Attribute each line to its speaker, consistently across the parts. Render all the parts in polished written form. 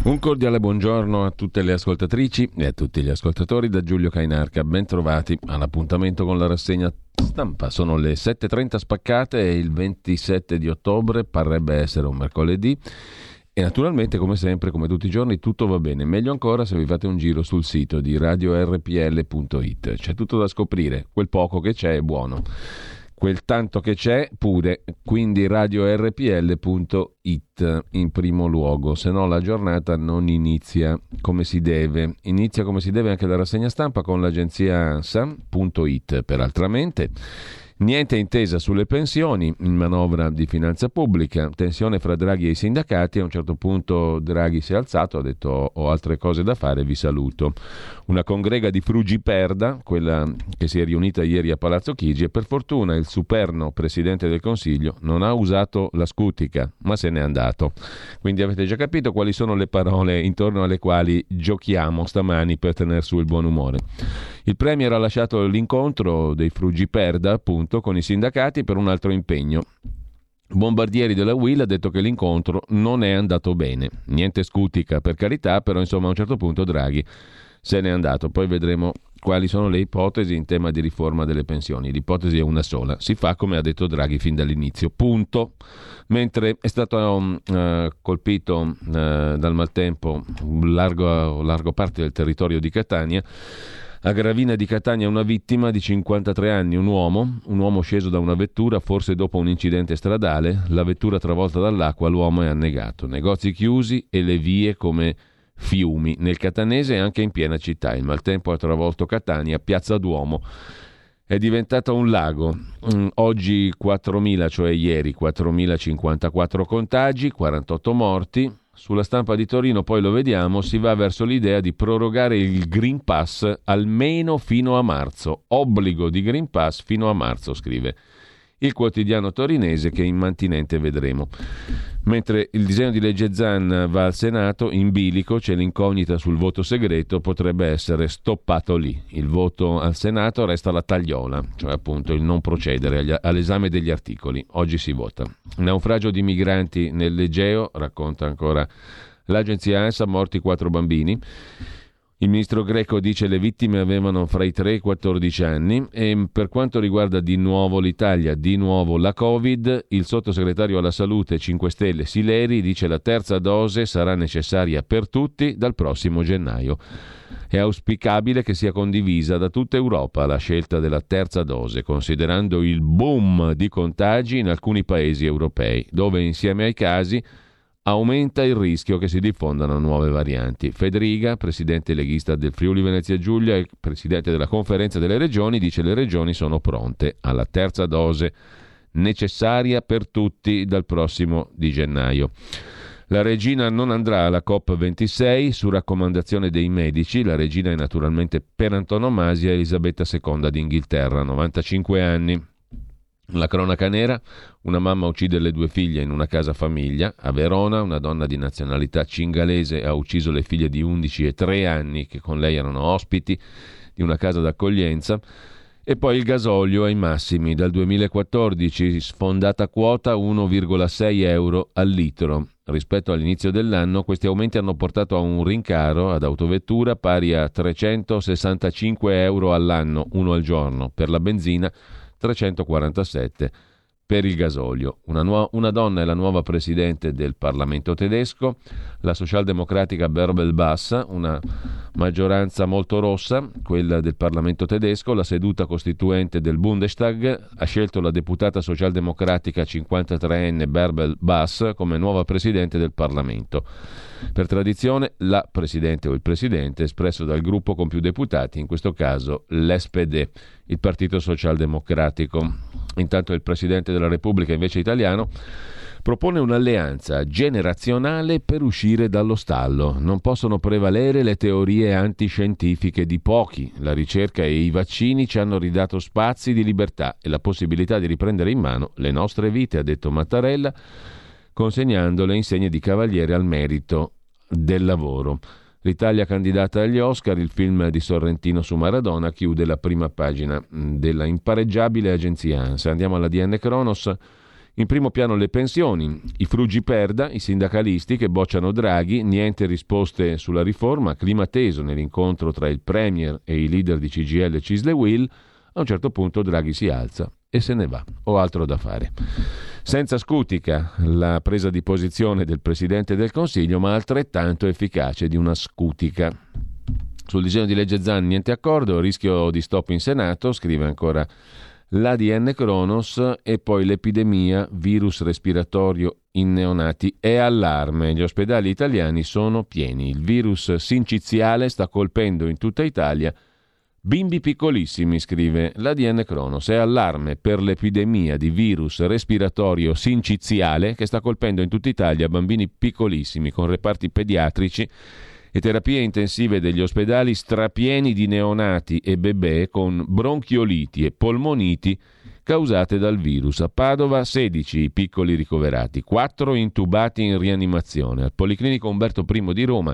Speaker 1: Un cordiale buongiorno a tutte le ascoltatrici e a tutti gli ascoltatori da Giulio Cainarca. Ben trovati all'appuntamento con la rassegna stampa. Sono le 7:30 spaccate e il 27 di ottobre parrebbe essere un mercoledì. E naturalmente, come sempre, come tutti i giorni, tutto va bene. Meglio ancora se vi fate un giro sul sito di radiorpl.it. C'è tutto da scoprire. Quel poco che c'è è buono. Quel tanto che c'è pure, quindi radiorpl.it in primo luogo, se no la giornata non inizia come si deve. Inizia come si deve anche la rassegna stampa con l'agenzia ANSA.it, peraltramente. Niente intesa sulle pensioni, in manovra di finanza pubblica, tensione fra Draghi e i sindacati. A un certo punto Draghi si è alzato, ha detto ho altre cose da fare, vi saluto. Una congrega di Frugiperda, quella che si è riunita ieri a Palazzo Chigi, e per fortuna il superno Presidente del Consiglio non ha usato la scutica, ma se n'è andato. Quindi avete già capito quali sono le parole intorno alle quali giochiamo stamani per tener su il buon umore. Il Premier ha lasciato l'incontro dei Frugiperda, appunto, con i sindacati per un altro impegno. Bombardieri della UIL ha detto che l'incontro non è andato bene. Niente scutica, per carità, però insomma a un certo punto Draghi se n'è andato. Poi vedremo quali sono le ipotesi in tema di riforma delle pensioni. L'ipotesi è una sola: si fa come ha detto Draghi fin dall'inizio, punto. Mentre è stato colpito dal maltempo largo parte del territorio di Catania. A Gravina di Catania una vittima di 53 anni, un uomo sceso da una vettura, forse dopo un incidente stradale. La vettura travolta dall'acqua, l'uomo è annegato. Negozi chiusi e le vie come fiumi nel catanese e anche in piena città. Il maltempo ha travolto Catania, Piazza Duomo è diventata un lago. Oggi 4.000, cioè ieri 4.054 contagi, 48 morti. Sulla Stampa di Torino, poi lo vediamo, si va verso l'idea di prorogare il Green Pass almeno fino a marzo. Obbligo di Green Pass fino a marzo, scrive il quotidiano torinese, che immantinente vedremo. Mentre il disegno di legge Zan va al Senato, in bilico c'è l'incognita sul voto segreto, potrebbe essere stoppato lì. Il voto al Senato resta la tagliola, cioè appunto il non procedere all'esame degli articoli. Oggi si vota. Naufragio di migranti nell'Egeo, racconta ancora l'agenzia ANSA, morti 4 bambini. Il ministro greco dice le vittime avevano fra i 3 e i 14 anni. E per quanto riguarda di nuovo l'Italia, di nuovo la Covid, il sottosegretario alla salute 5 Stelle Sileri dice la terza dose sarà necessaria per tutti dal prossimo gennaio. È auspicabile che sia condivisa da tutta Europa la scelta della terza dose, considerando il boom di contagi in alcuni paesi europei, dove insieme ai casi aumenta il rischio che si diffondano nuove varianti. Federica, presidente leghista del Friuli Venezia Giulia e presidente della Conferenza delle Regioni, dice le regioni sono pronte alla terza dose necessaria per tutti dal prossimo di gennaio. La regina non andrà alla COP26 su raccomandazione dei medici. La regina è naturalmente per antonomasia Elisabetta II d'Inghilterra, 95 anni. La cronaca nera: una mamma uccide le 2 figlie in una casa famiglia. A Verona una donna di nazionalità cingalese ha ucciso le figlie di 11 e 3 anni che con lei erano ospiti di una casa d'accoglienza. E poi il gasolio ai massimi, dal 2014 sfondata quota 1,6 euro al litro. Rispetto all'inizio dell'anno questi aumenti hanno portato a un rincaro ad autovettura pari a 365 euro all'anno, uno al giorno. Per la benzina 347 per il gasolio. Una donna è la nuova presidente del Parlamento tedesco, la socialdemocratica Bärbel Bass, una maggioranza molto rossa, quella del Parlamento tedesco. La seduta costituente del Bundestag ha scelto la deputata socialdemocratica 53enne Bärbel Bass come nuova presidente del Parlamento. Per tradizione la presidente o il presidente espresso dal gruppo con più deputati, in questo caso l'SPD, il Partito Socialdemocratico. Intanto il Presidente della Repubblica, invece italiano, propone un'alleanza generazionale per uscire dallo stallo. Non possono prevalere le teorie antiscientifiche di pochi. La ricerca e i vaccini ci hanno ridato spazi di libertà e la possibilità di riprendere in mano le nostre vite, ha detto Mattarella, consegnando le insegne di cavaliere al merito del lavoro. L'Italia candidata agli Oscar, il film di Sorrentino su Maradona chiude la prima pagina della impareggiabile agenzia ANSA. Andiamo alla DN Cronos. In primo piano le pensioni, i fruggiperda, i sindacalisti che bocciano Draghi, niente risposte sulla riforma, clima teso nell'incontro tra il Premier e i leader di CGIL e Cisle-Will. A un certo punto Draghi si alza e se ne va, ho altro da fare. Senza scutica la presa di posizione del Presidente del Consiglio, ma altrettanto efficace di una scutica. Sul disegno di legge Zan niente accordo, rischio di stop in Senato, scrive ancora l'ADN Cronos, e poi l'epidemia, virus respiratorio in neonati, è allarme. Gli ospedali italiani sono pieni. Il virus sinciziale sta colpendo in tutta Italia bimbi piccolissimi, scrive l'ADN Cronos. È allarme per l'epidemia di virus respiratorio sinciziale che sta colpendo in tutta Italia bambini piccolissimi con reparti pediatrici e terapie intensive degli ospedali strapieni di neonati e bebè con bronchioliti e polmoniti causate dal virus. A Padova 16 i piccoli ricoverati, 4 intubati in rianimazione. Al Policlinico Umberto I di Roma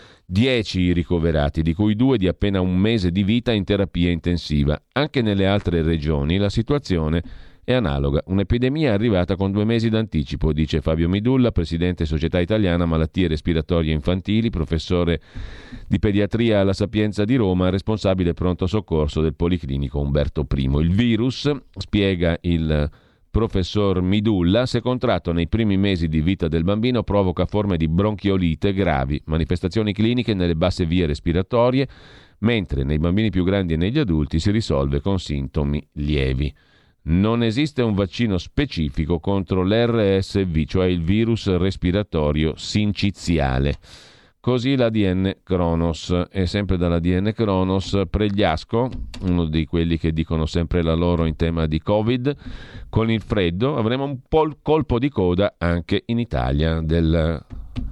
Speaker 1: 10 i ricoverati, di cui 2 di appena un mese di vita in terapia intensiva. Anche nelle altre regioni la situazione è analoga. Un'epidemia arrivata con 2 mesi d'anticipo, dice Fabio Midulla, presidente Società Italiana Malattie Respiratorie Infantili, professore di pediatria alla Sapienza di Roma, responsabile pronto soccorso del Policlinico Umberto I. Il virus, spiega il professor Midulla, se contratto nei primi mesi di vita del bambino, provoca forme di bronchiolite gravi, manifestazioni cliniche nelle basse vie respiratorie, mentre nei bambini più grandi e negli adulti si risolve con sintomi lievi. Non esiste un vaccino specifico contro l'RSV, cioè il virus respiratorio sinciziale. Così l'ADN Cronos. E sempre dall'ADN Cronos, Pregliasco, uno di quelli che dicono sempre la loro in tema di Covid, con il freddo avremo un po' il colpo di coda anche in Italia del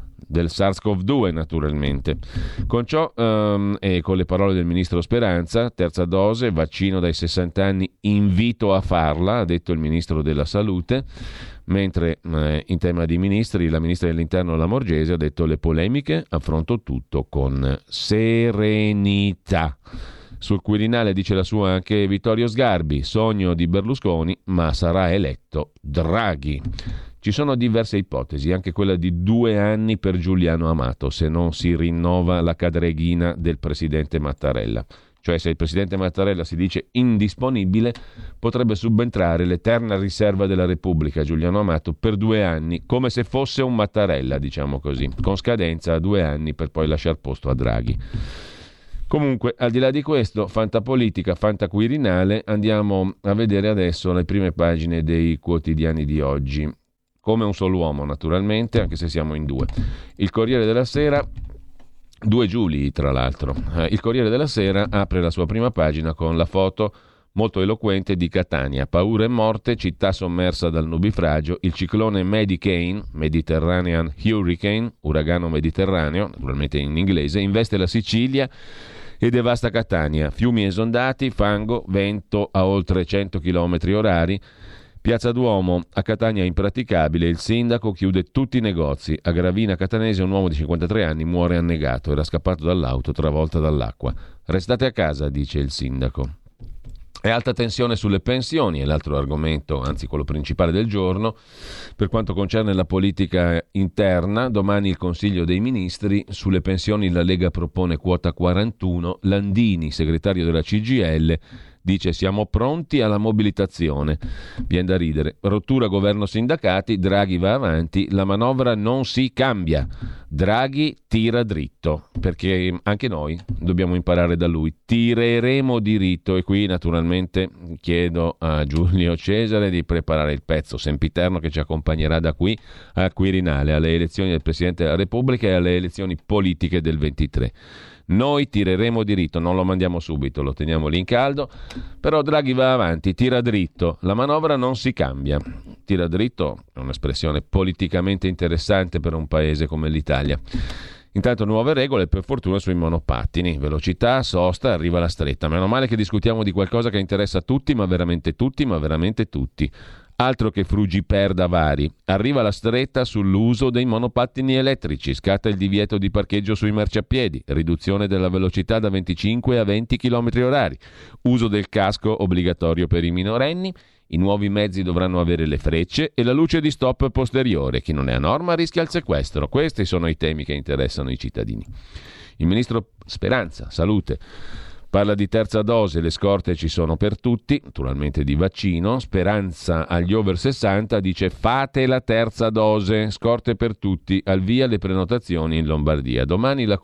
Speaker 1: SARS-CoV-2 naturalmente. Con ciò e con le parole del ministro Speranza, terza dose, vaccino dai 60 anni, invito a farla, ha detto il ministro della Salute, mentre in tema di ministri la ministra dell'Interno Lamorgese ha detto le polemiche affronto tutto con serenità. Sul Quirinale dice la sua anche Vittorio Sgarbi, sogno di Berlusconi, ma sarà eletto Draghi. Ci sono diverse ipotesi, anche quella di 2 anni per Giuliano Amato, se non si rinnova la cadreghina del presidente Mattarella. Cioè, se il presidente Mattarella si dice indisponibile, potrebbe subentrare l'eterna riserva della Repubblica, Giuliano Amato, per 2 anni, come se fosse un Mattarella, diciamo così, con scadenza a 2 anni per poi lasciar posto a Draghi. Comunque, al di là di questo, fantapolitica, fantaquirinale, andiamo a vedere adesso le prime pagine dei quotidiani di oggi. Come un solo uomo, naturalmente, anche se siamo in 2. Il Corriere della Sera, 2 Giulii, tra l'altro. Il Corriere della Sera apre la sua prima pagina con la foto molto eloquente di Catania. Paura e morte, città sommersa dal nubifragio. Il ciclone Medicane, Mediterranean Hurricane, uragano mediterraneo, naturalmente in inglese, investe la Sicilia e devasta Catania. Fiumi esondati, fango, vento a oltre 100 km orari. Piazza Duomo a Catania impraticabile, il sindaco chiude tutti i negozi. A Gravina Catanese un uomo di 53 anni muore annegato, era scappato dall'auto travolta dall'acqua. Restate a casa, dice il sindaco. E alta tensione sulle pensioni, è l'altro argomento, anzi quello principale del giorno. Per quanto concerne la politica interna, domani il Consiglio dei Ministri. Sulle pensioni la Lega propone quota 41, Landini, segretario della CGIL, dice siamo pronti alla mobilitazione. Viene da ridere. Rottura governo-sindacati, Draghi va avanti, la manovra non si cambia. Draghi tira dritto, perché anche noi dobbiamo imparare da lui. Tireremo diritto e qui naturalmente chiedo a Giulio Cesare di preparare il pezzo sempiterno che ci accompagnerà da qui al Quirinale, alle elezioni del Presidente della Repubblica e alle elezioni politiche del 23. Noi tireremo diritto, non lo mandiamo subito, lo teniamo lì in caldo, però Draghi va avanti, tira dritto, la manovra non si cambia. Tira dritto è un'espressione politicamente interessante per un paese come l'Italia. Intanto nuove regole, per fortuna, sui monopattini, velocità, sosta, arriva la stretta. Meno male che discutiamo di qualcosa che interessa tutti, ma veramente tutti, Altro che fruggiperda vari. Arriva la stretta sull'uso dei monopattini elettrici, scatta il divieto di parcheggio sui marciapiedi, riduzione della velocità da 25 a 20 km/h, uso del casco obbligatorio per i minorenni, i nuovi mezzi dovranno avere le frecce e la luce di stop posteriore. Chi non è a norma rischia il sequestro. Questi sono i temi che interessano i cittadini. Il ministro Speranza, salute, parla di terza dose, le scorte ci sono per tutti, naturalmente di vaccino. Domani agli over 60 dice fate la terza dose, scorte per tutti, al via le prenotazioni in Lombardia. Domani la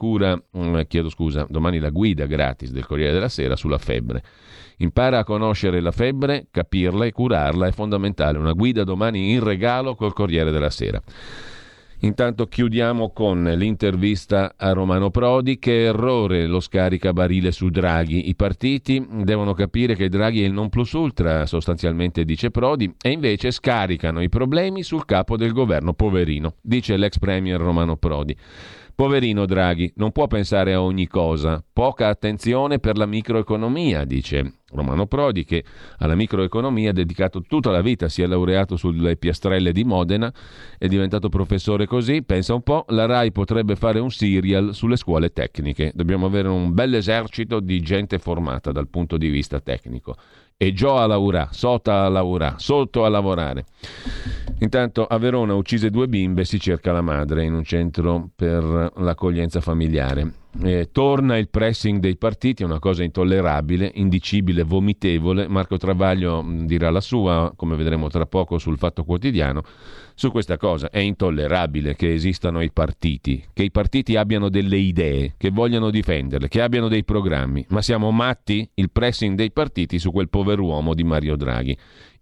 Speaker 1: guida gratis del Corriere della Sera sulla febbre. Impara a conoscere la febbre, capirla e curarla, è fondamentale. Una guida domani in regalo col Corriere della Sera. Intanto chiudiamo con l'intervista a Romano Prodi. Che errore lo scaricabarile su Draghi. I partiti devono capire che Draghi è il non plus ultra, sostanzialmente dice Prodi, e invece scaricano i problemi sul capo del governo. Poverino, dice l'ex premier Romano Prodi. Poverino Draghi, non può pensare a ogni cosa. Poca attenzione per la microeconomia, dice Romano Prodi, che alla microeconomia ha dedicato tutta la vita, si è laureato sulle piastrelle di Modena, è diventato professore così. Pensa un po', la RAI potrebbe fare un serial sulle scuole tecniche. Dobbiamo avere un bel esercito di gente formata dal punto di vista tecnico. E Gio a lavorare, Sota a lavorare, sotto a lavorare. Intanto a Verona uccise 2 bimbe, si cerca la madre in un centro per l'accoglienza familiare. Torna il pressing dei partiti, è una cosa intollerabile, indicibile, vomitevole. Marco Travaglio dirà la sua, come vedremo tra poco sul Fatto Quotidiano, su questa cosa. È intollerabile che esistano i partiti, che i partiti abbiano delle idee, che vogliano difenderle, che abbiano dei programmi. Ma siamo matti? Il pressing dei partiti su quel pover'uomo di Mario Draghi.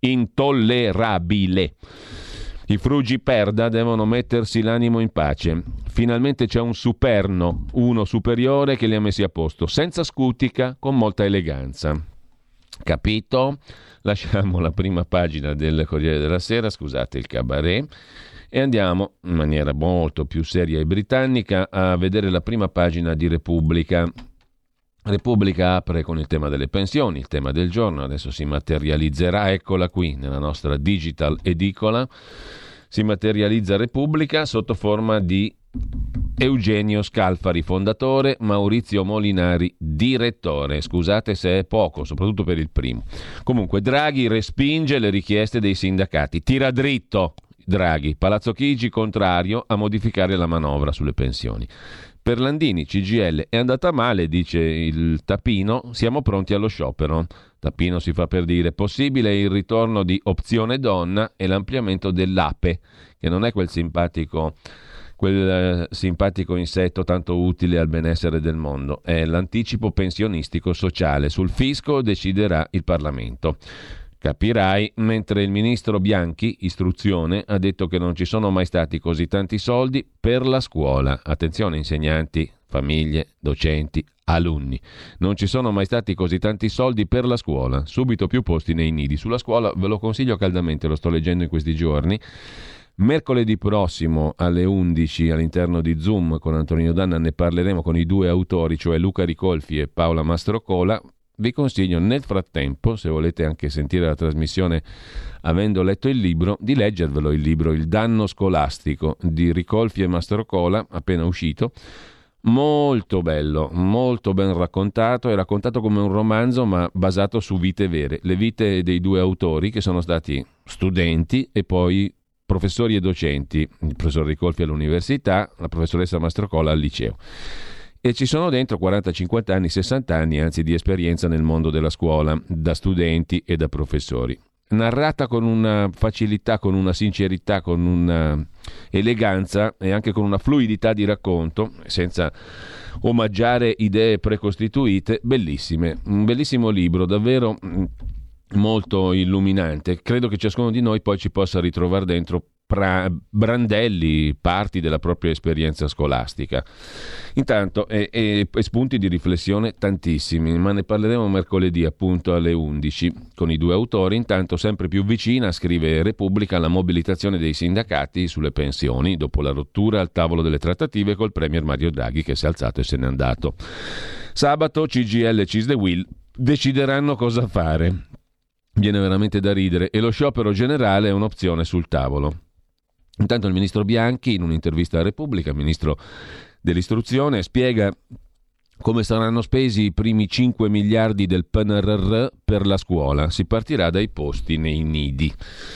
Speaker 1: Intollerabile. I fruggiperda devono mettersi l'animo in pace. Finalmente c'è un superno, uno superiore che li ha messi a posto, senza scutica, con molta eleganza. Capito? Lasciamo la prima pagina del Corriere della Sera, scusate il cabaret, e andiamo in maniera molto più seria e britannica a vedere la prima pagina di Repubblica. Repubblica apre con il tema delle pensioni, il tema del giorno, adesso si materializzerà, eccola qui nella nostra digital edicola, si materializza Repubblica sotto forma di Eugenio Scalfari, fondatore, Maurizio Molinari, direttore. Scusate se è poco, soprattutto per il primo. Comunque, Draghi respinge le richieste dei sindacati, tira dritto Draghi, Palazzo Chigi contrario a modificare la manovra sulle pensioni. Per Landini, CGIL, è andata male, dice il Tapino, siamo pronti allo sciopero. Tapino si fa per dire, possibile il ritorno di Opzione Donna e l'ampliamento dell'APE, che non è quel simpatico insetto tanto utile al benessere del mondo, è l'anticipo pensionistico sociale. Sul fisco deciderà il Parlamento. Capirai, mentre il ministro Bianchi, istruzione, ha detto che non ci sono mai stati così tanti soldi per la scuola. Attenzione insegnanti, famiglie, docenti, alunni. Non ci sono mai stati così tanti soldi per la scuola. Subito più posti nei nidi. Sulla scuola ve lo consiglio caldamente, lo sto leggendo in questi giorni. Mercoledì prossimo alle 11 all'interno di Zoom con Antonino Danna ne parleremo con i 2 autori, cioè Luca Ricolfi e Paola Mastrocola. Vi consiglio nel frattempo, se volete anche sentire la trasmissione avendo letto il libro, di leggervelo il libro Il danno scolastico di Ricolfi e Mastrocola, appena uscito. Molto bello, molto ben raccontato, è raccontato come un romanzo ma basato su vite vere, le vite dei 2 autori che sono stati studenti e poi professori e docenti, il professor Ricolfi all'università, la professoressa Mastrocola al liceo. E ci sono dentro 40, 50 anni, 60 anni anzi di esperienza nel mondo della scuola, da studenti e da professori. Narrata con una facilità, con una sincerità, con una eleganza e anche con una fluidità di racconto, senza omaggiare idee precostituite, bellissime. Un bellissimo libro, davvero molto illuminante. Credo che ciascuno di noi poi ci possa ritrovare dentro brandelli, parti della propria esperienza scolastica. Intanto e spunti di riflessione tantissimi, ma ne parleremo mercoledì appunto alle 11 con i 2 autori. Intanto sempre più vicina, scrive Repubblica, la mobilitazione dei sindacati sulle pensioni dopo la rottura al tavolo delle trattative col premier Mario Draghi che si è alzato e se n'è andato. Sabato CGIL e CISL e UIL decideranno cosa fare. Viene veramente da ridere e lo sciopero generale è un'opzione sul tavolo. Intanto il ministro Bianchi, in un'intervista a Repubblica, ministro dell'istruzione, spiega come saranno spesi i primi 5 miliardi del PNRR per la scuola. Si partirà dai posti nei nidi.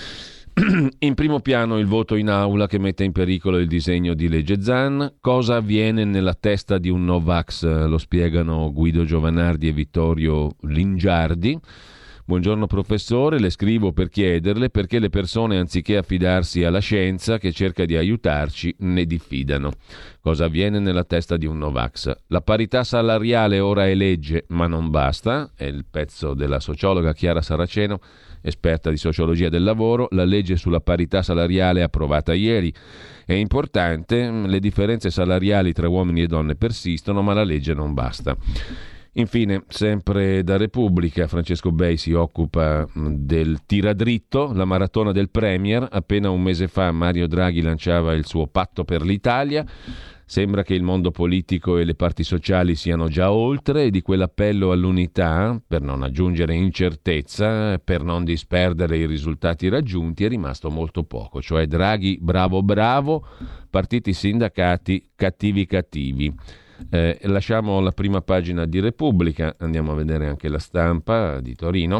Speaker 1: In primo piano il voto in aula che mette in pericolo il disegno di legge Zan. Cosa avviene nella testa di un Novax? Lo spiegano Guido Giovanardi e Vittorio Lingiardi. Buongiorno professore, le scrivo per chiederle perché le persone, anziché affidarsi alla scienza che cerca di aiutarci, ne diffidano. Cosa avviene nella testa di un Novax? La parità salariale ora è legge, ma non basta. È il pezzo della sociologa Chiara Saraceno, esperta di sociologia del lavoro. La legge sulla parità salariale approvata ieri è importante, le differenze salariali tra uomini e donne persistono, ma la legge non basta. Infine, sempre da Repubblica, Francesco Bei si occupa del tiradritto, la maratona del Premier. Appena un mese fa Mario Draghi lanciava il suo patto per l'Italia. Sembra che il mondo politico e le parti sociali siano già oltre e di quell'appello all'unità, per non aggiungere incertezza, per non disperdere i risultati raggiunti, è rimasto molto poco. Cioè Draghi bravo bravo, partiti sindacati cattivi cattivi. Lasciamo la prima pagina di Repubblica, andiamo a vedere anche la Stampa di Torino.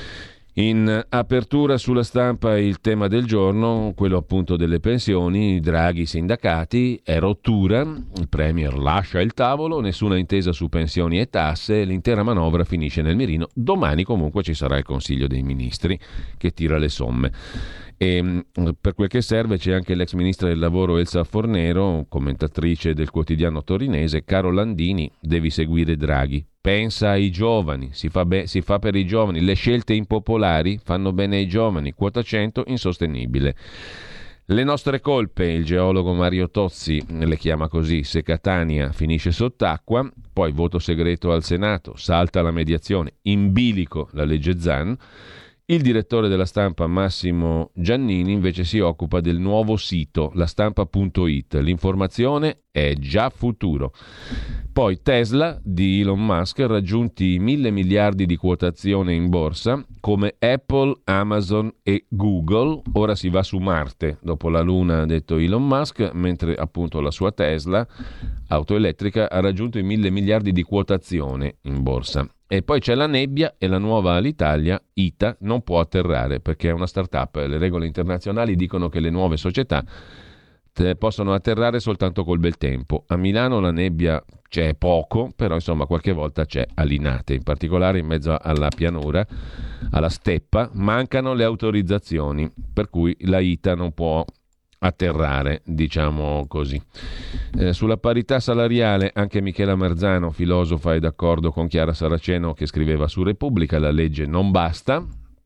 Speaker 1: In apertura sulla Stampa il tema del giorno, quello appunto delle pensioni, Draghi sindacati, è rottura, il Premier lascia il tavolo, nessuna intesa su pensioni e tasse, l'intera manovra finisce nel mirino. Domani comunque ci sarà il Consiglio dei Ministri che tira le somme. E per quel che serve c'è anche l'ex ministra del lavoro Elsa Fornero, commentatrice del quotidiano torinese. Caro Landini, devi seguire Draghi, pensa ai giovani, si fa per i giovani, le scelte impopolari fanno bene ai giovani, quota 100 insostenibile. Le nostre colpe, il geologo Mario Tozzi le chiama così, se Catania finisce sott'acqua, poi voto segreto al Senato, salta la mediazione, in bilico la legge Zan. Il direttore della Stampa Massimo Giannini invece si occupa del nuovo sito, lastampa.it. L'informazione è già futuro. Poi Tesla di Elon Musk, raggiunti 1.000 miliardi di quotazione in borsa, come Apple, Amazon e Google. Ora si va su Marte, dopo la Luna, ha detto Elon Musk, mentre appunto la sua Tesla, auto elettrica, ha raggiunto i 1.000 miliardi di quotazione in borsa. E poi c'è la nebbia e la nuova Alitalia, ITA, non può atterrare perché è una start-up. Le regole internazionali dicono che le nuove società possono atterrare soltanto col bel tempo. A Milano la nebbia c'è poco, però insomma qualche volta c'è a Linate, in particolare in mezzo alla pianura, alla steppa, mancano le autorizzazioni, per cui la ITA non può atterrare, diciamo così. Sulla parità salariale anche Michela Marzano, filosofa, è d'accordo con Chiara Saraceno che scriveva su Repubblica, la legge non basta.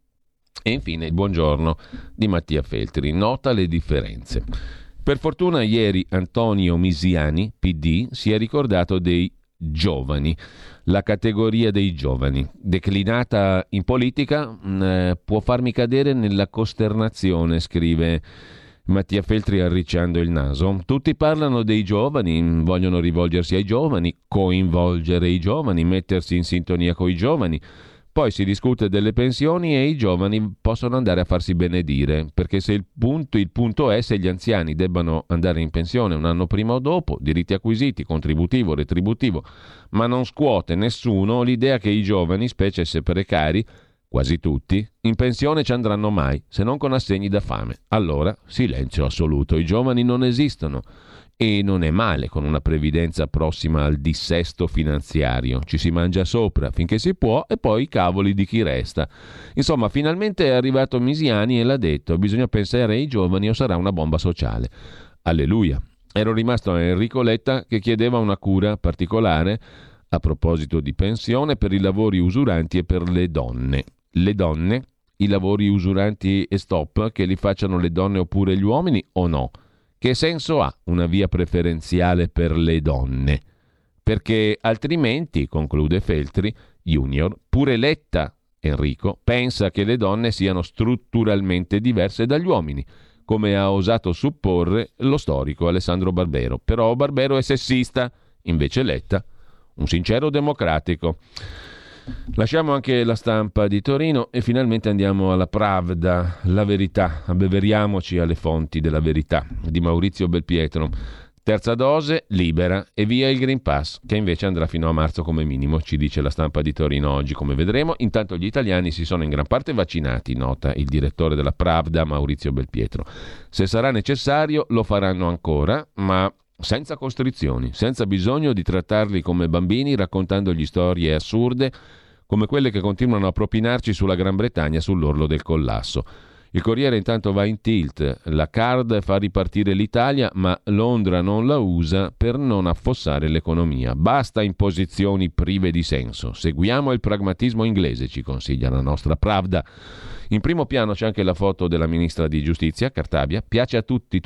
Speaker 1: E infine il buongiorno di Mattia Feltri, nota le differenze. Per fortuna ieri Antonio Misiani, PD, si è ricordato dei giovani, la categoria dei giovani, declinata in politica, può farmi cadere nella costernazione, scrive Mattia Feltri arricciando il naso. Tutti parlano dei giovani, vogliono rivolgersi ai giovani, coinvolgere i giovani, mettersi in sintonia con i giovani. Poi si discute delle pensioni e i giovani possono andare a farsi benedire, perché se il punto è se gli anziani debbano andare in pensione un anno prima o dopo, diritti acquisiti, contributivo, retributivo, ma non scuote nessuno l'idea che i giovani, specie se precari, quasi tutti, in pensione ci andranno mai, se non con assegni da fame. Allora, silenzio assoluto, i giovani non esistono. E non è male con una previdenza prossima al dissesto finanziario. Ci si mangia sopra finché si può e poi i cavoli di chi resta. Insomma, finalmente è arrivato Misiani e l'ha detto: bisogna pensare ai giovani o sarà una bomba sociale. Alleluia. Ero rimasto a Enrico Letta che chiedeva una cura particolare a proposito di pensione per i lavori usuranti e per le donne. Le donne, i lavori usuranti e stop, che li facciano le donne oppure gli uomini o no? Che senso ha una via preferenziale per le donne? Perché altrimenti, conclude Feltri Junior, pure Letta, Enrico, pensa che le donne siano strutturalmente diverse dagli uomini, come ha osato supporre lo storico Alessandro Barbero. Però Barbero è sessista, invece Letta un sincero democratico. Lasciamo anche La Stampa di Torino e finalmente andiamo alla Pravda, La Verità, abbeveriamoci alle fonti della verità, di Maurizio Belpietro. Terza dose, libera e via il Green Pass, che invece andrà fino a marzo come minimo, ci dice La Stampa di Torino oggi, come vedremo. Intanto gli italiani si sono in gran parte vaccinati, nota il direttore della Pravda, Maurizio Belpietro. Se sarà necessario lo faranno ancora, ma senza costrizioni, senza bisogno di trattarli come bambini raccontandogli storie assurde come quelle che continuano a propinarci sulla Gran Bretagna sull'orlo del collasso. Il Corriere intanto va in tilt, la card fa ripartire l'Italia, ma Londra non la usa per non affossare l'economia. Basta imposizioni prive di senso, seguiamo il pragmatismo inglese, ci consiglia la nostra Pravda. In primo piano c'è anche la foto della ministra di Giustizia, Cartabia, piace a tutti,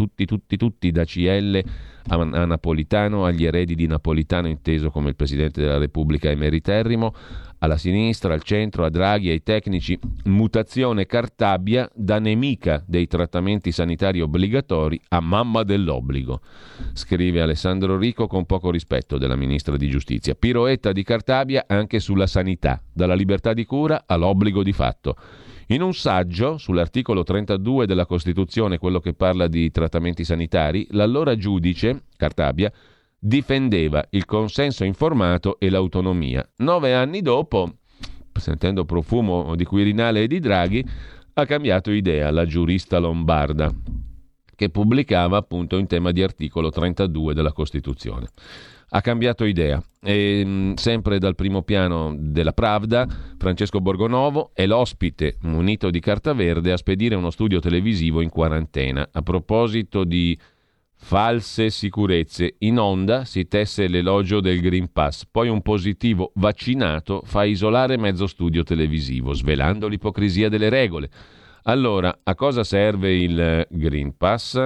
Speaker 1: da CL a Napolitano, agli eredi di Napolitano inteso come il Presidente della Repubblica emeriterrimo, alla sinistra, al centro, a Draghi, ai tecnici. Mutazione Cartabia da nemica dei trattamenti sanitari obbligatori a mamma dell'obbligo, scrive Alessandro Rico con poco rispetto della ministra di Giustizia. Piroetta di Cartabia anche sulla sanità, dalla libertà di cura all'obbligo di fatto. In un saggio sull'articolo 32 della Costituzione, quello che parla di trattamenti sanitari, l'allora giudice, Cartabia, difendeva il consenso informato e l'autonomia. 9 anni dopo, sentendo profumo di Quirinale e di Draghi, ha cambiato idea la giurista lombarda, che pubblicava appunto in tema di articolo 32 della Costituzione. Ha cambiato idea e sempre dal primo piano della Pravda, Francesco Borgonovo è l'ospite munito di carta verde a spedire uno studio televisivo in quarantena. A proposito di false sicurezze, in onda si tesse l'elogio del Green Pass, poi un positivo vaccinato fa isolare mezzo studio televisivo, svelando l'ipocrisia delle regole. Allora, a cosa serve il Green Pass?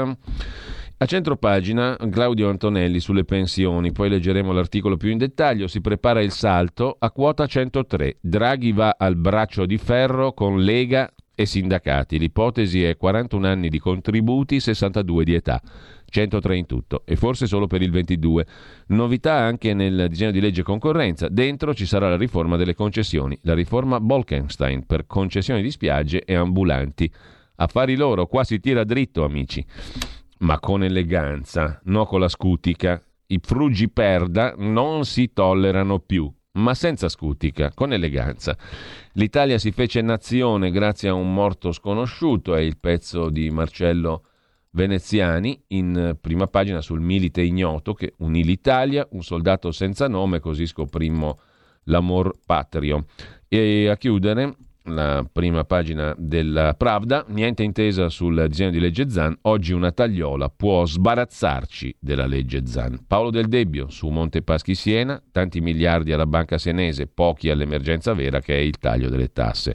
Speaker 1: A centropagina Claudio Antonelli sulle pensioni, poi leggeremo l'articolo più in dettaglio. Si prepara il salto a quota 103. Draghi va al braccio di ferro con Lega e sindacati. L'ipotesi è 41 anni di contributi, 62 di età. 103 in tutto e forse solo per il 22. Novità anche nel disegno di legge concorrenza. Dentro ci sarà la riforma delle concessioni, la riforma Bolkestein per concessioni di spiagge e ambulanti. Affari loro, qua si tira dritto, amici, ma con eleganza, no con la scutica. I fruggiperda non si tollerano più, ma senza scutica, con eleganza. L'Italia si fece nazione grazie a un morto sconosciuto, è il pezzo di Marcello Veneziani in prima pagina sul milite ignoto che unì l'Italia, un soldato senza nome, così scoprimmo l'amor patrio. E a chiudere la prima pagina della Pravda, niente intesa sul disegno di legge Zan, oggi una tagliola può sbarazzarci della legge Zan. Paolo Del Debbio su Monte Paschi Siena, tanti miliardi alla banca senese, pochi all'emergenza vera che è il taglio delle tasse.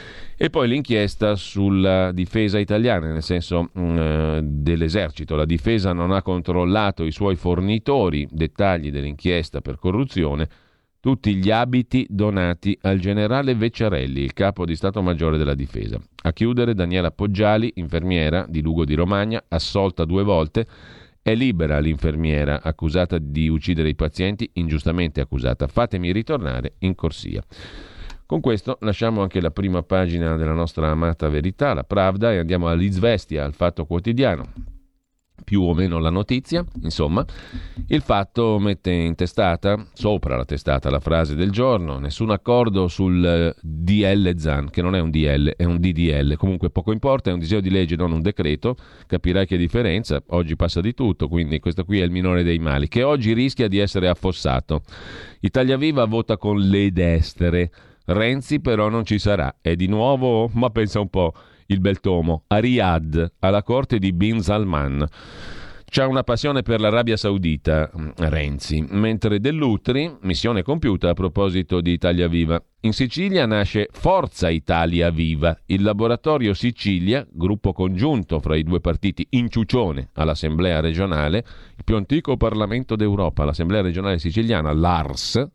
Speaker 1: E poi l'inchiesta sulla difesa italiana, nel senso dell'esercito. La difesa non ha controllato i suoi fornitori, dettagli dell'inchiesta per corruzione, tutti gli abiti donati al generale Vecciarelli, il capo di Stato Maggiore della Difesa. A chiudere Daniela Poggiali, infermiera di Lugo di Romagna, assolta 2 volte, è libera l'infermiera accusata di uccidere i pazienti, ingiustamente accusata. Fatemi ritornare in corsia. Con questo lasciamo anche la prima pagina della nostra amata Verità, la Pravda, e andiamo all'Izvestia, al Fatto Quotidiano. Più o meno la notizia, insomma. Il Fatto mette in testata, sopra la testata, la frase del giorno: nessun accordo sul DL Zan, che non è un DL, è un DDL. Comunque poco importa, è un disegno di legge, non un decreto. Capirai che differenza, oggi passa di tutto, quindi questo qui è il minore dei mali, che oggi rischia di essere affossato. Italia Viva vota con le destere. Renzi però non ci sarà, è di nuovo, ma pensa un po', il bel tomo, a Riyadh, alla corte di Bin Salman. C'ha una passione per l'Arabia Saudita, Renzi, mentre Dell'Utri, missione compiuta a proposito di Italia Viva. In Sicilia nasce Forza Italia Viva, il laboratorio Sicilia, gruppo congiunto fra i 2 partiti in ciucione all'Assemblea regionale, il più antico Parlamento d'Europa, l'Assemblea regionale siciliana, l'ARS.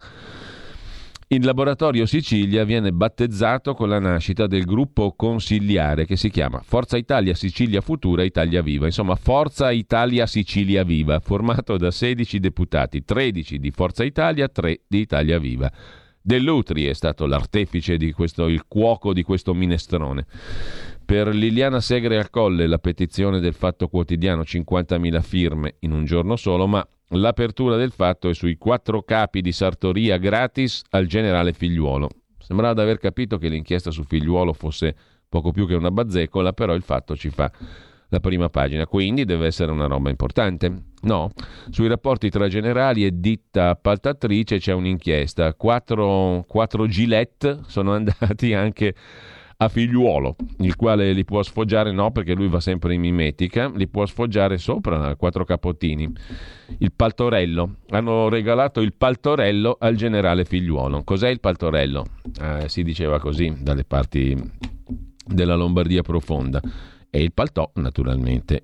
Speaker 1: Il laboratorio Sicilia viene battezzato con la nascita del gruppo consiliare che si chiama Forza Italia Sicilia Futura Italia Viva, insomma Forza Italia Sicilia Viva, formato da 16 deputati, 13 di Forza Italia, 3 di Italia Viva. Dell'Utri è stato l'artefice di questo, il cuoco di questo minestrone. Per Liliana Segre al Colle la petizione del Fatto Quotidiano, 50.000 firme in un giorno solo, ma l'apertura del Fatto è sui 4 capi di sartoria gratis al generale Figliuolo. Sembrava di aver capito che l'inchiesta su Figliuolo fosse poco più che una bazzecola, però il Fatto ci fa la prima pagina, quindi deve essere una roba importante. No, sui rapporti tra generali e ditta appaltatrice c'è un'inchiesta. 4 Gillette sono andati anche a Figliuolo, il quale li può sfoggiare, no perché lui va sempre in mimetica, li può sfoggiare sopra 4 capottini. Il paltorello, hanno regalato il paltorello al generale Figliuolo. Cos'è il paltorello? Si diceva così dalle parti della Lombardia profonda. E il paltò, naturalmente,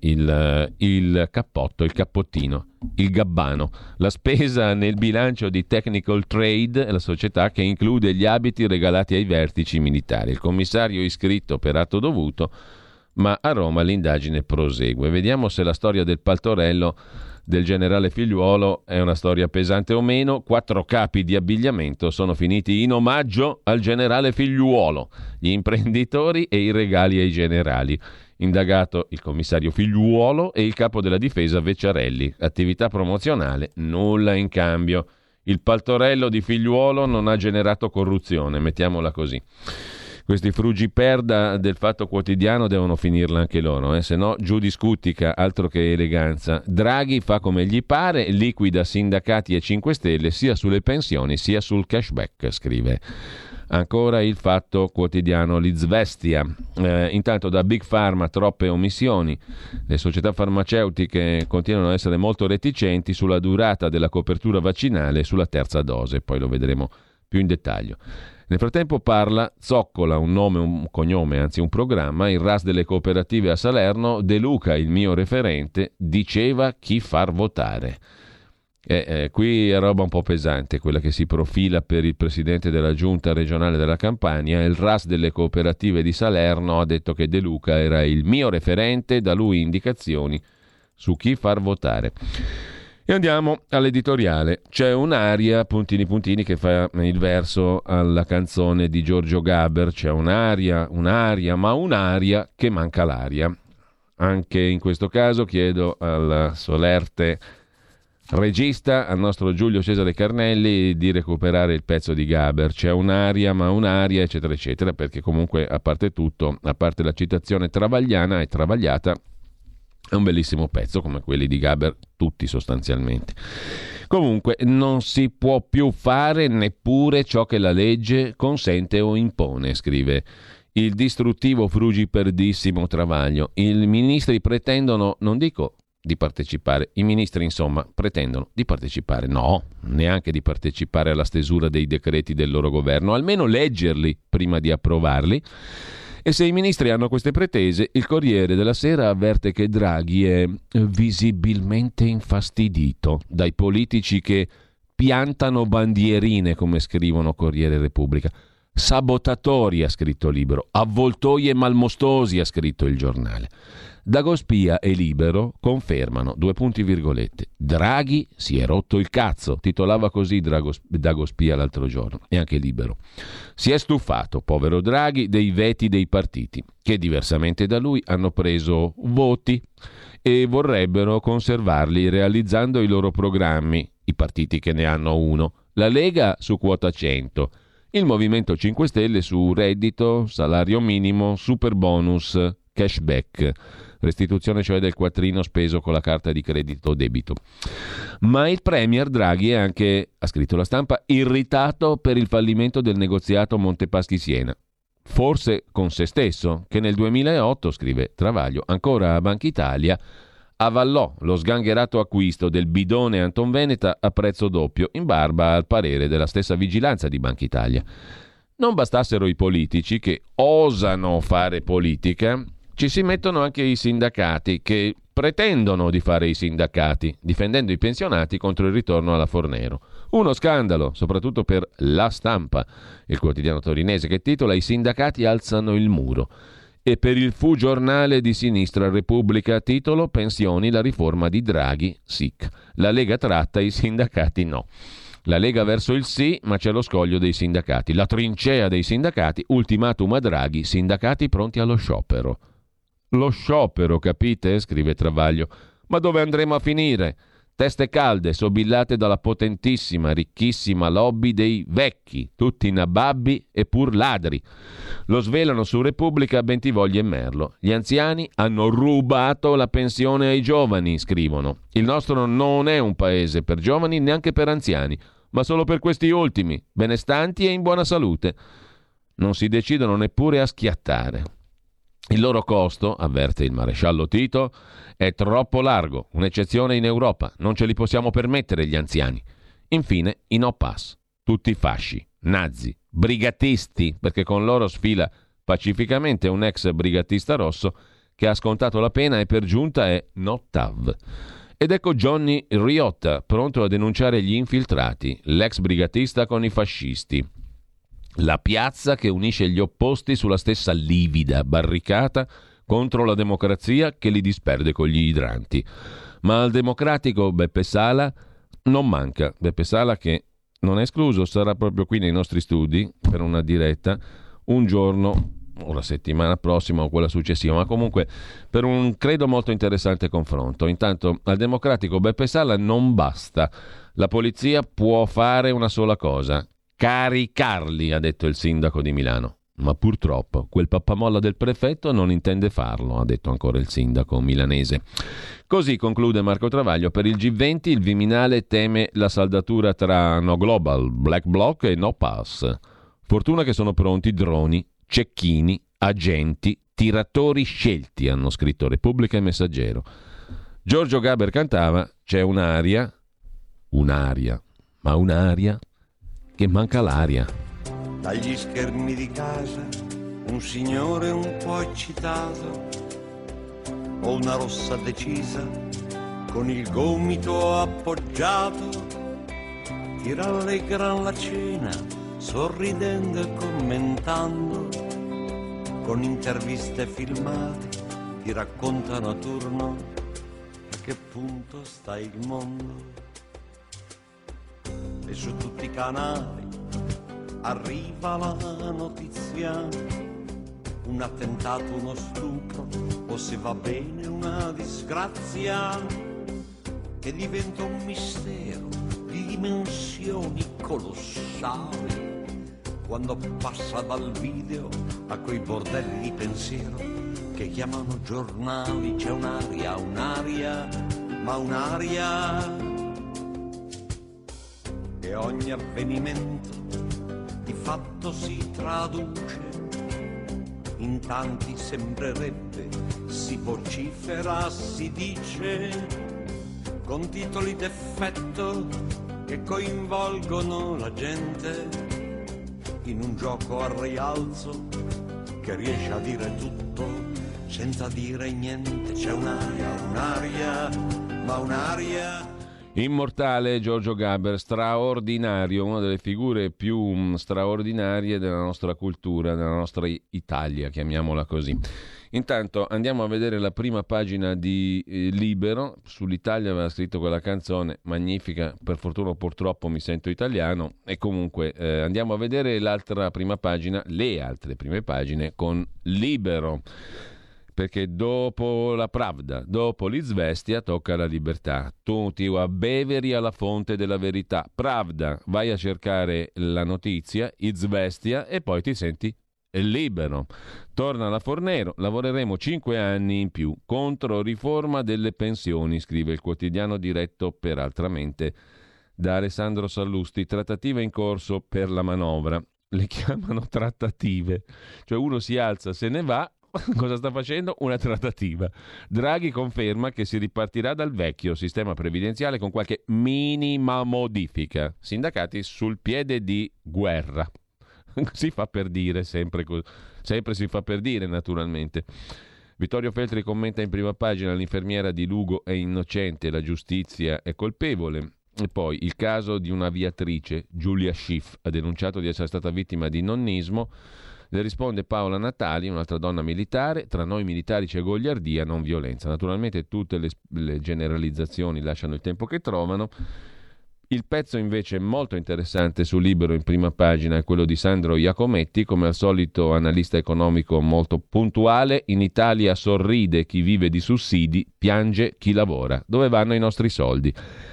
Speaker 1: il cappotto, il cappottino, il gabbano. La spesa nel bilancio di Technical Trade, la società che include gli abiti regalati ai vertici militari. Il commissario iscritto per atto dovuto, ma a Roma l'indagine prosegue. Vediamo se la storia del paltorello del generale Figliuolo è una storia pesante o meno. 4 capi di abbigliamento sono finiti in omaggio al generale Figliuolo, gli imprenditori e i regali ai generali. Indagato il commissario Figliuolo e il capo della difesa Vecciarelli. Attività promozionale, nulla in cambio. Il paltorello di Figliuolo non ha generato corruzione, mettiamola così. Questi fruggiperda del Fatto Quotidiano devono finirla anche loro, se no giù di scuttica, altro che eleganza. Draghi fa come gli pare, liquida sindacati e 5 Stelle sia sulle pensioni sia sul cashback, scrive. Ancora il Fatto Quotidiano, l'Izvestia. Intanto da Big Pharma troppe omissioni. Le società farmaceutiche continuano ad essere molto reticenti sulla durata della copertura vaccinale e sulla terza dose, poi lo vedremo più in dettaglio. Nel frattempo parla Zoccola, un nome, un cognome, anzi un programma, il RAS delle cooperative a Salerno. De Luca, il mio referente, diceva chi far votare. Qui è roba un po' pesante quella che si profila per il presidente della giunta regionale della Campania. Il RAS delle cooperative di Salerno ha detto che De Luca era il mio referente, da lui indicazioni su chi far votare. E andiamo all'editoriale. C'è un'aria, puntini puntini, che fa il verso alla canzone di Giorgio Gaber. C'è un'aria, ma un'aria che manca l'aria. Anche in questo caso chiedo al solerte regista, al nostro Giulio Cesare Carnelli, di recuperare il pezzo di Gaber. C'è un'aria, ma un'aria, eccetera, eccetera, perché comunque, a parte tutto, a parte la citazione travagliana e travagliata, è un bellissimo pezzo, come quelli di Gaber, tutti sostanzialmente. Comunque, non si può più fare neppure ciò che la legge consente o impone, scrive il distruttivo frugiperdissimo Travaglio. I ministri pretendono, non dico di partecipare, i ministri insomma pretendono di partecipare, no, neanche di partecipare alla stesura dei decreti del loro governo, almeno leggerli prima di approvarli. E se i ministri hanno queste pretese, il Corriere della Sera avverte che Draghi è visibilmente infastidito dai politici che piantano bandierine, come scrivono Corriere e Repubblica. Sabotatori, ha scritto il Libero, avvoltoi e malmostosi, ha scritto il Giornale. Dagospia e Libero confermano, : Draghi si è rotto il cazzo, titolava così Dagospia l'altro giorno, e anche Libero. Si è stufato, povero Draghi, dei veti dei partiti, che diversamente da lui hanno preso voti e vorrebbero conservarli realizzando i loro programmi, i partiti che ne hanno uno. La Lega su quota 100, il Movimento 5 Stelle su reddito, salario minimo, super bonus, cashback, restituzione cioè del quattrino speso con la carta di credito o debito. Ma il premier Draghi è anche, ha scritto La Stampa, irritato per il fallimento del negoziato Montepaschi-Siena. Forse con se stesso, che nel 2008, scrive Travaglio, ancora a Banca Italia, avallò lo sgangherato acquisto del bidone Antonveneta a prezzo doppio, in barba al parere della stessa vigilanza di Banca Italia. Non bastassero i politici che osano fare politica, ci si mettono anche i sindacati che pretendono di fare i sindacati, difendendo i pensionati contro il ritorno alla Fornero. Uno scandalo, soprattutto per La Stampa, il quotidiano torinese, che titola «I sindacati alzano il muro». E per il fu giornale di sinistra Repubblica, titolo «Pensioni, la riforma di Draghi, sic. La Lega tratta, i sindacati no». La Lega verso il sì, ma c'è lo scoglio dei sindacati. La trincea dei sindacati, ultimatum a Draghi, sindacati pronti allo sciopero. Lo sciopero, capite? Scrive Travaglio. Ma dove andremo a finire? Teste calde, sobillate dalla potentissima, ricchissima lobby dei vecchi, tutti nababbi e pur ladri. Lo svelano su Repubblica Bentivogli e Merlo. Gli anziani hanno rubato la pensione ai giovani, scrivono. Il nostro non è un paese per giovani, neanche per anziani, ma solo per questi ultimi, benestanti e in buona salute. Non si decidono neppure a schiattare. Il loro costo, avverte il maresciallo Tito, è troppo largo, un'eccezione in Europa, non ce li possiamo permettere gli anziani. Infine, i no pass, tutti fasci, nazi, brigatisti, perché con loro sfila pacificamente un ex brigatista rosso che ha scontato la pena e per giunta è no TAV. Ed ecco Johnny Riotta, pronto a denunciare gli infiltrati, l'ex brigatista con i fascisti. La piazza che unisce gli opposti sulla stessa livida barricata contro la democrazia che li disperde con gli idranti. Ma al democratico Beppe Sala non manca. Beppe Sala, che non è escluso, sarà proprio qui nei nostri studi per una diretta un giorno o la settimana prossima o quella successiva, ma comunque per un credo molto interessante confronto. Intanto al democratico Beppe Sala non basta. La polizia può fare una sola cosa: caricarli, ha detto il sindaco di Milano. Ma purtroppo quel pappamolla del prefetto non intende farlo, ha detto ancora il sindaco milanese. Così conclude Marco Travaglio. Per il G20 il Viminale teme la saldatura tra No Global, Black Bloc e No Pass. Fortuna che sono pronti droni, cecchini, agenti, tiratori scelti, hanno scritto Repubblica e Messaggero. Giorgio Gaber cantava: c'è un'aria, ma un'aria che manca l'aria.
Speaker 2: Dagli schermi di casa un signore un po' eccitato, o una rossa decisa con il gomito appoggiato, ti rallegran la cena sorridendo e commentando, con interviste filmate ti raccontano a turno a che punto sta il mondo. E su tutti i canali arriva la notizia: un attentato, uno stupro, o se va bene una disgrazia, che diventa un mistero di dimensioni colossali, quando passa dal video a quei bordelli di pensiero che chiamano giornali. C'è un'aria, ma un'aria, e ogni avvenimento di fatto si traduce in tanti, sembrerebbe, si vocifera, si dice, con titoli d'effetto che coinvolgono la gente in un gioco al rialzo che riesce a dire tutto senza dire niente. C'è un'aria, ma un'aria.
Speaker 1: Immortale Giorgio Gaber, straordinario, una delle figure più straordinarie della nostra cultura, della nostra Italia, chiamiamola così. Intanto andiamo a vedere la prima pagina di Libero. Sull'Italia aveva scritto quella canzone magnifica, per fortuna o purtroppo mi sento italiano, e comunque andiamo a vedere l'altra prima pagina, le altre prime pagine con Libero. Perché dopo la Pravda, dopo l'Izvestia, tocca la Libertà. Tu ti abbeveri alla fonte della verità. Pravda, vai a cercare la notizia, Izvestia, e poi ti senti libero. Torna la Fornero, lavoreremo 5 anni in più. Contro riforma delle pensioni, scrive il quotidiano diretto peraltramente da Alessandro Sallusti. Trattative in corso per la manovra. Le chiamano trattative. Cioè uno si alza, se ne va. Cosa sta facendo? Una trattativa. Draghi conferma che si ripartirà dal vecchio sistema previdenziale con qualche minima modifica. Sindacati sul piede di guerra. Si fa per dire, sempre si fa per dire, naturalmente. Vittorio Feltri commenta in prima pagina: l'infermiera di Lugo è innocente, la giustizia è colpevole. E poi il caso di un'aviatrice, Giulia Schiff, ha denunciato di essere stata vittima di nonnismo. Le risponde Paola Natali, un'altra donna militare: tra noi militari c'è goliardia, non violenza. Naturalmente tutte le generalizzazioni lasciano il tempo che trovano. Il pezzo invece molto interessante su Libero in prima pagina è quello di Sandro Iacometti, come al solito analista economico molto puntuale. In Italia sorride chi vive di sussidi, piange chi lavora. Dove vanno i nostri soldi?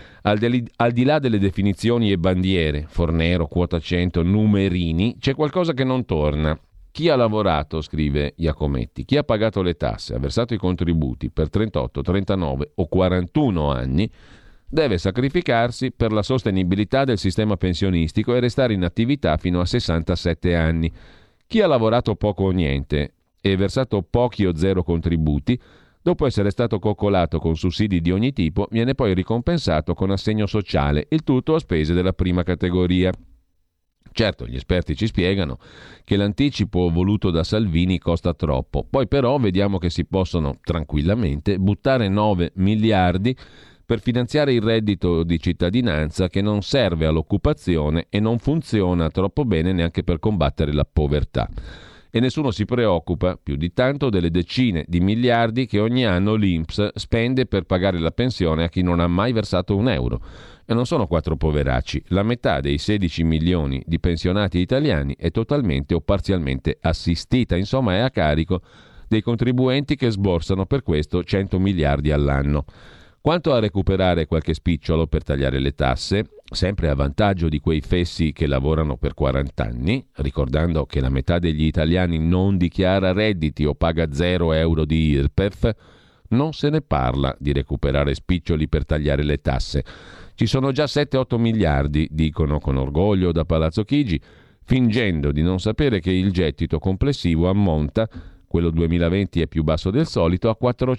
Speaker 1: Al di là delle definizioni e bandiere, Fornero, quota 100, numerini, c'è qualcosa che non torna. Chi ha lavorato, scrive Iacometti, chi ha pagato le tasse, ha versato i contributi per 38, 39 o 41 anni, deve sacrificarsi per la sostenibilità del sistema pensionistico e restare in attività fino a 67 anni. Chi ha lavorato poco o niente e versato pochi o zero contributi, dopo essere stato coccolato con sussidi di ogni tipo, viene poi ricompensato con assegno sociale, il tutto a spese della prima categoria. Certo, gli esperti ci spiegano che l'anticipo voluto da Salvini costa troppo, poi però vediamo che si possono tranquillamente buttare 9 miliardi per finanziare il reddito di cittadinanza che non serve all'occupazione e non funziona troppo bene neanche per combattere la povertà. E nessuno si preoccupa più di tanto delle decine di miliardi che ogni anno l'INPS spende per pagare la pensione a chi non ha mai versato un euro. E non sono 4 poveracci, la metà dei 16 milioni di pensionati italiani è totalmente o parzialmente assistita, insomma è a carico dei contribuenti che sborsano per questo 100 miliardi all'anno. Quanto a recuperare qualche spicciolo per tagliare le tasse, sempre a vantaggio di quei fessi che lavorano per 40 anni, ricordando che la metà degli italiani non dichiara redditi o paga 0 euro di IRPEF, non se ne parla di recuperare spiccioli per tagliare le tasse. Ci sono già 7-8 miliardi, dicono con orgoglio da Palazzo Chigi, fingendo di non sapere che il gettito complessivo ammonta, quello 2020 è più basso del solito, a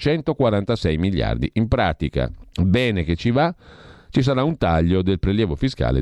Speaker 1: 446 miliardi. In pratica, bene che ci va, ci sarà un taglio del prelievo fiscale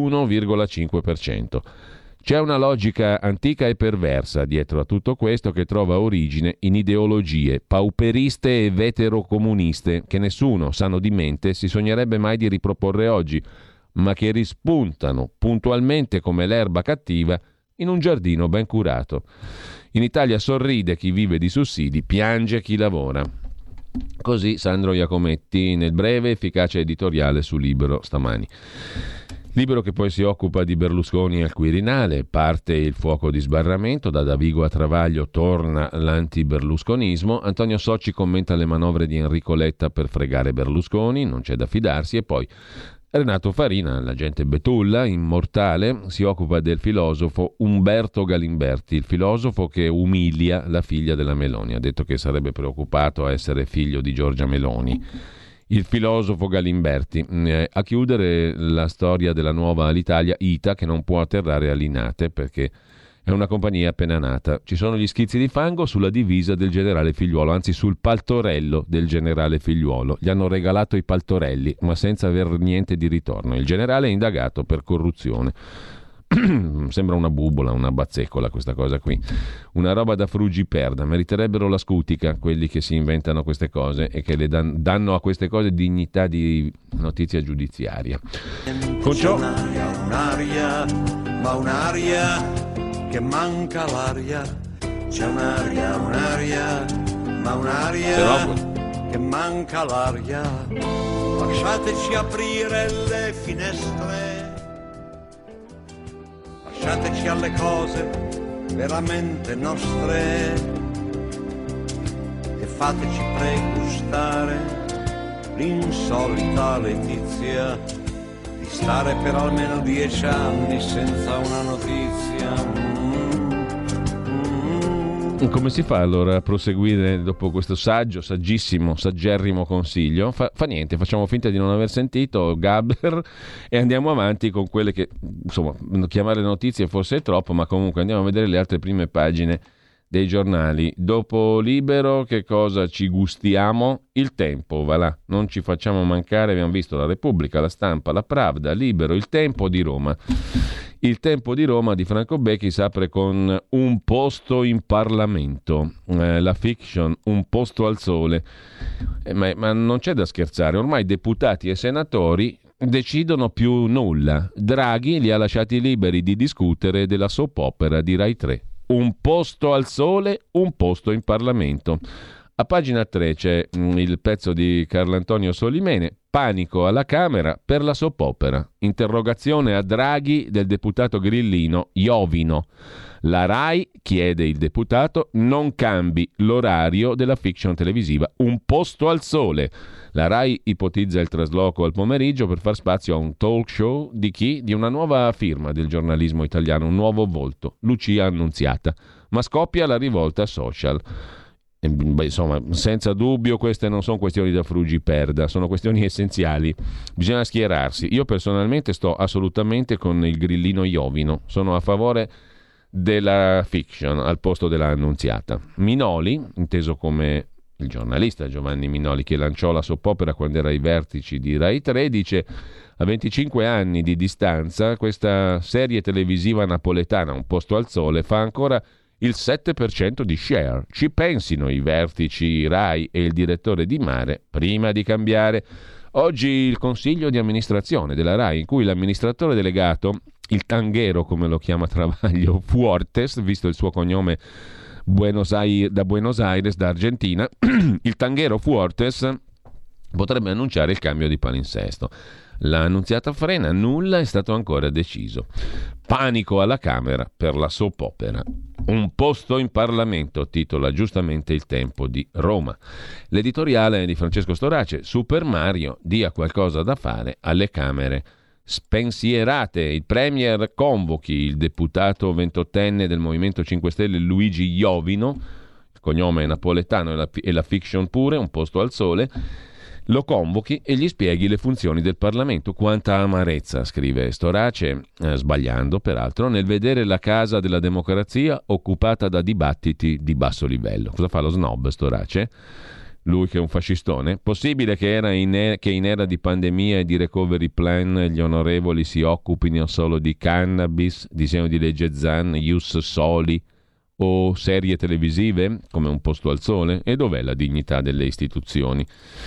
Speaker 1: dell'1,5%. C'è una logica antica e perversa dietro a tutto questo che trova origine in ideologie pauperiste e veterocomuniste che nessuno, sano di mente, si sognerebbe mai di riproporre oggi, ma che rispuntano puntualmente come l'erba cattiva in un giardino ben curato. In Italia sorride chi vive di sussidi, piange chi lavora. Così Sandro Iacometti nel breve efficace editoriale su Libero stamani. Libero che poi si occupa di Berlusconi al Quirinale, parte il fuoco di sbarramento, da Davigo a Travaglio torna l'anti-berlusconismo, Antonio Socci commenta le manovre di Enrico Letta per fregare Berlusconi, non c'è da fidarsi, e poi Renato Farina, l'agente Betulla, immortale, si occupa del filosofo Umberto Galimberti, il filosofo che umilia la figlia della Meloni. Ha detto che sarebbe preoccupato a essere figlio di Giorgia Meloni. Il filosofo Galimberti, a chiudere la storia della nuova Alitalia ITA che non può atterrare a Linate perché è una compagnia appena nata. Ci sono gli schizzi di fango sulla divisa del generale Figliuolo, anzi sul paltorello del generale Figliuolo. Gli hanno regalato i paltorelli, ma senza aver niente di ritorno. Il generale è indagato per corruzione. Sembra una bubola, una bazzecola questa cosa qui. Una roba da fruggiperda. Meriterebbero la scutica quelli che si inventano queste cose e che le danno a queste cose dignità di notizia giudiziaria. Con ciò...
Speaker 2: un'aria, ma un'aria che manca l'aria. C'è un'aria, ma un'aria che manca l'aria. Lasciateci aprire le finestre, lasciateci alle cose veramente nostre e fateci pregustare l'insolita letizia di stare per almeno 10 anni senza una notizia.
Speaker 1: Come si fa allora a proseguire dopo questo saggerrimo consiglio? Fa niente, facciamo finta di non aver sentito Gabber e andiamo avanti con quelle che, insomma, chiamare notizie forse è troppo, ma comunque andiamo a vedere le altre prime pagine dei giornali. Dopo Libero che cosa ci gustiamo? Il Tempo, va là, non ci facciamo mancare, abbiamo visto la Repubblica, la Stampa, la Pravda, Libero, Il Tempo di Roma. Il Tempo di Roma di Franco Becchi si apre con Un posto in Parlamento, la fiction Un posto al sole, ma non c'è da scherzare, ormai deputati e senatori decidono più nulla. Draghi li ha lasciati liberi di discutere della soap opera di Rai 3. Un posto al sole, un posto in Parlamento. A pagina 3 c'è il pezzo di Carlantonio Solimene, panico alla Camera per la soap opera, interrogazione a Draghi del deputato grillino Iovino. La Rai, chiede il deputato, non cambi l'orario della fiction televisiva, un posto al sole. La Rai ipotizza il trasloco al pomeriggio per far spazio a un talk show di chi? Di una nuova firma del giornalismo italiano, un nuovo volto, Lucia Annunziata. Ma scoppia la rivolta social. Insomma, senza dubbio queste non sono questioni da fruggiperda, sono questioni essenziali. Bisogna schierarsi. Io personalmente sto assolutamente con il grillino Iovino, sono a favore della fiction al posto della Annunziata. Minoli, inteso come il giornalista Giovanni Minoli che lanciò la soap opera quando era ai vertici di Rai 3, dice: a 25 anni di distanza questa serie televisiva napoletana, Un posto al sole, fa ancora il 7% di share. Ci pensino i vertici Rai e il direttore di Mare prima di cambiare. Oggi il consiglio di amministrazione della Rai, in cui l'amministratore delegato, il tanghero come lo chiama Travaglio, Fuertes, visto il suo cognome da Buenos Aires, da Argentina, il tanghero Fuertes potrebbe annunciare il cambio di palinsesto. La Annunziata frena, nulla è stato ancora deciso. Panico alla Camera per la soap opera. Un posto in Parlamento, titola giustamente Il Tempo di Roma. L'editoriale di Francesco Storace, Super Mario, dia qualcosa da fare alle Camere spensierate. Il Premier convochi il deputato 28enne del Movimento 5 Stelle Luigi Iovino, il cognome è napoletano e la fiction pure, Un posto al sole. Lo convochi e gli spieghi le funzioni del Parlamento. Quanta amarezza, scrive Storace, sbagliando peraltro, nel vedere la casa della democrazia occupata da dibattiti di basso livello. Cosa fa lo snob Storace? Lui che è un fascistone? Possibile che in era di pandemia e di recovery plan gli onorevoli si occupino solo di cannabis, disegno di legge Zan, ius soli o serie televisive come Un posto al sole? E dov'è la dignità delle istituzioni?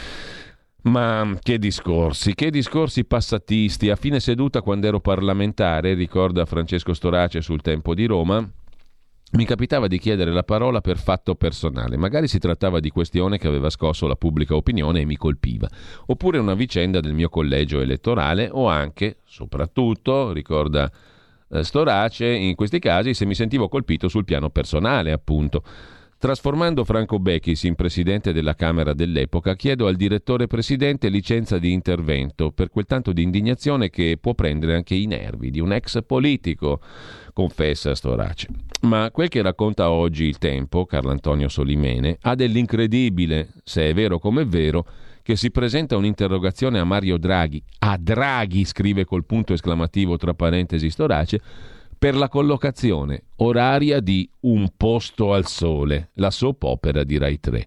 Speaker 1: Ma che discorsi passatisti. A fine seduta, quando ero parlamentare, ricorda Francesco Storace sul Tempo di Roma, mi capitava di chiedere la parola per fatto personale. Magari si trattava di questione che aveva scosso la pubblica opinione e mi colpiva. Oppure una vicenda del mio collegio elettorale o anche, soprattutto, ricorda Storace, in questi casi se mi sentivo colpito sul piano personale, appunto. Trasformando Franco Bechis in presidente della Camera dell'epoca, chiedo al direttore presidente licenza di intervento per quel tanto di indignazione che può prendere anche i nervi di un ex politico, confessa Storace. Ma quel che racconta oggi Il Tempo, Carlantonio Solimene, ha dell'incredibile, se è vero come è vero, che si presenta un'interrogazione a Mario Draghi. A Draghi, scrive col punto esclamativo tra parentesi Storace, per la collocazione oraria di Un posto al sole, la soap opera di Rai 3.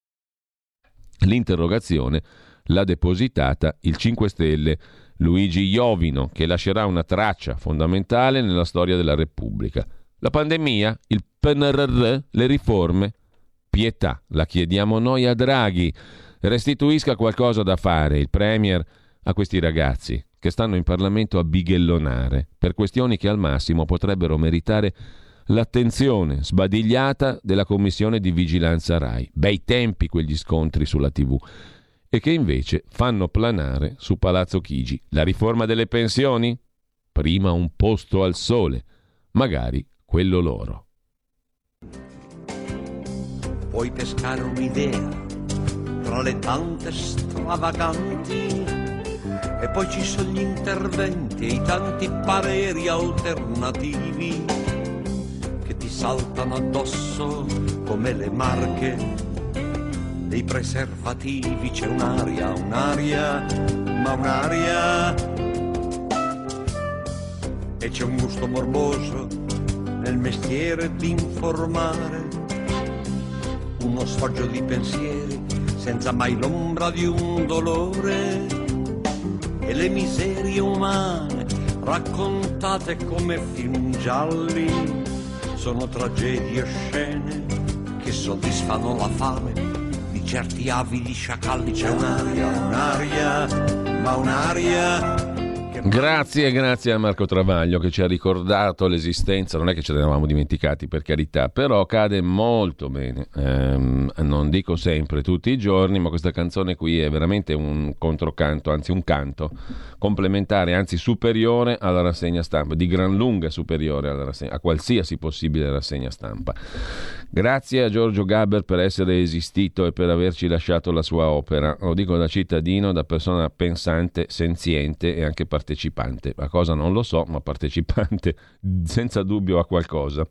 Speaker 1: L'interrogazione l'ha depositata il 5 Stelle Luigi Iovino, che lascerà una traccia fondamentale nella storia della Repubblica. La pandemia, il PNRR, le riforme. Pietà, la chiediamo noi a Draghi. Restituisca qualcosa da fare il Premier a questi ragazzi che stanno in Parlamento a bighellonare per questioni che al massimo potrebbero meritare l'attenzione sbadigliata della Commissione di Vigilanza Rai. Bei tempi quegli scontri sulla TV. E che invece fanno planare su Palazzo Chigi. La riforma delle pensioni? Prima un posto al sole, magari quello loro.
Speaker 2: Puoi pescare un'idea tra le tante stravaganti e poi ci sono gli interventi e i tanti pareri alternativi che ti saltano addosso come le marche dei preservativi. C'è un'aria, ma un'aria, e c'è un gusto morboso nel mestiere di informare, uno sfoggio di pensieri senza mai l'ombra di un dolore, e le miserie umane raccontate come film gialli sono tragedie scene che soddisfano la fame di certi avidi sciacalli. C'è un'aria, ma un'aria che
Speaker 1: Grazie a Marco Travaglio che ci ha ricordato l'esistenza, non è che ce l'avevamo dimenticati per carità, però cade molto bene, non dico sempre, tutti i giorni, ma questa canzone qui è veramente un controcanto, anzi un canto complementare, anzi superiore alla rassegna stampa, di gran lunga superiore a qualsiasi possibile rassegna stampa. Grazie a Giorgio Gaber per essere esistito e per averci lasciato la sua opera, lo dico da cittadino, da persona pensante, senziente e anche partecipante. A cosa non lo so, ma partecipante senza dubbio a qualcosa.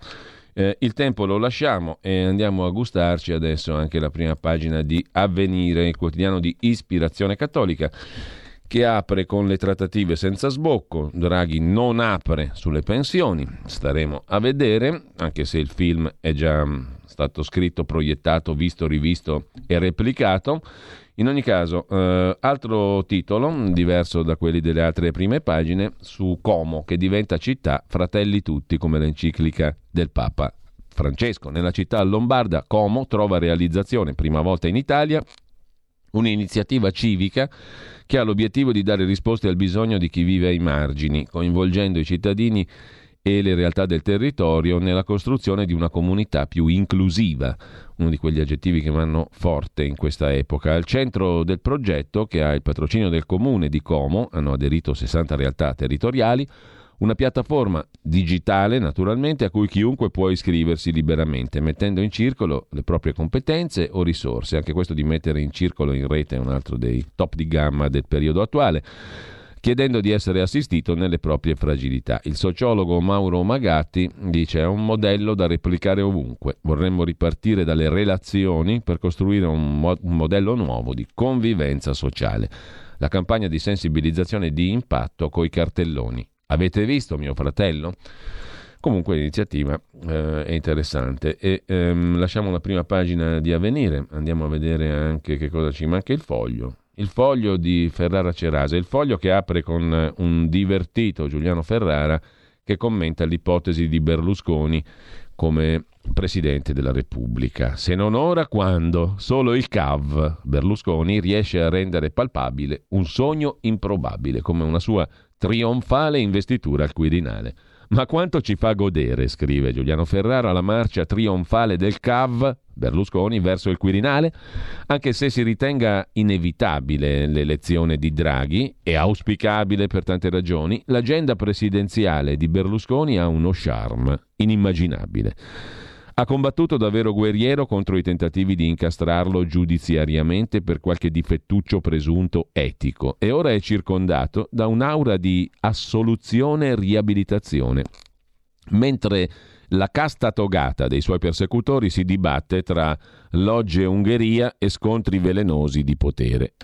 Speaker 1: Il tempo lo lasciamo e andiamo a gustarci adesso anche la prima pagina di Avvenire, il quotidiano di ispirazione cattolica, che apre con le trattative senza sbocco. Draghi non apre sulle pensioni, staremo a vedere, anche se il film è già stato scritto, proiettato, visto, rivisto e replicato. In ogni caso, altro titolo, diverso da quelli delle altre prime pagine, su Como, che diventa città fratelli tutti, come l'enciclica del Papa Francesco. Nella città lombarda, Como trova realizzazione, prima volta in Italia, un'iniziativa civica che ha l'obiettivo di dare risposte al bisogno di chi vive ai margini, coinvolgendo i cittadini e le realtà del territorio nella costruzione di una comunità più inclusiva, uno di quegli aggettivi che vanno forte in questa epoca. Al centro del progetto, che ha il patrocinio del comune di Como, hanno aderito 60 realtà territoriali, una piattaforma digitale naturalmente a cui chiunque può iscriversi liberamente, mettendo in circolo le proprie competenze o risorse. Anche questo di mettere in circolo in rete è un altro dei top di gamma del periodo attuale, chiedendo di essere assistito nelle proprie fragilità. Il sociologo Mauro Magatti dice: è un modello da replicare ovunque. Vorremmo ripartire dalle relazioni per costruire un modello nuovo di convivenza sociale. La campagna di sensibilizzazione di impatto coi cartelloni. Avete visto mio fratello? Comunque l'iniziativa è interessante e lasciamo la prima pagina di Avvenire, andiamo a vedere anche che cosa ci manca. Il foglio di Ferrara Cerasa, il foglio che apre con un divertito Giuliano Ferrara che commenta l'ipotesi di Berlusconi come Presidente della Repubblica. Se non ora, quando? Solo il CAV, Berlusconi, riesce a rendere palpabile un sogno improbabile, come una sua trionfale investitura al Quirinale. Ma quanto ci fa godere, scrive Giuliano Ferrara, la marcia trionfale del CAV, Berlusconi, verso il Quirinale, anche se si ritenga inevitabile l'elezione di Draghi e auspicabile per tante ragioni, l'agenda presidenziale di Berlusconi ha uno charme inimmaginabile. Ha combattuto da vero guerriero contro i tentativi di incastrarlo giudiziariamente per qualche difettuccio presunto etico e ora è circondato da un'aura di assoluzione e riabilitazione, mentre la casta togata dei suoi persecutori si dibatte tra logge e Ungheria e scontri velenosi di potere.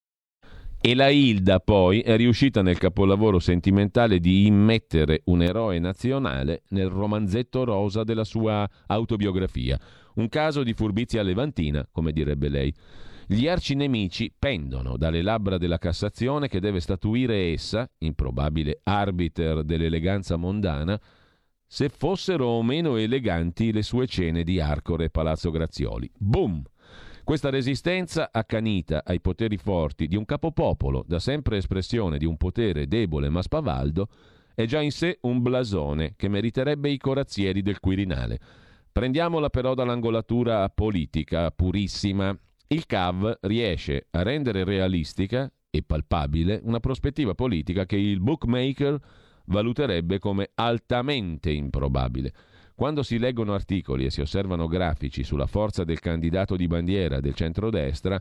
Speaker 1: E la Hilda poi è riuscita nel capolavoro sentimentale di immettere un eroe nazionale nel romanzetto rosa della sua autobiografia. Un caso di furbizia levantina, come direbbe lei. Gli arcinemici pendono dalle labbra della Cassazione che deve statuire essa, improbabile arbiter dell'eleganza mondana, se fossero o meno eleganti le sue cene di Arcore e Palazzo Grazioli. Boom! Questa resistenza accanita ai poteri forti di un capopopolo, da sempre espressione di un potere debole ma spavaldo, è già in sé un blasone che meriterebbe i corazzieri del Quirinale. Prendiamola però dall'angolatura politica purissima. Il CAV riesce a rendere realistica e palpabile una prospettiva politica che il bookmaker valuterebbe come altamente improbabile. Quando si leggono articoli e si osservano grafici sulla forza del candidato di bandiera del centrodestra,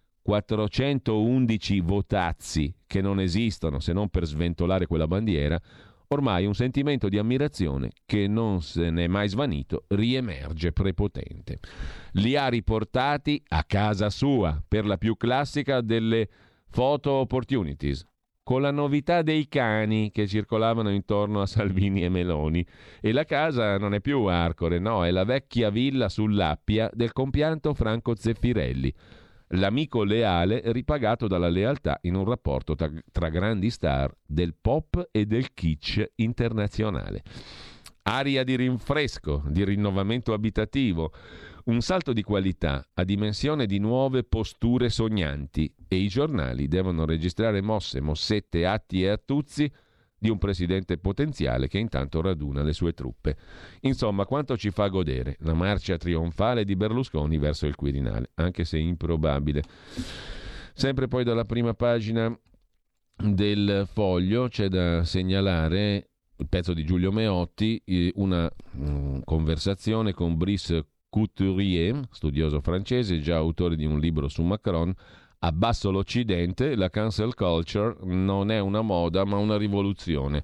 Speaker 1: 411 votazzi che non esistono se non per sventolare quella bandiera, ormai un sentimento di ammirazione che non se n'è mai svanito riemerge prepotente. Li ha riportati a casa sua per la più classica delle photo opportunities, con la novità dei cani che circolavano intorno a Salvini e Meloni. E la casa non è più Arcore, no, è la vecchia villa sull'Appia del compianto Franco Zeffirelli, l'amico leale ripagato dalla lealtà in un rapporto tra grandi star del pop e del kitsch internazionale. aria di rinfresco, di rinnovamento abitativo, un salto di qualità a dimensione di nuove posture sognanti, e i giornali devono registrare mossette, atti e attuzzi di un presidente potenziale che intanto raduna le sue truppe. Insomma, quanto ci fa godere la marcia trionfale di Berlusconi verso il Quirinale, anche se improbabile. Sempre poi dalla prima pagina del Foglio c'è da segnalare il pezzo di Giulio Meotti, una conversazione con Brice Couturier, studioso francese, già autore di un libro su Macron. Abbasso l'Occidente, la cancel culture non è una moda ma una rivoluzione.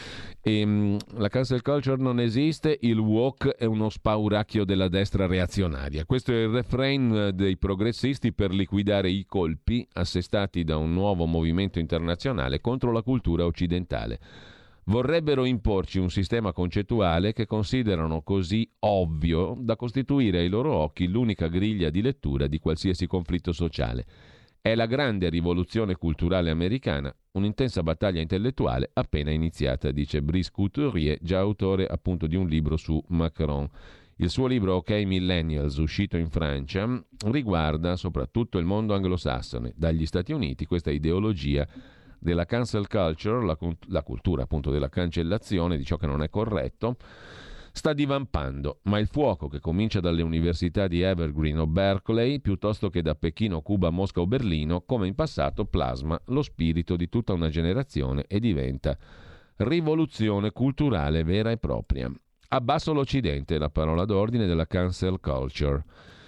Speaker 1: La cancel culture non esiste, il woke è uno spauracchio della destra reazionaria. Questo è il refrain dei progressisti per liquidare i colpi assestati da un nuovo movimento internazionale contro la cultura occidentale. Vorrebbero imporci un sistema concettuale che considerano così ovvio da costituire ai loro occhi l'unica griglia di lettura di qualsiasi conflitto sociale. È la grande rivoluzione culturale americana, un'intensa battaglia intellettuale appena iniziata, dice Brice Couturier, già autore appunto di un libro su Macron. Il suo libro OK Millennials, uscito in Francia, riguarda soprattutto il mondo anglosassone. Dagli Stati Uniti questa ideologia della cancel culture, la cultura appunto della cancellazione di ciò che non è corretto, sta divampando, ma il fuoco che comincia dalle università di Evergreen o Berkeley, piuttosto che da Pechino, Cuba, Mosca o Berlino, come in passato plasma lo spirito di tutta una generazione e diventa rivoluzione culturale vera e propria. Abbasso l'Occidente, la parola d'ordine della cancel culture.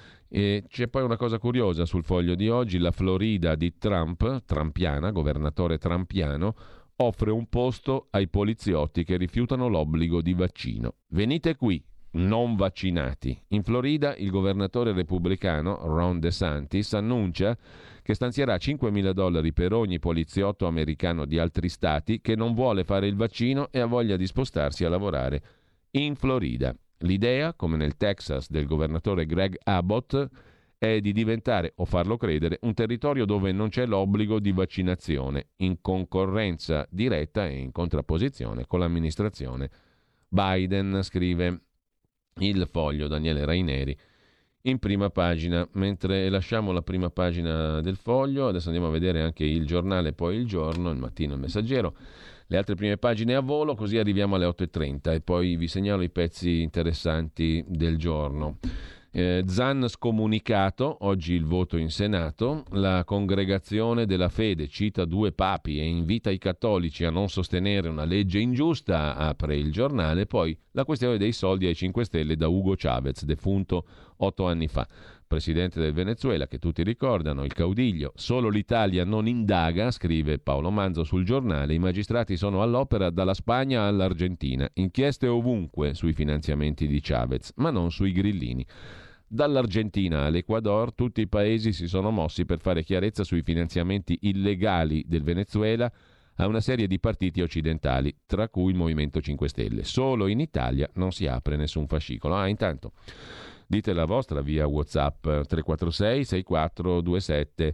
Speaker 1: E c'è poi una cosa curiosa sul Foglio di oggi: la Florida di Trump, trampiana, governatore trampiano, offre un posto ai poliziotti che rifiutano l'obbligo di vaccino. Venite qui, non vaccinati. In Florida il governatore repubblicano Ron DeSantis annuncia che stanzierà $5.000 per ogni poliziotto americano di altri stati che non vuole fare il vaccino e ha voglia di spostarsi a lavorare in Florida. L'idea, come nel Texas del governatore Greg Abbott, è di diventare, o farlo credere, un territorio dove non c'è l'obbligo di vaccinazione, in concorrenza diretta e in contrapposizione con l'amministrazione Biden, scrive il Foglio, Daniele Raineri, in prima pagina. Mentre lasciamo la prima pagina del Foglio, adesso andiamo a vedere anche il Giornale, poi il Giorno, il Mattino, il Messaggero, le altre prime pagine a volo, così arriviamo alle 8.30 e poi vi segnalo i pezzi interessanti del giorno. Zan scomunicato, oggi il voto in Senato, la Congregazione della Fede cita 2 papi e invita i cattolici a non sostenere una legge ingiusta, apre il Giornale, poi la questione dei soldi ai 5 Stelle da Hugo Chavez, defunto 8 anni fa, presidente del Venezuela, che tutti ricordano, il caudiglio. Solo l'Italia non indaga, scrive Paolo Manzo sul Giornale, i magistrati sono all'opera dalla Spagna all'Argentina, inchieste ovunque sui finanziamenti di Chavez, ma non sui grillini. Dall'Argentina all'Ecuador tutti i paesi si sono mossi per fare chiarezza sui finanziamenti illegali del Venezuela a una serie di partiti occidentali, tra cui il Movimento 5 Stelle. Solo in Italia non si apre nessun fascicolo. Intanto dite la vostra via WhatsApp 346 6427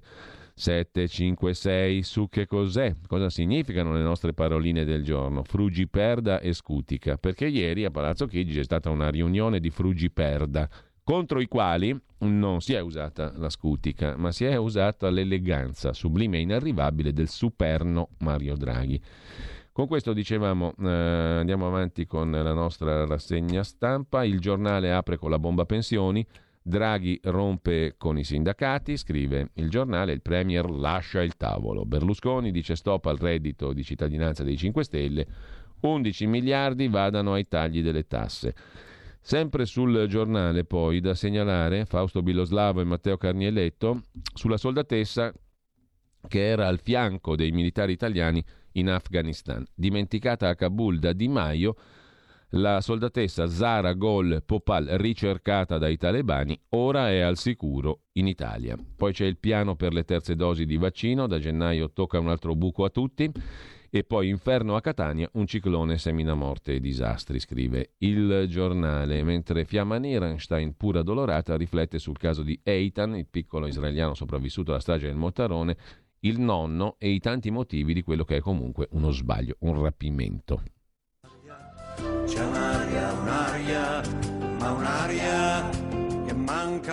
Speaker 1: 756 su che cos'è, cosa significano le nostre paroline del giorno, Frugiperda e Scutica, perché ieri a Palazzo Chigi c'è stata una riunione di Frugiperda contro i quali non si è usata la scutica, ma si è usata l'eleganza sublime e inarrivabile del superno Mario Draghi. Con questo, dicevamo, andiamo avanti con la nostra rassegna stampa. Il Giornale apre con la bomba pensioni. Draghi rompe con i sindacati, scrive il Giornale, il Premier lascia il tavolo. Berlusconi dice stop al reddito di cittadinanza dei 5 Stelle, 11 miliardi vadano ai tagli delle tasse. Sempre sul Giornale poi da segnalare Fausto Biloslavo e Matteo Carnieletto sulla soldatessa che era al fianco dei militari italiani in Afghanistan. Dimenticata a Kabul da Di Maio, la soldatessa Zara Gol Popal, ricercata dai talebani, ora è al sicuro in Italia. Poi c'è il piano per le terze dosi di vaccino, da gennaio tocca un altro buco a tutti. E poi inferno a Catania, un ciclone semina morte e disastri, scrive il Giornale, mentre Fiamma Nierenstein, pur addolorata, riflette sul caso di Eitan, il piccolo israeliano sopravvissuto alla strage del Mottarone, il nonno e i tanti motivi di quello che è comunque uno sbaglio, un rapimento.
Speaker 2: C'è un'aria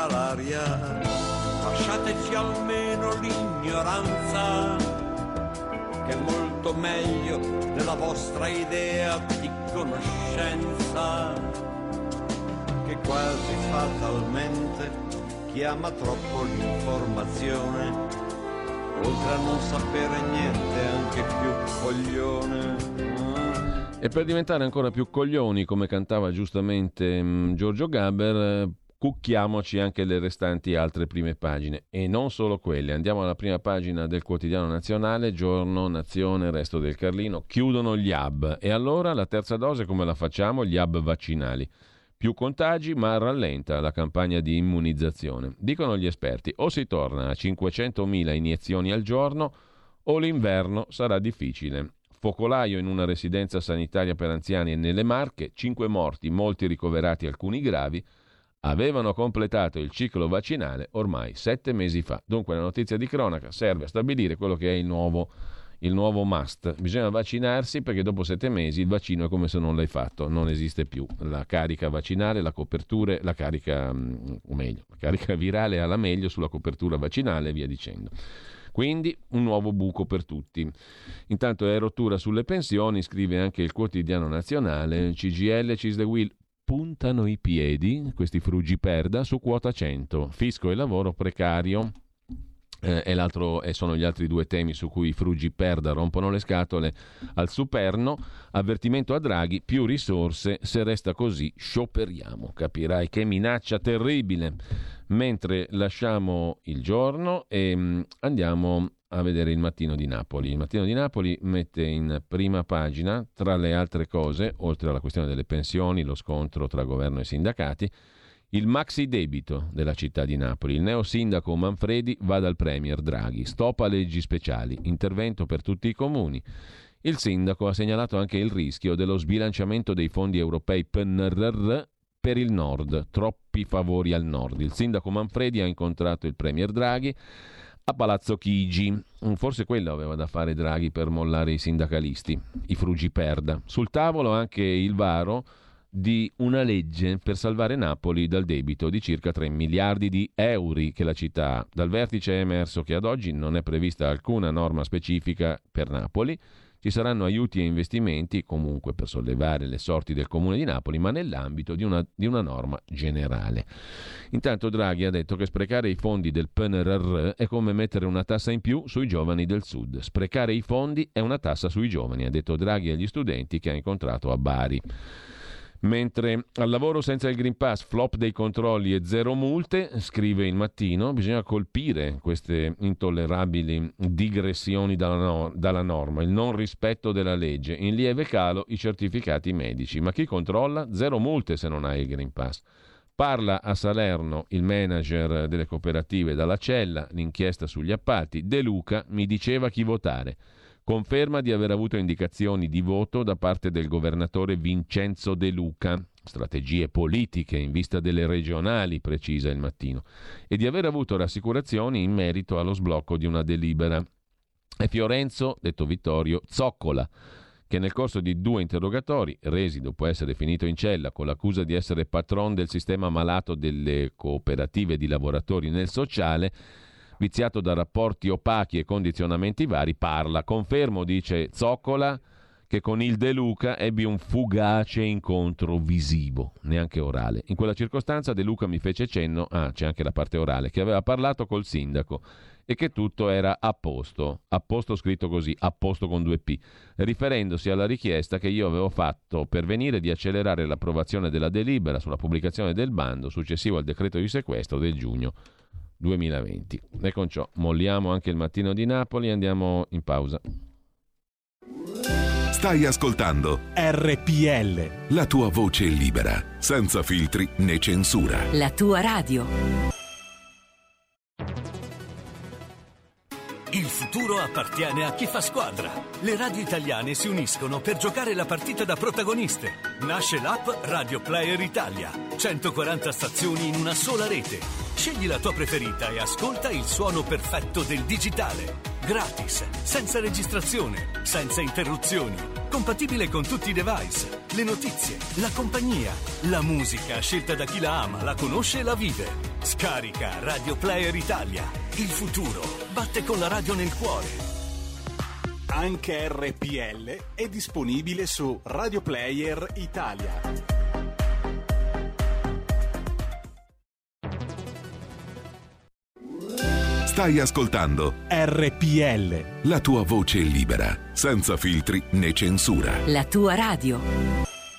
Speaker 2: respira l'aria. Lasciateci almeno l'ignoranza, che è molto meglio della vostra idea di conoscenza, che quasi fatalmente chiama troppo l'informazione, oltre a non sapere niente anche più coglione.
Speaker 1: E per diventare ancora più coglioni, come cantava giustamente Giorgio Gaber, cucchiamoci anche le restanti altre prime pagine, e non solo quelle. Andiamo alla prima pagina del Quotidiano Nazionale. Giorno, Nazione, Resto del Carlino: chiudono gli hub. E allora la terza dose come la facciamo? Gli hub vaccinali. Più contagi, ma rallenta la campagna di immunizzazione. Dicono gli esperti: o si torna a 500.000 iniezioni al giorno o l'inverno sarà difficile. Focolaio in una residenza sanitaria per anziani nelle Marche, 5 morti, molti ricoverati, alcuni gravi. Avevano completato il ciclo vaccinale ormai 7 mesi fa. Dunque la notizia di cronaca serve a stabilire quello che è il nuovo must. Bisogna vaccinarsi, perché dopo 7 mesi il vaccino è come se non l'hai fatto, non esiste più. La carica vaccinale, la copertura, la carica virale alla meglio sulla copertura vaccinale e via dicendo. Quindi un nuovo buco per tutti. Intanto è rottura sulle pensioni, scrive anche il Quotidiano Nazionale. CGIL, CISL-UIL puntano i piedi, questi fruggiperda, su quota 100. Fisco e lavoro precario. E sono gli altri due temi su cui i fruggiperda rompono le scatole al Superno. Avvertimento a Draghi: più risorse, se resta così scioperiamo. Capirai che minaccia terribile. Mentre lasciamo Il Giorno e andiamo a vedere Il Mattino di Napoli. Il Mattino di Napoli mette in prima pagina, tra le altre cose, oltre alla questione delle pensioni, lo scontro tra governo e sindacati, il maxi debito della città di Napoli. Il neo sindaco Manfredi va dal premier Draghi: stop a leggi speciali, intervento per tutti i comuni. Il sindaco ha segnalato anche il rischio dello sbilanciamento dei fondi europei PNRR per il nord, troppi favori al nord. Il sindaco Manfredi ha incontrato il premier Draghi a Palazzo Chigi. Forse quello aveva da fare Draghi per mollare i sindacalisti, i fruggiperda. Sul tavolo anche il varo di una legge per salvare Napoli dal debito di circa 3 miliardi di euro che la città ha. Dal vertice è emerso che ad oggi non è prevista alcuna norma specifica per Napoli. Ci saranno aiuti e investimenti comunque per sollevare le sorti del Comune di Napoli, ma nell'ambito di una norma generale. Intanto Draghi ha detto che sprecare i fondi del PNRR è come mettere una tassa in più sui giovani del Sud. Sprecare i fondi è una tassa sui giovani, ha detto Draghi agli studenti che ha incontrato a Bari. Mentre al lavoro senza il Green Pass, flop dei controlli e zero multe, scrive Il Mattino, bisogna colpire queste intollerabili digressioni dalla norma, il non rispetto della legge. In lieve calo i certificati medici, ma chi controlla? Zero multe se non hai il Green Pass. Parla a Salerno il manager delle cooperative dalla cella, l'inchiesta sugli appalti. De Luca mi diceva chi votare. Conferma di aver avuto indicazioni di voto da parte del governatore Vincenzo De Luca, strategie politiche in vista delle regionali, precisa Il Mattino, e di aver avuto rassicurazioni in merito allo sblocco di una delibera. E Fiorenzo, detto Vittorio, zoccola, che nel corso di 2 interrogatori, resi dopo essere finito in cella con l'accusa di essere patron del sistema malato delle cooperative di lavoratori nel sociale, viziato da rapporti opachi e condizionamenti vari, parla. Confermo, dice Zoccola, che con il De Luca ebbi un fugace incontro visivo, neanche orale. In quella circostanza De Luca mi fece cenno, c'è anche la parte orale, che aveva parlato col sindaco e che tutto era a posto scritto così, a posto con 2 P, riferendosi alla richiesta che io avevo fatto per venire di accelerare l'approvazione della delibera sulla pubblicazione del bando successivo al decreto di sequestro del giugno 2020. E con ciò molliamo anche Il Mattino di Napoli e andiamo in pausa.
Speaker 3: Stai ascoltando
Speaker 4: RPL,
Speaker 3: la tua voce libera, senza filtri né censura.
Speaker 5: La tua radio.
Speaker 4: il futuro appartiene a chi fa squadra. Le radio italiane si uniscono per giocare la partita da protagoniste. Nasce l'app Radio Player Italia. 140 stazioni in una sola rete. Scegli la tua preferita e ascolta il suono perfetto del digitale. Gratis, senza registrazione, senza interruzioni. Compatibile con tutti i device. Le notizie, la compagnia, la musica scelta da chi la ama, la conosce e la vive. Scarica Radio Player Italia. Il futuro batte con la radio nel cuore.
Speaker 5: Anche RPL è disponibile su Radio Player Italia.
Speaker 3: Stai ascoltando
Speaker 5: RPL,
Speaker 3: la tua voce libera, senza filtri né censura.
Speaker 6: La tua radio.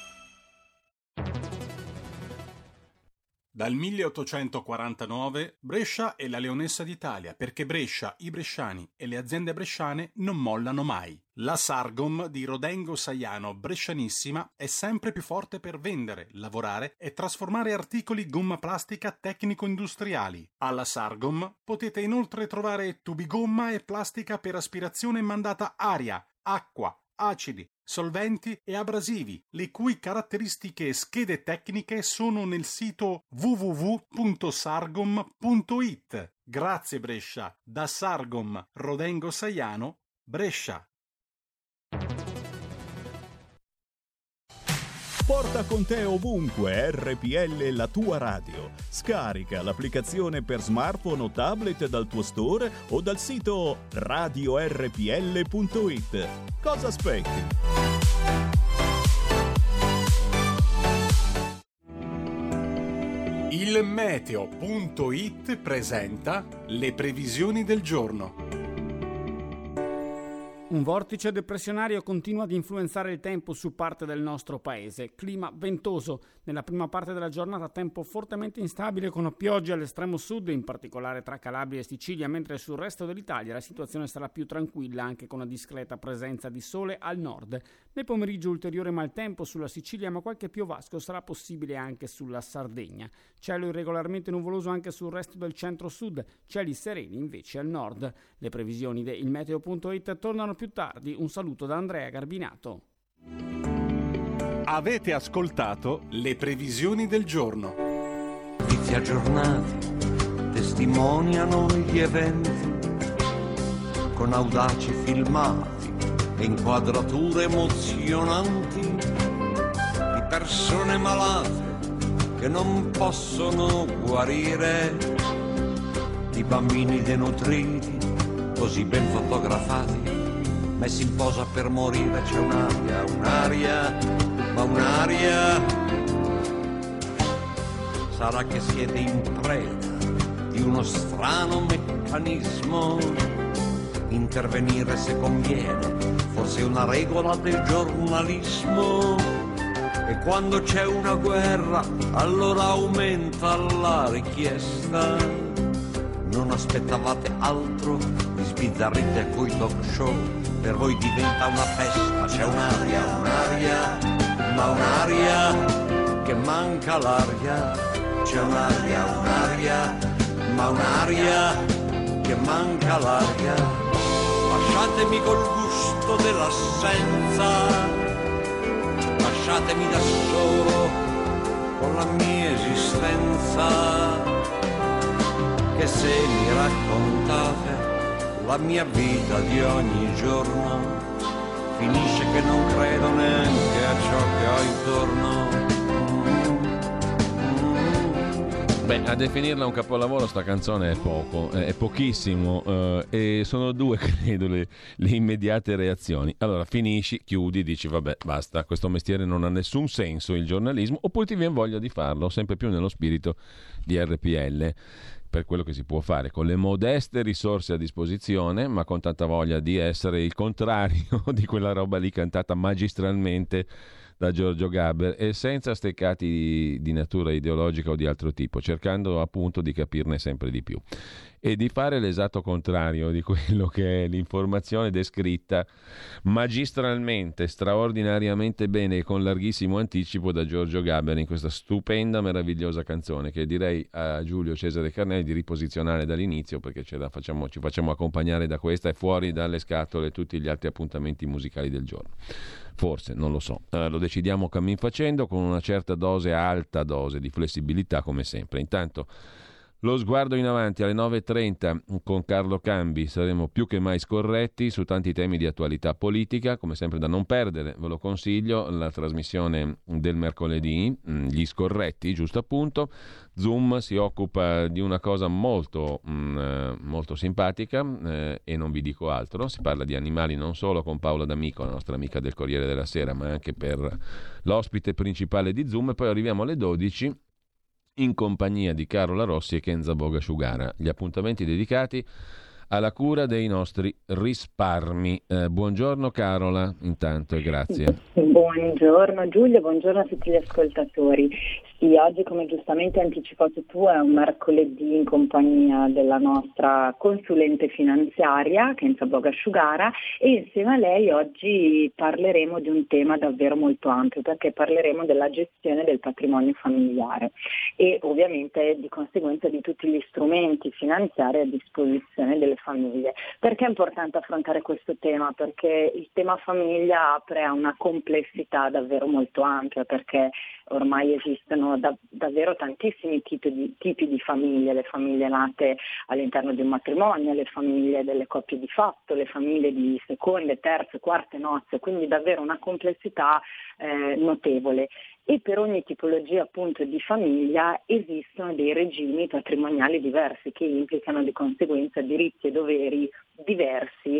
Speaker 5: Dal 1849 Brescia è la leonessa d'Italia, perché Brescia, i bresciani e le aziende bresciane non mollano mai. La Sargom di Rodengo Saiano Brescianissima è sempre più forte per vendere, lavorare e trasformare articoli gomma plastica tecnico-industriali. Alla Sargom potete inoltre trovare tubi gomma e plastica per aspirazione mandata aria, acqua, acidi, solventi e abrasivi, le cui caratteristiche e schede tecniche sono nel sito www.sargom.it. Grazie Brescia, da Sargom Rodengo Saiano, Brescia.
Speaker 7: Porta con te ovunque RPL, la tua radio. Scarica l'applicazione per smartphone o tablet dal tuo store o dal sito radiorpl.it. Cosa aspetti?
Speaker 5: Il meteo.it presenta le previsioni del giorno.
Speaker 8: Un vortice depressionario continua ad influenzare il tempo su parte del nostro paese. Clima ventoso. Nella prima parte della giornata tempo fortemente instabile con piogge all'estremo sud, in particolare tra Calabria e Sicilia, mentre sul resto dell'Italia la situazione sarà più tranquilla, anche con una discreta presenza di sole al nord. Nel pomeriggio ulteriore maltempo sulla Sicilia, ma qualche piovasco sarà possibile anche sulla Sardegna. Cielo irregolarmente nuvoloso anche sul resto del centro-sud, cieli sereni invece al nord. Le previsioni del meteo.it tornano più tardi. Un saluto da Andrea Garbinato.
Speaker 5: Avete ascoltato le previsioni del giorno.
Speaker 2: Notizie aggiornate testimoniano gli eventi con audaci filmati e inquadrature emozionanti di persone malate che non possono guarire, di bambini denutriti così ben fotografati messi in posa per morire. C'è un'aria, sarà che siete in preda di uno strano meccanismo. Intervenire se conviene, forse è una regola del giornalismo. E quando c'è una guerra, allora aumenta la richiesta. Non aspettavate altro, vi sbizzarrite coi talk show. Per voi diventa una festa, c'è un'aria, ma un'aria che manca l'aria. C'è un'aria, ma un'aria che manca l'aria. Lasciatemi col gusto dell'assenza, lasciatemi da solo con la mia esistenza. Che se mi raccontate la mia vita di ogni giorno, finisce che non credo neanche a ciò che ho intorno.
Speaker 1: Beh, a definirla un capolavoro sta canzone è poco, è pochissimo, e sono due, credo, le immediate reazioni. Allora, finisci, chiudi, dici vabbè, basta, questo mestiere non ha nessun senso, il giornalismo, oppure ti viene voglia di farlo, sempre più nello spirito di RPL, per quello che si può fare, con le modeste risorse a disposizione, ma con tanta voglia di essere il contrario di quella roba lì cantata magistralmente da Giorgio Gaber e senza steccati di natura ideologica o di altro tipo, cercando appunto di capirne sempre di più e di fare l'esatto contrario di quello che è l'informazione descritta magistralmente, straordinariamente bene e con larghissimo anticipo da Giorgio Gaber in questa stupenda, meravigliosa canzone che direi a Giulio Cesare Carnelli di riposizionare dall'inizio, perché ci facciamo accompagnare da questa e fuori dalle scatole tutti gli altri appuntamenti musicali del giorno. Forse, non lo so, lo decidiamo cammin facendo con una certa dose, alta dose di flessibilità come sempre. Intanto Lo sguardo in avanti alle 9.30 con Carlo Cambi, saremo più che mai scorretti su tanti temi di attualità politica, come sempre da non perdere, ve lo consiglio, la trasmissione del mercoledì, gli scorretti, giusto appunto. Zoom si occupa di una cosa molto simpatica e non vi dico altro, si parla di animali non solo con Paola D'Amico, la nostra amica del Corriere della Sera, ma anche per l'ospite principale di Zoom, e poi arriviamo alle 12 in compagnia di Carola Rossi e Kenza Bogasciugara, gli appuntamenti dedicati alla cura dei nostri risparmi. Buongiorno Carola, intanto, e grazie.
Speaker 6: Buongiorno Giulio, buongiorno a tutti gli ascoltatori. Sì, oggi, come giustamente hai anticipato tu, è un mercoledì in compagnia della nostra consulente finanziaria, Kenza Bogasciugara, e insieme a lei oggi parleremo di un tema davvero molto ampio, perché parleremo della gestione del patrimonio familiare e ovviamente di conseguenza di tutti gli strumenti finanziari a disposizione delle famiglie. Perché è importante affrontare questo tema? Perché il tema famiglia apre a una complessità davvero molto ampia, perché ormai esistono davvero tantissimi tipi di famiglie, le famiglie nate all'interno di un matrimonio, le famiglie delle coppie di fatto, le famiglie di seconde, terze, quarte nozze, quindi davvero una complessità notevole. E per ogni tipologia appunto di famiglia esistono dei regimi patrimoniali diversi che implicano di conseguenza diritti e doveri diversi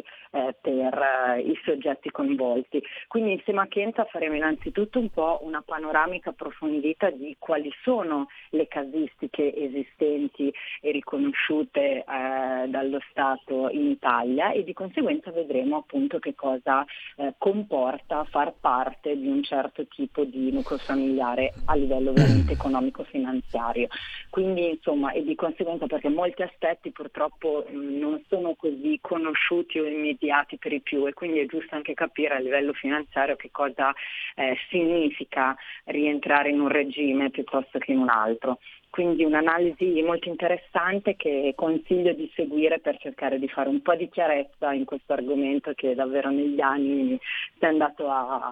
Speaker 6: per i soggetti coinvolti. Quindi insieme a Kenza faremo innanzitutto un po' una panoramica approfondita di quali sono le casistiche esistenti e riconosciute dallo Stato in Italia, e di conseguenza vedremo appunto che cosa comporta far parte di un certo tipo di nucleo familiare a livello ovviamente economico-finanziario. Quindi insomma, e di conseguenza perché molti aspetti purtroppo non sono così conosciuti o immediati per i più, e quindi è giusto anche capire a livello finanziario che cosa significa rientrare in un regime piuttosto che in un altro. Quindi un'analisi molto interessante che consiglio di seguire per cercare di fare un po' di chiarezza in questo argomento che davvero negli anni si è andato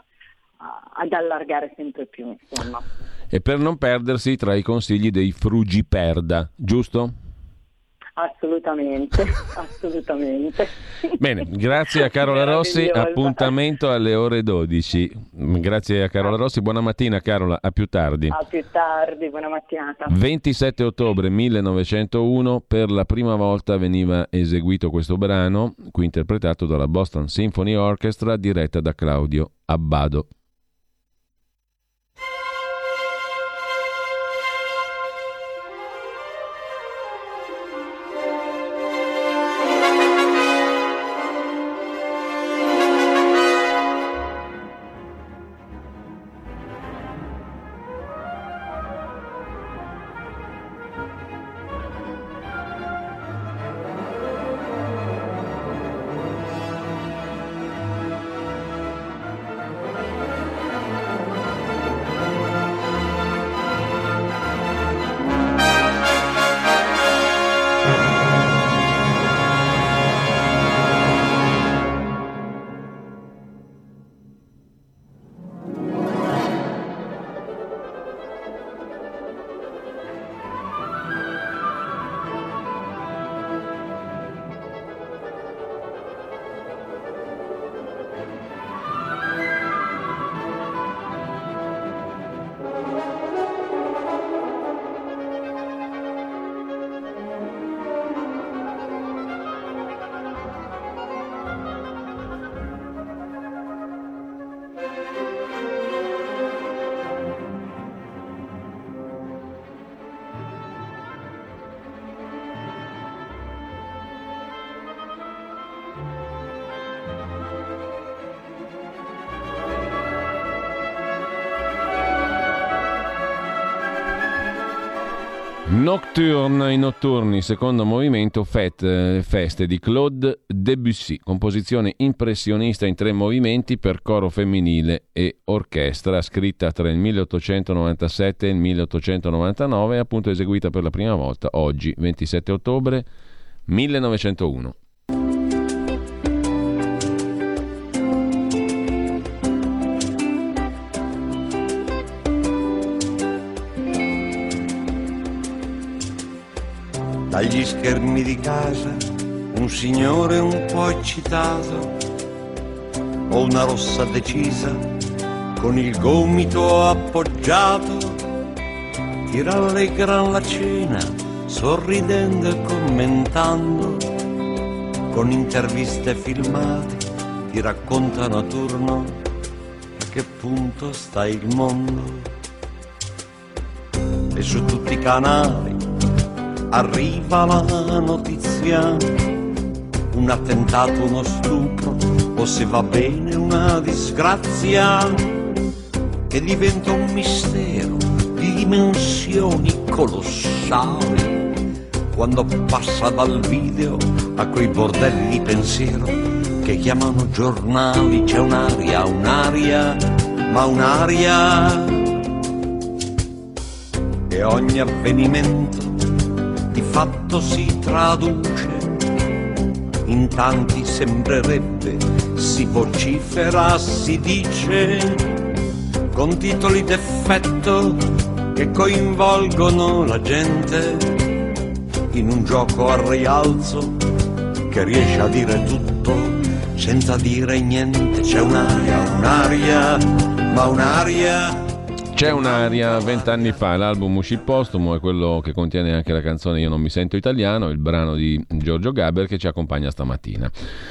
Speaker 6: ad allargare sempre più, insomma.
Speaker 1: E per non perdersi tra i consigli dei Frugiperda, giusto?
Speaker 6: Assolutamente, assolutamente.
Speaker 1: Bene, grazie a Carola Rossi, appuntamento alle ore 12. Grazie a Carola Rossi, buona mattina Carola, a più tardi.
Speaker 6: A più tardi, buona mattinata.
Speaker 1: 27 ottobre 1901, per la prima volta veniva eseguito questo brano, qui interpretato dalla Boston Symphony Orchestra, diretta da Claudio Abbado. Nocturne, i notturni, secondo movimento Feste di Claude Debussy, composizione impressionista in 3 movimenti per coro femminile e orchestra, scritta tra il 1897 e il 1899 e appunto eseguita per la prima volta oggi, 27 ottobre 1901.
Speaker 2: agli schermi di casa un signore un po' eccitato o una rossa decisa con il gomito appoggiato ti rallegrano la cena sorridendo e commentando, con interviste filmate ti raccontano a turno a che punto sta il mondo. E su tutti i canali arriva la notizia, un attentato, uno stupro o se va bene una disgrazia che diventa un mistero di dimensioni colossali quando passa dal video a quei bordelli di pensiero che chiamano giornali. C'è un'aria, ma un'aria, e ogni avvenimento di fatto si traduce in tanti sembrerebbe, si vocifera, si dice, con titoli d'effetto che coinvolgono la gente in un gioco al rialzo che riesce a dire tutto senza dire niente. C'è un'aria, ma un'aria.
Speaker 1: C'è un'aria, 20 anni fa, l'album uscì postumo, è quello che contiene anche la canzone Io non mi sento italiano, il brano di Giorgio Gaber che ci accompagna stamattina.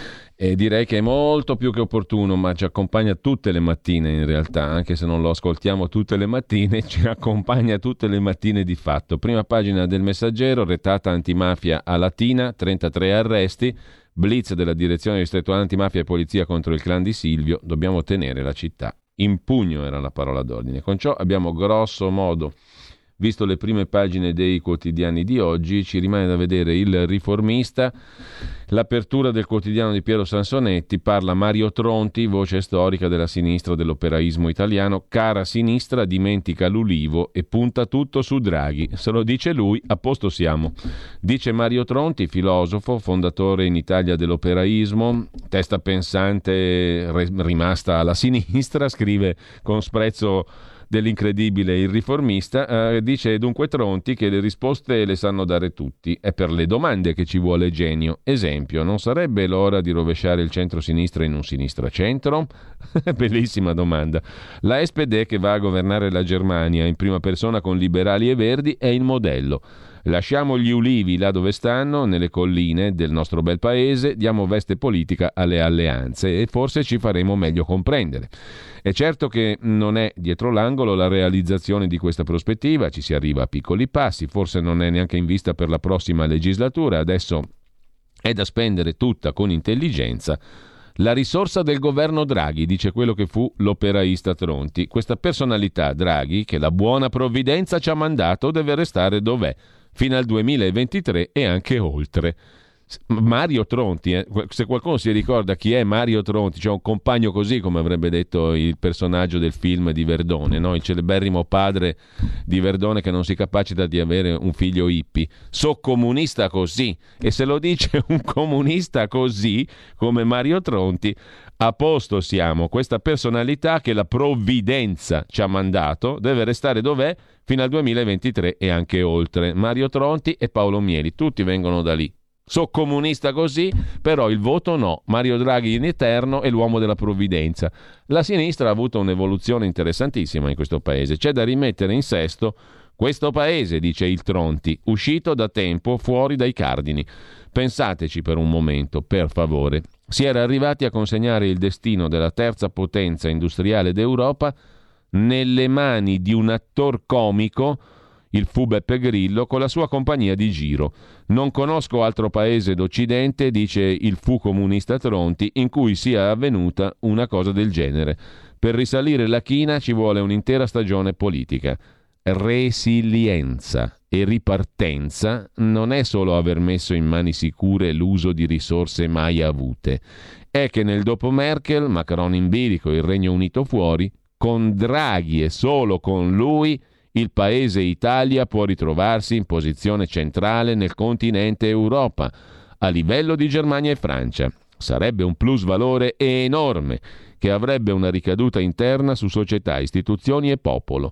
Speaker 1: E direi che è molto più che opportuno, ma ci accompagna tutte le mattine in realtà, anche se non lo ascoltiamo tutte le mattine, ci accompagna tutte le mattine di fatto. Prima pagina del Messaggero, retata antimafia a Latina, 33 arresti, blitz della direzione distrettuale antimafia e polizia contro il clan di Silvio, dobbiamo tenere la città in pugno, era la parola d'ordine. Con ciò abbiamo grosso modo visto le prime pagine dei quotidiani di oggi. Ci rimane da vedere il Riformista, l'apertura del quotidiano di Piero Sansonetti, parla Mario Tronti, voce storica della sinistra dell'operaismo italiano, cara sinistra dimentica l'Ulivo e punta tutto su Draghi, se lo dice lui a posto siamo. Dice Mario Tronti, filosofo, fondatore in Italia dell'operaismo, testa pensante rimasta alla sinistra, scrive con sprezzo dell'incredibile Il Riformista, dice dunque Tronti che le risposte le sanno dare tutti, è per le domande che ci vuole genio. Esempio, non sarebbe l'ora di rovesciare il centro-sinistra in un sinistra-centro? Bellissima domanda. La SPD che va a governare la Germania in prima persona con liberali e verdi è il modello. Lasciamo gli ulivi là dove stanno, nelle colline del nostro bel paese, diamo veste politica alle alleanze e forse ci faremo meglio comprendere. È certo che non è dietro l'angolo la realizzazione di questa prospettiva, ci si arriva a piccoli passi, forse non è neanche in vista per la prossima legislatura, adesso è da spendere tutta con intelligenza. La risorsa del governo Draghi, dice quello che fu l'operaista Tronti. Questa personalità Draghi, che la buona provvidenza ci ha mandato, deve restare dov'è, fino al 2023 e anche oltre. Mario Tronti, se qualcuno si ricorda chi è Mario Tronti, cioè un compagno così, come avrebbe detto il personaggio del film di Verdone, no? Il celeberrimo padre di Verdone che non si capacita di avere un figlio hippie. So comunista così, e se lo dice un comunista così come Mario Tronti, a posto siamo. Questa personalità che la provvidenza ci ha mandato deve restare dov'è fino al 2023 e anche oltre. Mario Tronti e Paolo Mieli, tutti vengono da lì. So comunista così, però il voto no. Mario Draghi in eterno è l'uomo della provvidenza. La sinistra ha avuto un'evoluzione interessantissima in questo paese. C'è da rimettere in sesto questo paese, dice il Tronti, uscito da tempo fuori dai cardini. Pensateci per un momento, per favore. Si era arrivati a consegnare il destino della terza potenza industriale d'Europa nelle mani di un attor comico, il fu Beppe Grillo, con la sua compagnia di giro. Non conosco altro paese d'Occidente, dice il fu comunista Tronti, in cui sia avvenuta una cosa del genere. Per risalire la china ci vuole un'intera stagione politica. Resilienza e ripartenza non è solo aver messo in mani sicure l'uso di risorse mai avute, è che nel dopo Merkel, Macron in bilico e il Regno Unito fuori, con Draghi e solo con lui il paese Italia può ritrovarsi in posizione centrale nel continente Europa, a livello di Germania e Francia. Sarebbe un plus valore enorme che avrebbe una ricaduta interna su società, istituzioni e popolo.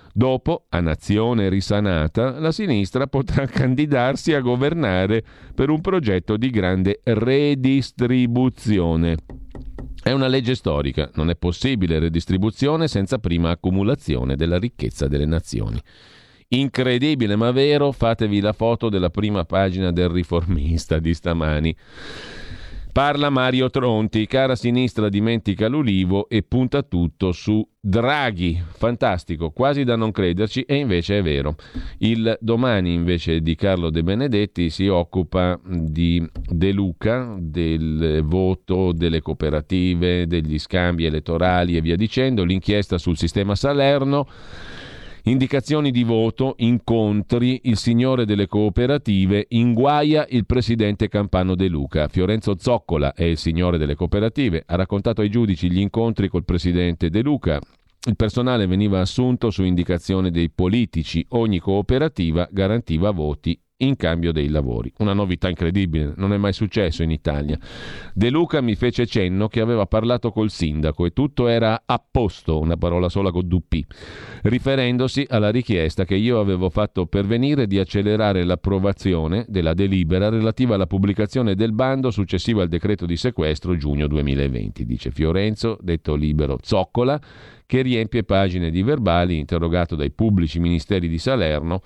Speaker 1: Dopo, a nazione risanata, la sinistra potrà candidarsi a governare per un progetto di grande redistribuzione. È una legge storica, non è possibile redistribuzione senza prima accumulazione della ricchezza delle nazioni. Incredibile ma vero, fatevi la foto della prima pagina del Riformista di stamani. Parla Mario Tronti, cara sinistra dimentica l'ulivo e punta tutto su Draghi. Fantastico, quasi da non crederci, e invece è vero. Il Domani invece di Carlo De Benedetti si occupa di De Luca, del voto delle cooperative, degli scambi elettorali e via dicendo, l'inchiesta sul sistema Salerno. Indicazioni di voto, incontri, il signore delle cooperative inguaia il presidente campano De Luca. Fiorenzo Zoccola è il signore delle cooperative, ha raccontato ai giudici gli incontri col presidente De Luca. Il personale veniva assunto su indicazione dei politici, ogni cooperativa garantiva voti in cambio dei lavori. Una novità incredibile, non è mai successo in Italia. De Luca mi fece cenno che aveva parlato col sindaco e tutto era a posto, una parola sola con due P, riferendosi alla richiesta che io avevo fatto pervenire di accelerare l'approvazione della delibera relativa alla pubblicazione del bando successivo al decreto di sequestro giugno 2020, dice Fiorenzo, detto libero Zoccola, che riempie pagine di verbali interrogato dai pubblici ministeri di Salerno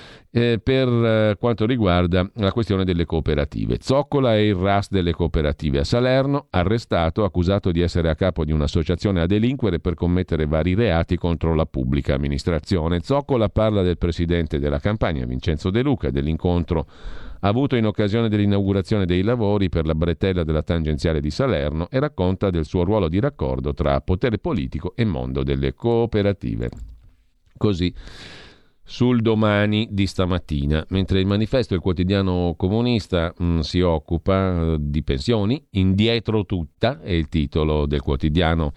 Speaker 1: per quanto riguarda la questione delle cooperative. Zoccola è il RAS delle cooperative a Salerno, arrestato, accusato di essere a capo di un'associazione a delinquere per commettere vari reati contro la pubblica amministrazione. Zoccola parla del presidente della Campania, Vincenzo De Luca, dell'incontro avuto in occasione dell'inaugurazione dei lavori per la bretella della tangenziale di Salerno e racconta del suo ruolo di raccordo tra potere politico e mondo delle cooperative. Così sul Domani di stamattina, mentre il Manifesto, il quotidiano comunista, si occupa di pensioni, indietro tutta è il titolo del quotidiano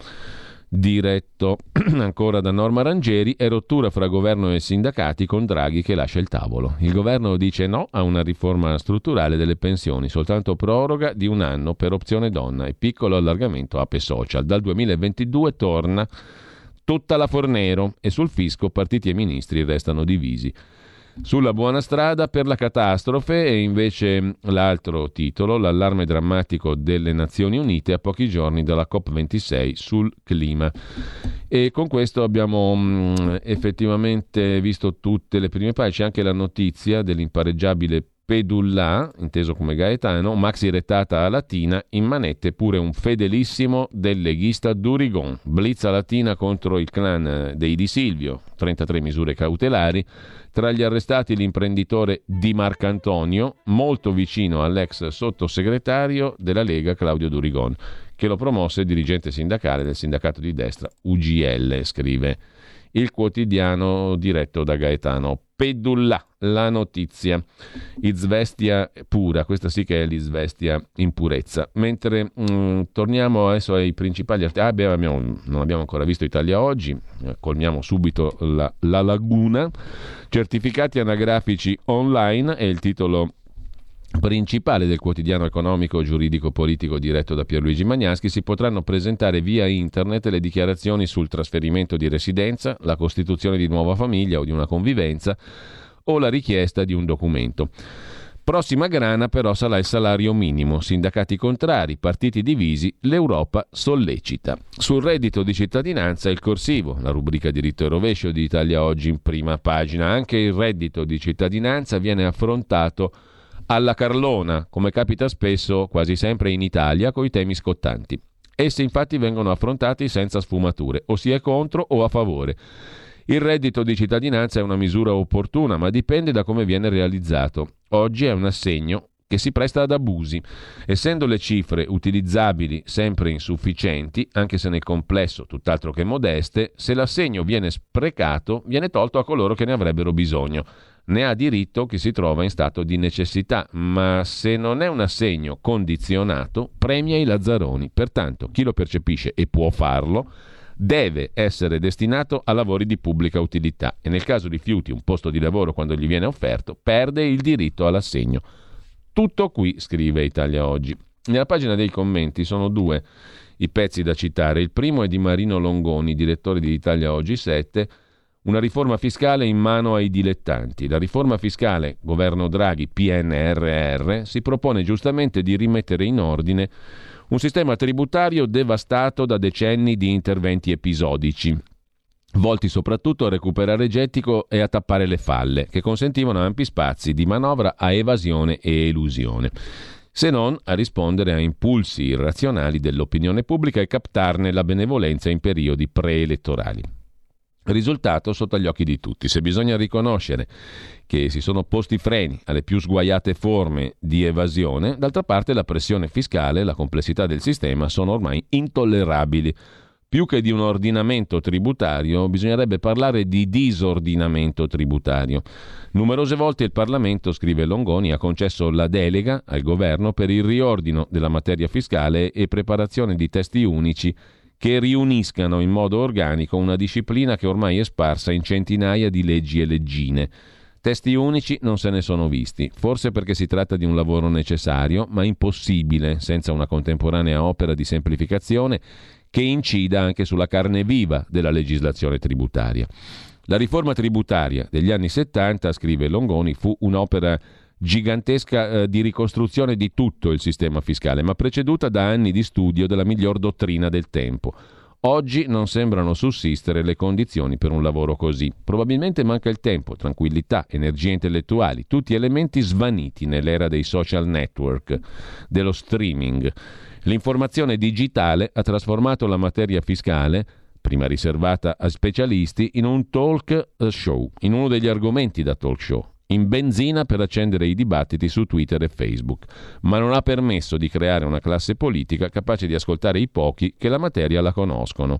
Speaker 1: diretto ancora da Norma Rangieri, e rottura fra governo e sindacati con Draghi che lascia il tavolo. Il governo dice no a una riforma strutturale delle pensioni, soltanto proroga di un anno per opzione donna e piccolo allargamento APE Social. Dal 2022 torna tutta la Fornero e sul fisco partiti e ministri restano divisi. Sulla buona strada per la catastrofe e invece l'altro titolo, l'allarme drammatico delle Nazioni Unite a pochi giorni dalla COP26 sul clima. E con questo abbiamo effettivamente visto tutte le prime pagine, c'è anche la notizia dell'impareggiabile Pedullà, inteso come Gaetano, maxi rettata a Latina, in manette pure un fedelissimo del leghista Durigon. Blitz a Latina contro il clan dei Di Silvio, 33 misure cautelari. Tra gli arrestati l'imprenditore Di Marcantonio, molto vicino all'ex sottosegretario della Lega Claudio Durigon, che lo promosse dirigente sindacale del sindacato di destra UGL, scrive il quotidiano diretto da Gaetano Pedullà. La notizia, Izvestia pura, questa sì che è l'Izvestia in purezza. Mentre torniamo adesso ai principali articoli, non abbiamo ancora visto Italia Oggi, colmiamo subito la laguna. Certificati anagrafici online è il titolo principale del quotidiano economico, giuridico, politico diretto da Pierluigi Magnaschi. Si potranno presentare via internet le dichiarazioni sul trasferimento di residenza, la costituzione di nuova famiglia o di una convivenza o la richiesta di un documento. Prossima grana però sarà il salario minimo. Sindacati contrari, partiti divisi, l'Europa sollecita. Sul reddito di cittadinanza il corsivo, la rubrica diritto e rovescio di Italia Oggi in prima pagina. Anche il reddito di cittadinanza viene affrontato alla carlona, come capita spesso, quasi sempre in Italia, coi temi scottanti. Essi infatti vengono affrontati senza sfumature, o si è contro o a favore. Il reddito di cittadinanza è una misura opportuna, ma dipende da come viene realizzato. Oggi è un assegno che si presta ad abusi, essendo le cifre utilizzabili sempre insufficienti, anche se nel complesso tutt'altro che modeste. Se l'assegno viene sprecato, viene tolto a coloro che ne avrebbero bisogno. Ne ha diritto chi si trova in stato di necessità, ma se non è un assegno condizionato, premia i lazzaroni. Pertanto chi lo percepisce e può farlo deve essere destinato a lavori di pubblica utilità e nel caso rifiuti un posto di lavoro quando gli viene offerto, perde il diritto all'assegno. Tutto qui, scrive Italia Oggi. Nella pagina dei commenti sono due i pezzi da citare. Il primo è di Marino Longoni, direttore di Italia Oggi 7, Una riforma fiscale in mano ai dilettanti. La riforma fiscale, governo Draghi, PNRR, si propone giustamente di rimettere in ordine un sistema tributario devastato da decenni di interventi episodici, volti soprattutto a recuperare gettito e a tappare le falle, che consentivano ampi spazi di manovra a evasione e elusione, se non a rispondere a impulsi irrazionali dell'opinione pubblica e captarne la benevolenza in periodi preelettorali. Risultato sotto gli occhi di tutti. Se bisogna riconoscere che si sono posti freni alle più sguaiate forme di evasione, d'altra parte la pressione fiscale e la complessità del sistema sono ormai intollerabili. Più che di un ordinamento tributario, bisognerebbe parlare di disordinamento tributario. Numerose volte il Parlamento, scrive Longoni, ha concesso la delega al governo per il riordino della materia fiscale e preparazione di testi unici che riuniscano in modo organico una disciplina che ormai è sparsa in centinaia di leggi e leggine. Testi unici non se ne sono visti, forse perché si tratta di un lavoro necessario, ma impossibile senza una contemporanea opera di semplificazione che incida anche sulla carne viva della legislazione tributaria. La riforma tributaria degli anni 70, scrive Longoni, fu un'opera gigantesca di ricostruzione di tutto il sistema fiscale, ma preceduta da anni di studio della miglior dottrina del tempo. Oggi non sembrano sussistere le condizioni per un lavoro così. Probabilmente manca il tempo, tranquillità, energie intellettuali, tutti elementi svaniti nell'era dei social network, dello streaming. L'informazione digitale ha trasformato la materia fiscale, prima riservata a specialisti, in un talk show, in uno degli argomenti da talk show, in benzina per accendere i dibattiti su Twitter e Facebook, ma non ha permesso di creare una classe politica capace di ascoltare i pochi che la materia la conoscono.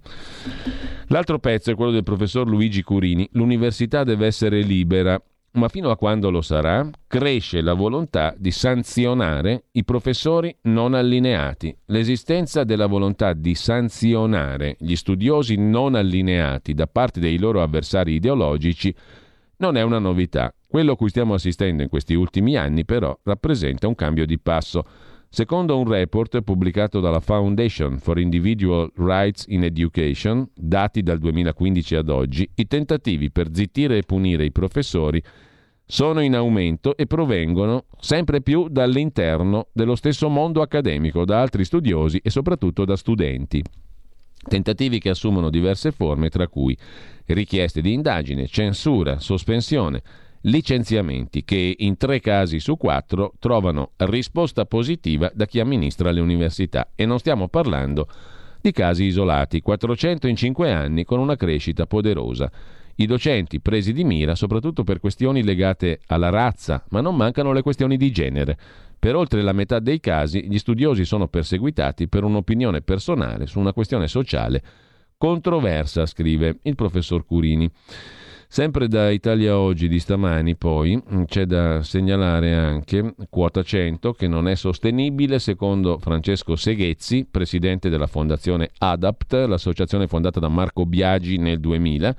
Speaker 1: L'altro pezzo è quello del professor Luigi Curini. L'università deve essere libera, ma fino a quando lo sarà, cresce la volontà di sanzionare i professori non allineati. L'esistenza della volontà di sanzionare gli studiosi non allineati da parte dei loro avversari ideologici non è una novità. Quello a cui stiamo assistendo in questi ultimi anni, però, rappresenta un cambio di passo. Secondo un report pubblicato dalla Foundation for Individual Rights in Education, dati dal 2015 ad oggi, i tentativi per zittire e punire i professori sono in aumento e provengono sempre più dall'interno dello stesso mondo accademico, da altri studiosi e soprattutto da studenti. Tentativi che assumono diverse forme, tra cui richieste di indagine, censura, sospensione, licenziamenti che in 3 casi su 4 trovano risposta positiva da chi amministra le università. E non stiamo parlando di casi isolati, 400 in 5 anni con una crescita poderosa. I docenti presi di mira soprattutto per questioni legate alla razza, ma non mancano le questioni di genere. Per oltre la metà dei casi gli studiosi sono perseguitati per un'opinione personale su una questione sociale controversa, scrive il professor Curini. Sempre da Italia Oggi di stamani poi c'è da segnalare anche quota 100 che non è sostenibile secondo Francesco Seghezzi, presidente della fondazione ADAPT, l'associazione fondata da Marco Biagi nel 2000.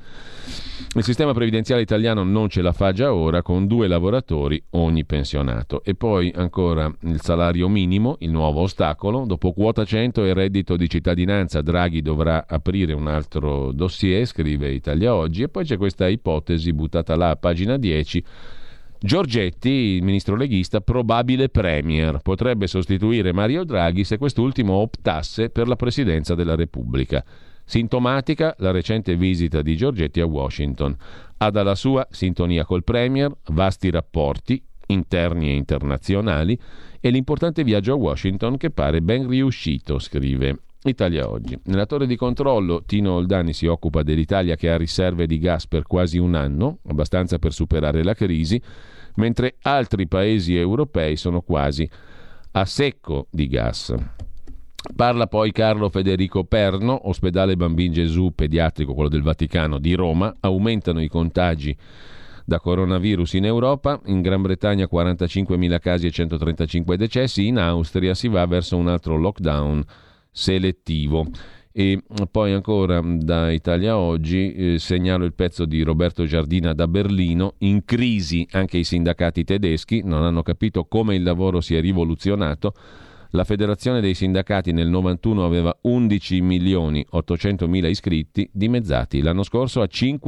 Speaker 1: Il sistema previdenziale italiano non ce la fa già ora con 2 lavoratori ogni pensionato. E poi ancora il salario minimo, il nuovo ostacolo. Dopo quota 100 e il reddito di cittadinanza, Draghi dovrà aprire un altro dossier, scrive Italia Oggi. E poi c'è questa ipotesi buttata là a pagina 10. Giorgetti, il ministro leghista, probabile premier, potrebbe sostituire Mario Draghi se quest'ultimo optasse per la presidenza della Repubblica. Sintomatica la recente visita di Giorgetti a Washington. Ha dalla sua sintonia col premier, vasti rapporti interni e internazionali e l'importante viaggio a Washington che pare ben riuscito, scrive Italia Oggi. Nella torre di controllo Tino Oldani si occupa dell'Italia che ha riserve di gas per quasi un anno, abbastanza per superare la crisi, mentre altri paesi europei sono quasi a secco di gas. Parla poi Carlo Federico Perno, ospedale Bambin Gesù pediatrico, quello del Vaticano di Roma. Aumentano i contagi da coronavirus in Europa, in Gran Bretagna 45.000 casi e 135 decessi, in Austria si va verso un altro lockdown selettivo. E poi ancora da Italia Oggi segnalo il pezzo di Roberto Giardina da Berlino. In crisi anche i sindacati tedeschi, non hanno capito come il lavoro si è rivoluzionato. La Federazione dei Sindacati nel 91 aveva 11.800.000 iscritti, dimezzati l'anno scorso a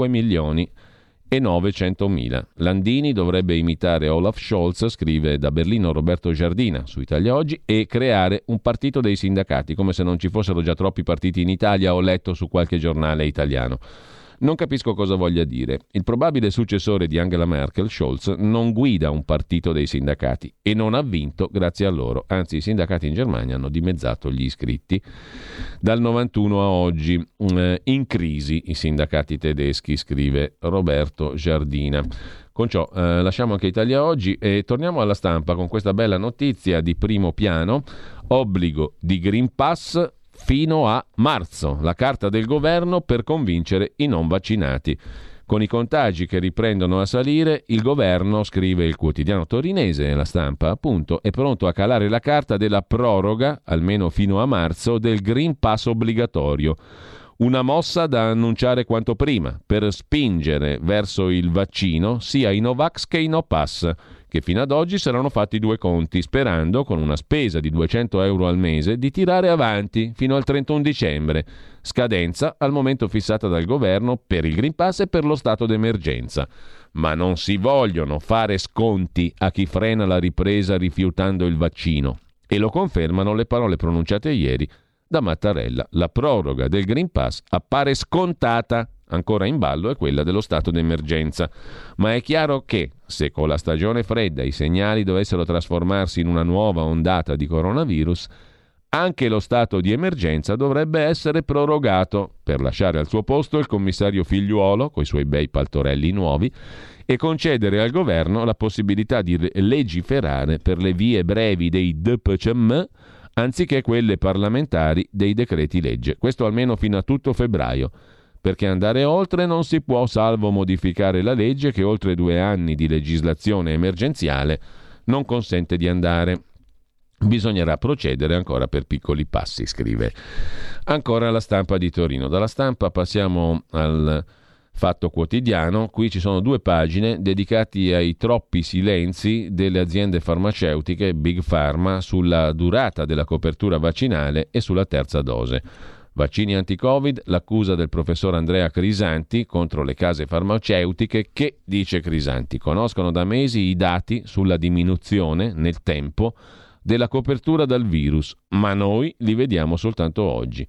Speaker 1: 5.900.000. Landini dovrebbe imitare Olaf Scholz, scrive da Berlino Roberto Giardina su Italia Oggi, e creare un partito dei sindacati, come se non ci fossero già troppi partiti in Italia, ho letto su qualche giornale italiano. Non capisco cosa voglia dire. Il probabile successore di Angela Merkel, Scholz, non guida un partito dei sindacati e non ha vinto grazie a loro. Anzi, i sindacati in Germania hanno dimezzato gli iscritti dal 91 a oggi. In crisi i sindacati tedeschi, scrive Roberto Giardina. Con ciò lasciamo anche Italia Oggi e torniamo alla Stampa con questa bella notizia di primo piano: obbligo di Green Pass fino a marzo, la carta del governo per convincere i non vaccinati. Con i contagi che riprendono a salire, il governo, scrive il quotidiano torinese, La Stampa appunto, è pronto a calare la carta della proroga, almeno fino a marzo, del Green Pass obbligatorio. Una mossa da annunciare quanto prima, per spingere verso il vaccino sia i Novax che i No Pass, che fino ad oggi saranno fatti due conti, sperando, con una spesa di 200 euro al mese, di tirare avanti fino al 31 dicembre, scadenza al momento fissata dal governo per il Green Pass e per lo stato d'emergenza. Ma non si vogliono fare sconti a chi frena la ripresa rifiutando il vaccino. E lo confermano le parole pronunciate ieri da Mattarella. La proroga del Green Pass appare scontata. Ancora in ballo è quella dello stato d'emergenza, ma è chiaro che se con la stagione fredda i segnali dovessero trasformarsi in una nuova ondata di coronavirus, anche lo stato di emergenza dovrebbe essere prorogato per lasciare al suo posto il commissario Figliuolo coi suoi bei paltorelli nuovi e concedere al governo la possibilità di legiferare per le vie brevi dei DPCM anziché quelle parlamentari dei decreti legge. Questo almeno fino a tutto febbraio. Perché andare oltre non si può, salvo modificare la legge che oltre 2 anni di legislazione emergenziale non consente di andare. Bisognerà procedere ancora per piccoli passi, scrive ancora La Stampa di Torino. Dalla Stampa passiamo al Fatto Quotidiano. Qui ci sono 2 pagine dedicate ai troppi silenzi delle aziende farmaceutiche Big Pharma sulla durata della copertura vaccinale e sulla terza dose. Vaccini anti-Covid, l'accusa del professor Andrea Crisanti contro le case farmaceutiche che, dice Crisanti, conoscono da mesi i dati sulla diminuzione nel tempo della copertura dal virus, ma noi li vediamo soltanto oggi.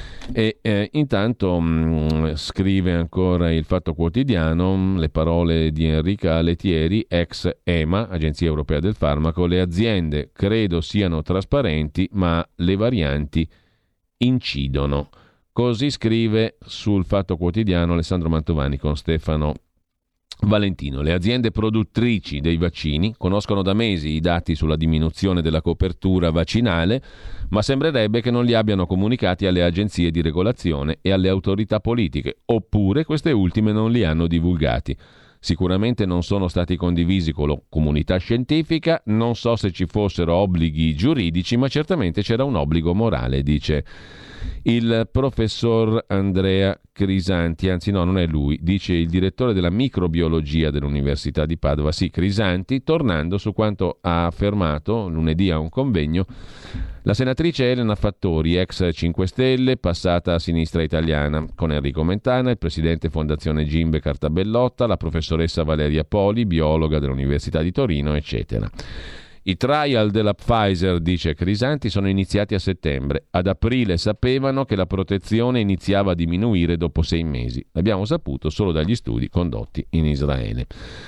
Speaker 1: E intanto scrive ancora il Fatto Quotidiano le parole di Enrica Lettieri, ex EMA, Agenzia Europea del Farmaco: le aziende credo siano trasparenti, ma le varianti incidono. Così scrive sul Fatto Quotidiano Alessandro Mantovani con Stefano Valentino. Le aziende produttrici dei vaccini conoscono da mesi i dati sulla diminuzione della copertura vaccinale, ma sembrerebbe che non li abbiano comunicati alle agenzie di regolazione e alle autorità politiche, oppure queste ultime non li hanno divulgati. Sicuramente non sono stati condivisi con la comunità scientifica, non so se ci fossero obblighi giuridici, ma certamente c'era un obbligo morale, dice il professor Andrea Crisanti, anzi no, non è lui, dice il direttore della microbiologia dell'Università di Padova, sì, Crisanti, tornando su quanto ha affermato lunedì a un convegno la senatrice Elena Fattori, ex 5 Stelle, passata a Sinistra Italiana, con Enrico Mentana, il presidente Fondazione Gimbe Cartabellotta, la professoressa Valeria Poli, biologa dell'Università di Torino, eccetera. I trial della Pfizer, dice Crisanti, sono iniziati a settembre. Ad aprile sapevano che la protezione iniziava a diminuire dopo 6 mesi. L'abbiamo saputo solo dagli studi condotti in Israele.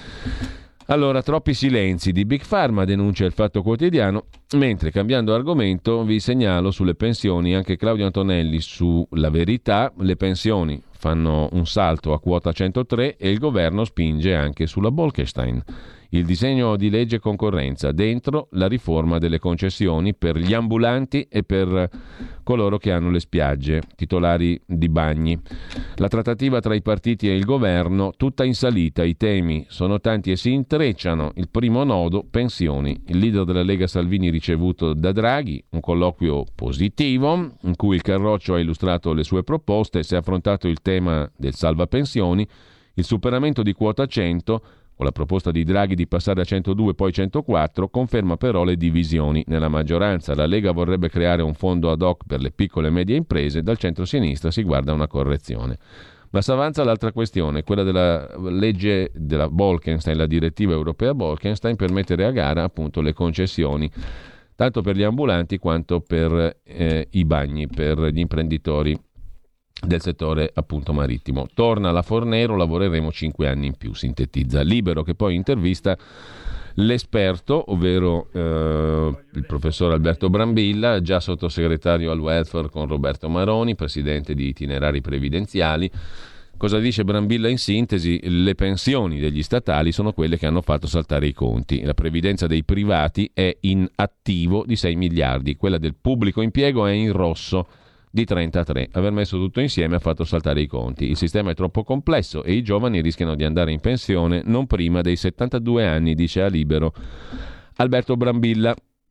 Speaker 1: Allora, troppi silenzi di Big Pharma, denuncia il Fatto Quotidiano, mentre, cambiando argomento, vi segnalo sulle pensioni anche Claudio Antonelli su La Verità. Le pensioni fanno un salto a quota 103 e il governo spinge anche sulla Bolkestein. Il disegno di legge concorrenza, dentro la riforma delle concessioni per gli ambulanti e per coloro che hanno le spiagge, titolari di bagni. La trattativa tra i partiti e il governo, tutta in salita, i temi sono tanti e si intrecciano. Il primo nodo, pensioni. Il leader della Lega Salvini ricevuto da Draghi, un colloquio positivo in cui il Carroccio ha illustrato le sue proposte, si è affrontato il tema del salva pensioni, il superamento di quota 100, con la proposta di Draghi di passare a 102 poi 104, conferma però le divisioni nella maggioranza. La Lega vorrebbe creare un fondo ad hoc per le piccole e medie imprese, dal centro-sinistra si guarda una correzione. Ma si avanza l'altra questione, quella della legge della Bolkestein, la direttiva europea Bolkestein, per mettere a gara appunto le concessioni, tanto per gli ambulanti quanto per i bagni, per gli imprenditori del settore appunto marittimo. Torna la Fornero, lavoreremo 5 anni in più, sintetizza Libero, che poi intervista l'esperto, ovvero il professor Alberto Brambilla, già sottosegretario al welfare con Roberto Maroni, presidente di Itinerari Previdenziali. Cosa dice Brambilla in sintesi? Le pensioni degli statali sono quelle che hanno fatto saltare i conti. La previdenza dei privati è in attivo di 6 miliardi, quella del pubblico impiego è in rosso di 33. Aver messo tutto insieme ha fatto saltare i conti. Il sistema è troppo complesso e i giovani rischiano di andare in pensione non prima dei 72 anni, dice a Libero Alberto Brambilla.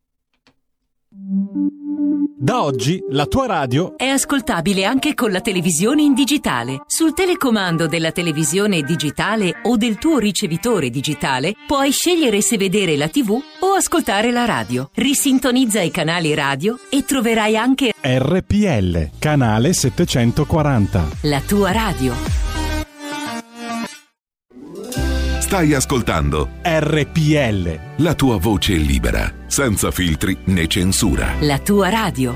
Speaker 9: Da oggi la tua radio
Speaker 10: è ascoltabile anche con la televisione in digitale. Sul telecomando della televisione digitale o del tuo ricevitore digitale puoi scegliere se vedere la TV o ascoltare la radio. Risintonizza i canali radio e troverai anche
Speaker 9: RPL, canale 740.
Speaker 10: La tua radio.
Speaker 3: Stai ascoltando
Speaker 9: RPL,
Speaker 3: la tua voce libera, senza filtri né censura.
Speaker 10: La tua radio.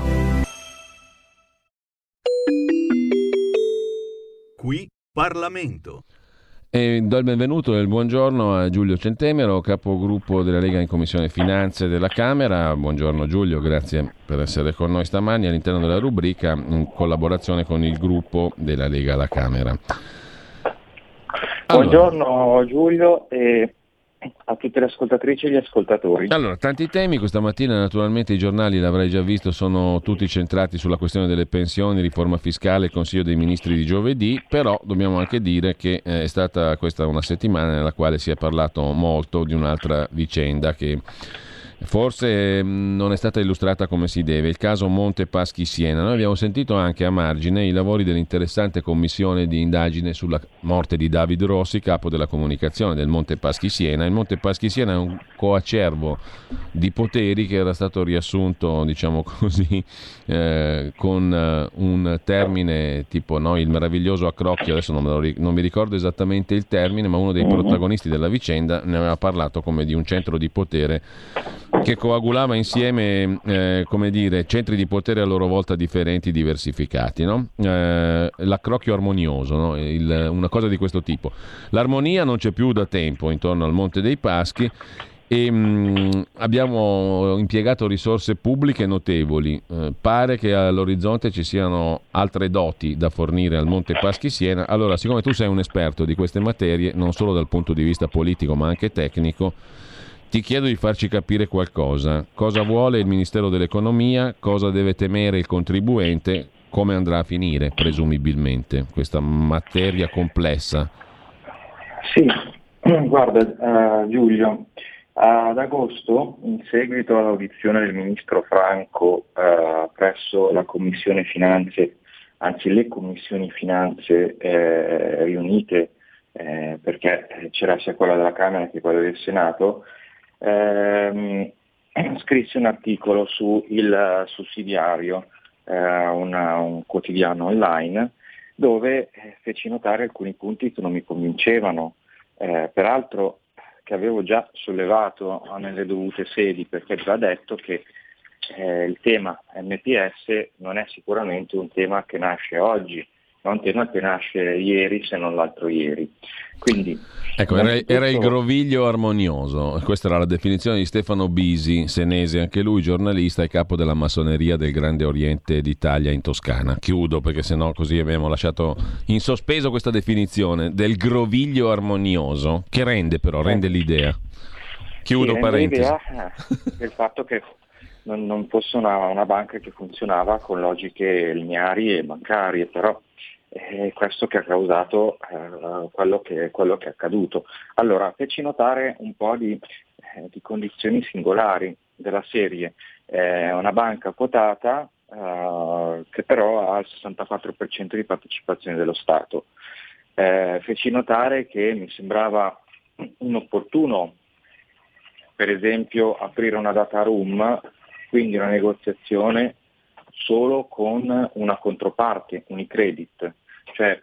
Speaker 7: Qui Parlamento.
Speaker 1: E do il benvenuto e il buongiorno a Giulio Centemero, capogruppo della Lega in Commissione Finanze della Camera. Buongiorno Giulio, grazie per essere con noi stamani all'interno della rubrica in collaborazione con il gruppo della Lega alla Camera.
Speaker 11: Buongiorno Giulio e a tutte le ascoltatrici e gli ascoltatori.
Speaker 1: Allora, tanti temi, questa mattina naturalmente i giornali, l'avrai già visto, sono tutti centrati sulla questione delle pensioni, riforma fiscale, Consiglio dei Ministri di giovedì, però dobbiamo anche dire che è stata questa una settimana nella quale si è parlato molto di un'altra vicenda che forse non è stata illustrata come si deve, il caso Monte Paschi Siena. Noi abbiamo sentito anche a margine i lavori dell'interessante commissione di indagine sulla morte di David Rossi, capo della comunicazione del Monte Paschi Siena. Il Monte Paschi Siena è un coacervo di poteri che era stato riassunto, diciamo così, con un termine tipo il meraviglioso accrocchio, adesso non mi ricordo esattamente il termine, ma uno dei protagonisti della vicenda ne aveva parlato come di un centro di potere che coagulava insieme, centri di potere a loro volta differenti, diversificati, no? L'accrocchio armonioso, no? Una cosa di questo tipo. L'armonia non c'è più da tempo intorno al Monte dei Paschi e abbiamo impiegato risorse pubbliche notevoli. Pare che all'orizzonte ci siano altre doti da fornire al Monte Paschi Siena. Allora, siccome tu sei un esperto di queste materie, non solo dal punto di vista politico ma anche tecnico, ti chiedo di farci capire qualcosa. Cosa vuole il Ministero dell'Economia? Cosa deve temere il contribuente? Come andrà a finire, presumibilmente, questa materia complessa?
Speaker 11: Sì, guarda Giulio, ad agosto, in seguito all'audizione del Ministro Franco presso la Commissione Finanze, anzi le Commissioni Finanze riunite, perché c'era sia quella della Camera che quella del Senato, scrisse un articolo su il sussidiario, un quotidiano online, dove feci notare alcuni punti che non mi convincevano, peraltro che avevo già sollevato nelle dovute sedi, perché già detto che il tema MPS non è sicuramente un tema che nasce oggi, è un tema che nasce ieri, se non l'altro ieri. Quindi,
Speaker 1: ecco, era il groviglio armonioso. Questa era la definizione di Stefano Bisi, senese, anche lui giornalista e capo della massoneria del Grande Oriente d'Italia in Toscana. Chiudo perché sennò così abbiamo lasciato in sospeso questa definizione del groviglio armonioso, che rende l'idea. Chiudo parentesi.
Speaker 11: L'idea del fatto che non fosse una banca che funzionava con logiche lineari e bancarie, però è questo che ha causato quello che è accaduto. Allora, feci notare un po' di condizioni singolari della serie. Una banca quotata che però ha il 64% di partecipazione dello Stato. Feci notare che mi sembrava inopportuno, per esempio, aprire una data room, quindi una negoziazione solo con una controparte, Unicredit, cioè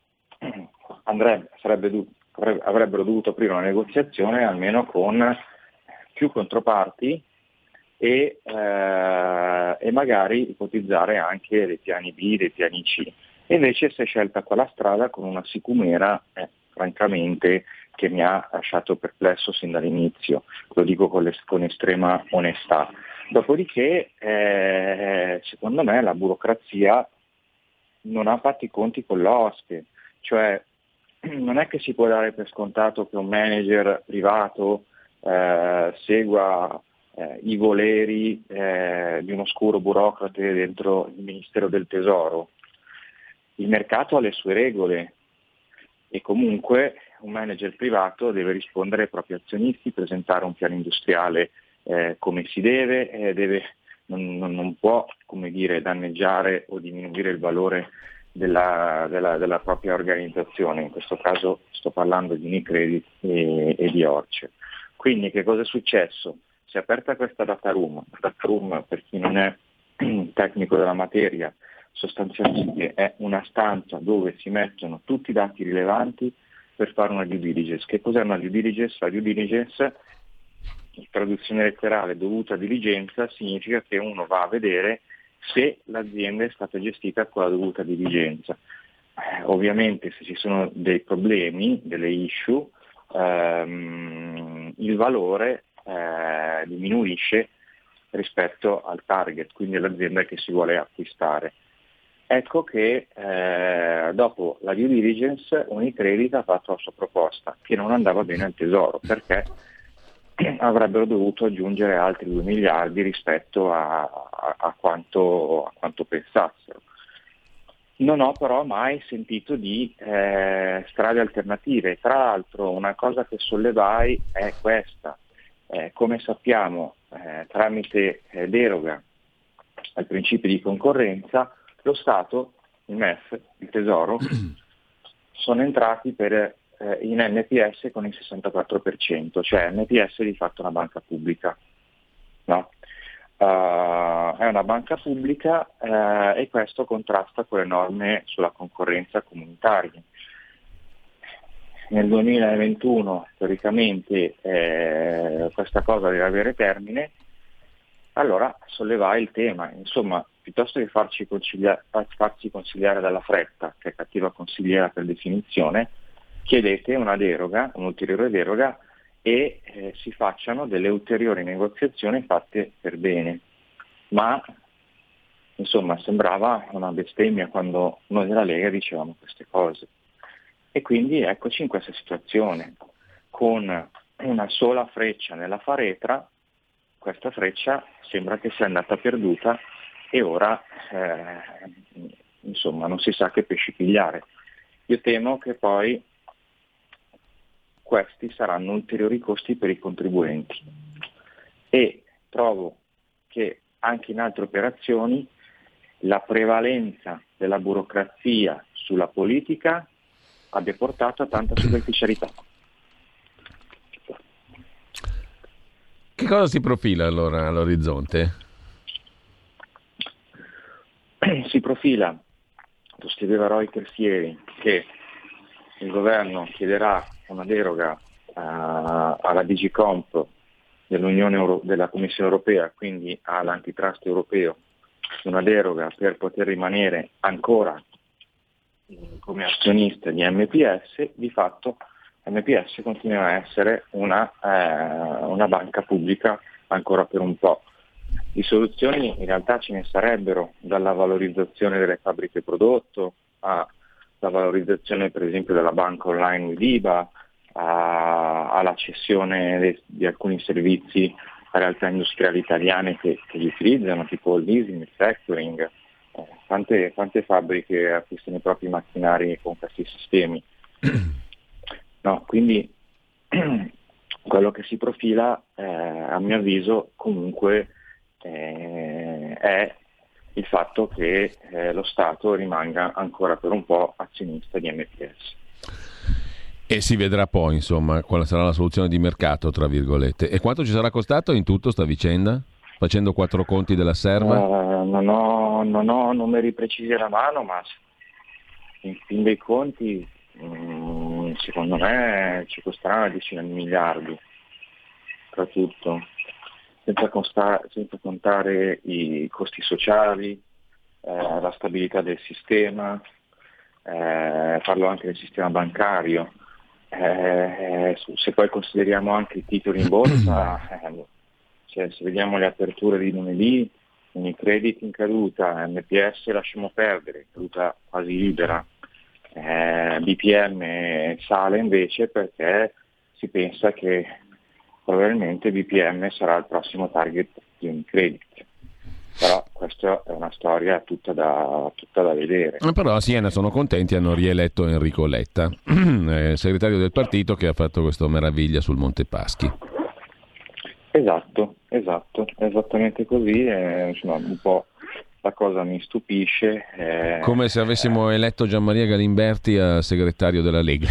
Speaker 11: avrebbero dovuto aprire una negoziazione almeno con più controparti e magari ipotizzare anche dei piani B, dei piani C. E invece si è scelta quella strada con una sicumera, francamente, che mi ha lasciato perplesso sin dall'inizio, lo dico con estrema onestà. Dopodiché, secondo me, la burocrazia non ha fatto i conti con l'oste, cioè non è che si può dare per scontato che un manager privato segua i voleri di un oscuro burocrate dentro il Ministero del Tesoro. Il mercato ha le sue regole e comunque un manager privato deve rispondere ai propri azionisti, presentare un piano industriale come si deve, non può, come dire, danneggiare o diminuire il valore della propria organizzazione. In questo caso sto parlando di Unicredit e di Orce. Quindi che cosa è successo? Si è aperta questa data room. Data room, per chi non è tecnico della materia, sostanzialmente è una stanza dove si mettono tutti i dati rilevanti per fare una due diligence. Che cos'è una due diligence? La due diligence, in traduzione letterale, dovuta diligenza, significa che uno va a vedere se l'azienda è stata gestita con la dovuta diligenza. Ovviamente se ci sono dei problemi, delle issue, il valore diminuisce rispetto al target, quindi all'azienda che si vuole acquistare. Ecco che dopo la due diligence Unicredit ha fatto la sua proposta, che non andava bene al Tesoro, perché avrebbero dovuto aggiungere altri 2 miliardi rispetto a quanto pensassero. Non ho però mai sentito di strade alternative. Tra l'altro una cosa che sollevai è questa. Come sappiamo, tramite deroga al principio di concorrenza, lo Stato, il MEF, il Tesoro, sono entrati in NPS con il 64%, cioè NPS è di fatto una banca pubblica. No? È una banca pubblica e questo contrasta con le norme sulla concorrenza comunitarie. Nel 2021 teoricamente questa cosa deve avere termine, allora sollevai il tema, insomma, piuttosto che farci consigliare dalla fretta, che è cattiva consigliera per definizione, chiedete una deroga, un'ulteriore deroga e si facciano delle ulteriori negoziazioni fatte per bene. Ma insomma sembrava una bestemmia quando noi della Lega dicevamo queste cose. E quindi eccoci in questa situazione, con una sola freccia nella faretra. Questa freccia sembra che sia andata perduta e ora insomma non si sa che pesci pigliare. Io temo che poi questi saranno ulteriori costi per i contribuenti e trovo che anche in altre operazioni la prevalenza della burocrazia sulla politica abbia portato a tanta superficialità.
Speaker 1: Che cosa si profila allora all'orizzonte?
Speaker 11: Si profila, lo scriveva Reuters ieri, che il governo chiederà una deroga alla DG Comp della Commissione Europea, quindi all'antitrust europeo, una deroga per poter rimanere ancora come azionista di MPS. Di fatto MPS continua a essere una banca pubblica ancora per un po'. Di soluzioni in realtà ce ne sarebbero, dalla valorizzazione delle fabbriche prodotto alla valorizzazione per esempio della banca online Widiba, alla cessione di alcuni servizi a realtà industriali italiane che li utilizzano, tipo il leasing, il factoring. Quante fabbriche acquistano i propri macchinari con questi sistemi? No, quindi quello che si profila, a mio avviso, comunque è il fatto che lo Stato rimanga ancora per un po' azionista di MPS.
Speaker 1: E si vedrà poi, insomma, quale sarà la soluzione di mercato, tra virgolette. E quanto ci sarà costato in tutto sta vicenda? Facendo 4 conti della serva?
Speaker 11: Non ho numeri precisi alla mano, ma in fin dei conti secondo me ci costerà una decina di miliardi, tra tutto, senza contare i costi sociali, la stabilità del sistema, parlo anche del sistema bancario. Se poi consideriamo anche i titoli in borsa, se vediamo le aperture di lunedì, Unicredit in caduta, MPS lasciamo perdere, caduta quasi libera, BPM sale invece perché si pensa che probabilmente BPM sarà il prossimo target di Unicredit. Però questa è una storia tutta da vedere.
Speaker 1: Però a Siena sono contenti, hanno rieletto Enrico Letta, segretario del partito, che ha fatto questa meraviglia sul Monte Paschi.
Speaker 11: Esatto, esattamente così, insomma, un po' la cosa mi stupisce.
Speaker 1: Come se avessimo eletto Gianmaria Galimberti a segretario della Lega.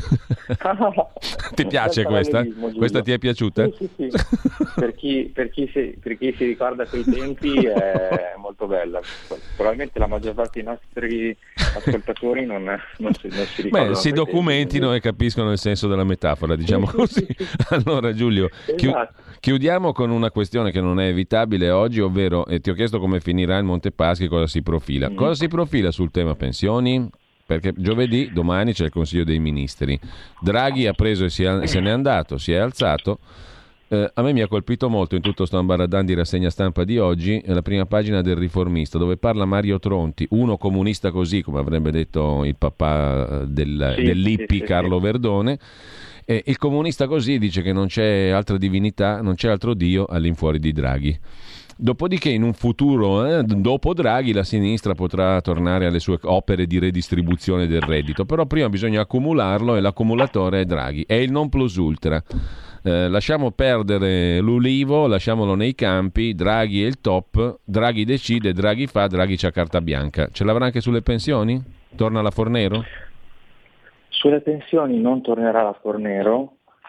Speaker 1: Ti piace questa? Questa ti è piaciuta?
Speaker 11: Sì. Per chi si ricorda quei tempi è molto bella. Probabilmente la maggior parte dei nostri ascoltatori non si ricordano.
Speaker 1: Beh, si documentino e capiscono il senso della metafora, diciamo così. Allora Giulio, chiudiamo con una questione che non è evitabile oggi, ovvero ti ho chiesto come finirà il Monte Paschi, cosa si profila. Cosa si profila sul tema pensioni? Perché giovedì, domani, c'è il Consiglio dei Ministri. Draghi ha preso e se n'è andato, si è alzato. A me mi ha colpito molto in tutto sto ambaradan di rassegna stampa di oggi la prima pagina del Riformista, dove parla Mario Tronti, uno comunista così, come avrebbe detto il papà dell'Ippi Carlo Verdone. Il comunista così dice che non c'è altra divinità, non c'è altro Dio all'infuori di Draghi. Dopodiché in un futuro, dopo Draghi, la sinistra potrà tornare alle sue opere di redistribuzione del reddito, però prima bisogna accumularlo e l'accumulatore è Draghi, è il non plus ultra. Lasciamo perdere l'ulivo, lasciamolo nei campi, Draghi è il top, Draghi decide, Draghi fa, Draghi c'ha carta bianca. Ce l'avrà anche sulle pensioni? Torna la Fornero?
Speaker 11: Sulle pensioni non tornerà la Fornero.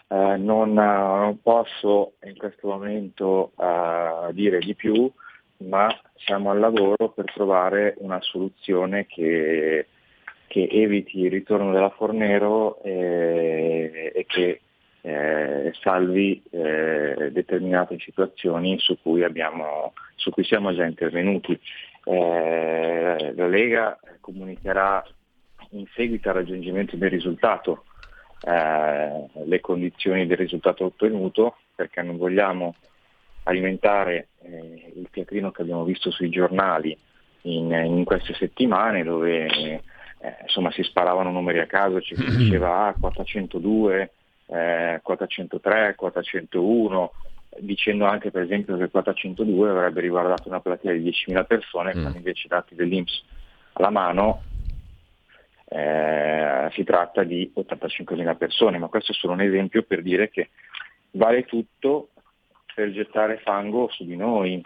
Speaker 11: Non posso in questo momento dire di più, ma siamo al lavoro per trovare una soluzione che eviti il ritorno della Fornero e che salvi determinate situazioni su cui siamo già intervenuti. La Lega comunicherà in seguito al raggiungimento del risultato le condizioni del risultato ottenuto, perché non vogliamo alimentare il teatrino che abbiamo visto sui giornali in queste settimane, dove insomma si sparavano numeri a caso, ci si diceva quota 102, quota 103, quota 101, dicendo anche per esempio che quota 102 avrebbe riguardato una platea di 10.000 persone, quando invece i dati dell'INPS alla mano si tratta di 85.000 persone, ma questo è solo un esempio per dire che vale tutto per gettare fango su di noi,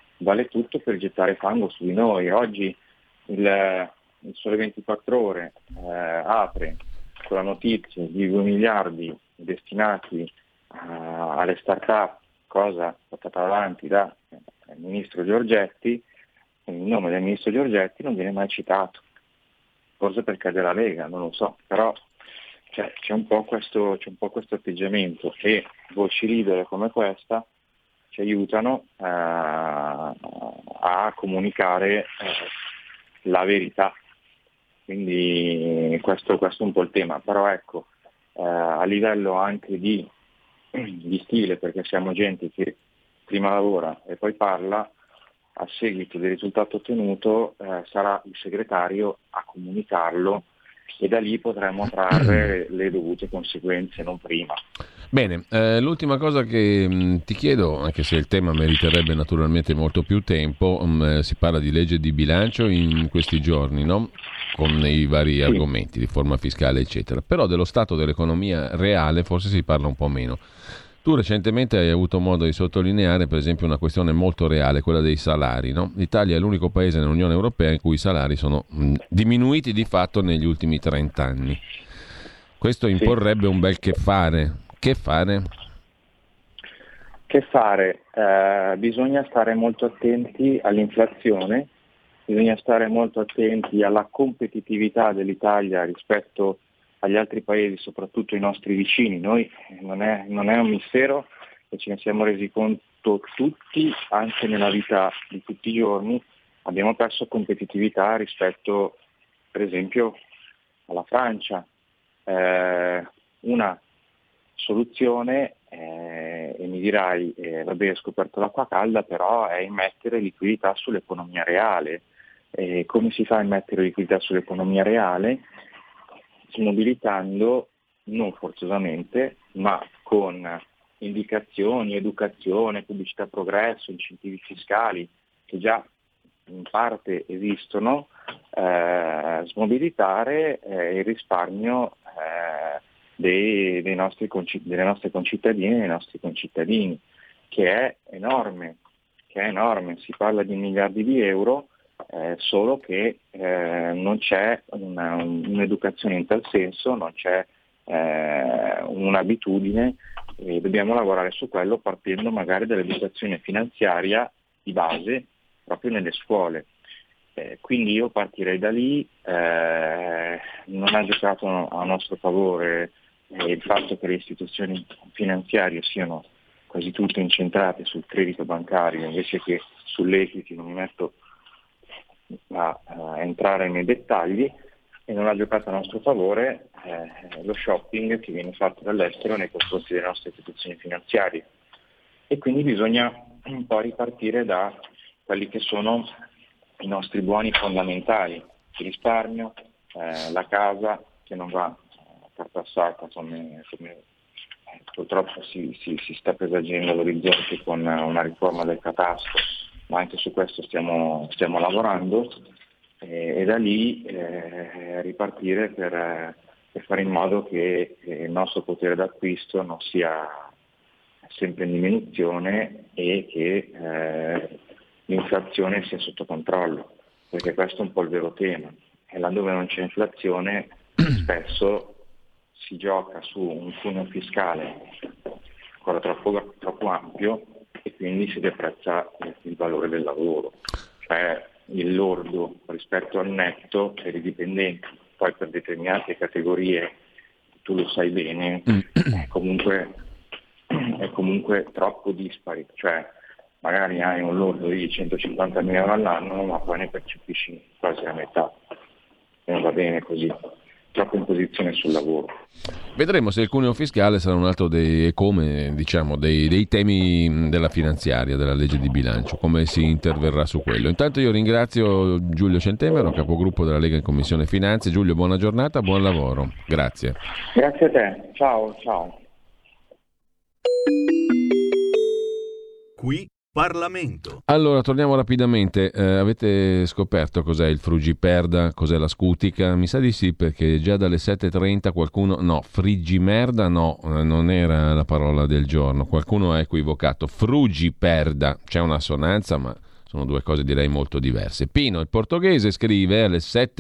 Speaker 11: Oggi il Sole 24 Ore apre con la notizia di 2 miliardi destinati alle start-up, cosa portata avanti dal ministro Giorgetti. Il nome del ministro Giorgetti non viene mai citato, forse perché è della Lega, non lo so, però c'è un po' questo atteggiamento, e voci libere come questa ci aiutano a comunicare la verità. Quindi questo è un po' il tema, però ecco, a livello anche di stile, perché siamo gente che prima lavora e poi parla, a seguito del risultato ottenuto sarà il segretario a comunicarlo, e da lì potremo trarre le dovute conseguenze, non prima.
Speaker 1: Bene, l'ultima cosa che ti chiedo, anche se il tema meriterebbe naturalmente molto più tempo, si parla di legge di bilancio in questi giorni, no? Con i vari argomenti, riforma fiscale eccetera, però dello stato dell'economia reale forse si parla un po' meno. Tu recentemente hai avuto modo di sottolineare per esempio una questione molto reale, quella dei salari, no? L'Italia è l'unico paese nell'Unione Europea in cui i salari sono diminuiti di fatto negli ultimi 30 anni. Questo imporrebbe un bel che fare. Che fare?
Speaker 11: Che fare? Bisogna stare molto attenti all'inflazione, bisogna stare molto attenti alla competitività dell'Italia rispetto agli altri paesi, soprattutto i nostri vicini. Noi non è un mistero e ce ne siamo resi conto tutti, anche nella vita di tutti i giorni, abbiamo perso competitività rispetto, per esempio, alla Francia. Una soluzione, e mi dirai, vabbè, ho scoperto l'acqua calda, però è immettere liquidità sull'economia reale. Come si fa a immettere liquidità sull'economia reale? Mobilitando, non forzosamente, ma con indicazioni, educazione, pubblicità progresso, incentivi fiscali che già in parte esistono, smobilitare il risparmio delle nostre concittadine e dei nostri concittadini, che è enorme, si parla di miliardi di euro, solo che non c'è un'educazione in tal senso, non c'è un'abitudine, e dobbiamo lavorare su quello partendo magari dall'educazione finanziaria di base proprio nelle scuole. Quindi io partirei da lì. Non ha giocato a nostro favore il fatto che le istituzioni finanziarie siano quasi tutte incentrate sul credito bancario invece che sull'equity. Non mi metto a entrare nei dettagli, e non ha giocato a nostro favore lo shopping che viene fatto dall'estero nei confronti delle nostre istituzioni finanziarie, e quindi bisogna un po' ripartire da quelli che sono i nostri buoni fondamentali: il risparmio, la casa che non va tartassata come purtroppo si sta presagendo all'orizzonte con una riforma del catasto, ma anche su questo stiamo lavorando, e da lì ripartire per fare in modo che il nostro potere d'acquisto non sia sempre in diminuzione e che l'inflazione sia sotto controllo, perché questo è un po' il vero tema. E laddove non c'è inflazione spesso si gioca su un cuneo fiscale ancora troppo ampio, e quindi si deprezza il valore del lavoro, cioè il lordo rispetto al netto per i dipendenti, poi per determinate categorie, tu lo sai bene, è comunque troppo dispari, cioè magari hai un lordo di 150.000 euro all'anno, ma poi ne percepisci quasi la metà, e non va bene così. Troppa imposizione sul lavoro.
Speaker 1: Vedremo se il cuneo fiscale sarà un altro dei temi della finanziaria, della legge di bilancio, come si interverrà su quello. Intanto io ringrazio Giulio Centemero, capogruppo della Lega in Commissione Finanze. Giulio, buona giornata, buon lavoro. Grazie.
Speaker 11: Grazie a te. Ciao.
Speaker 3: Qui Parlamento.
Speaker 1: Allora, torniamo rapidamente. Avete scoperto cos'è il frugiperda? Cos'è la scutica? Mi sa di sì, perché già dalle 7.30 qualcuno... No, frigimerda no, non era la parola del giorno. Qualcuno ha equivocato. Frugiperda. C'è una assonanza, ma sono due cose direi molto diverse. Pino, il portoghese, scrive alle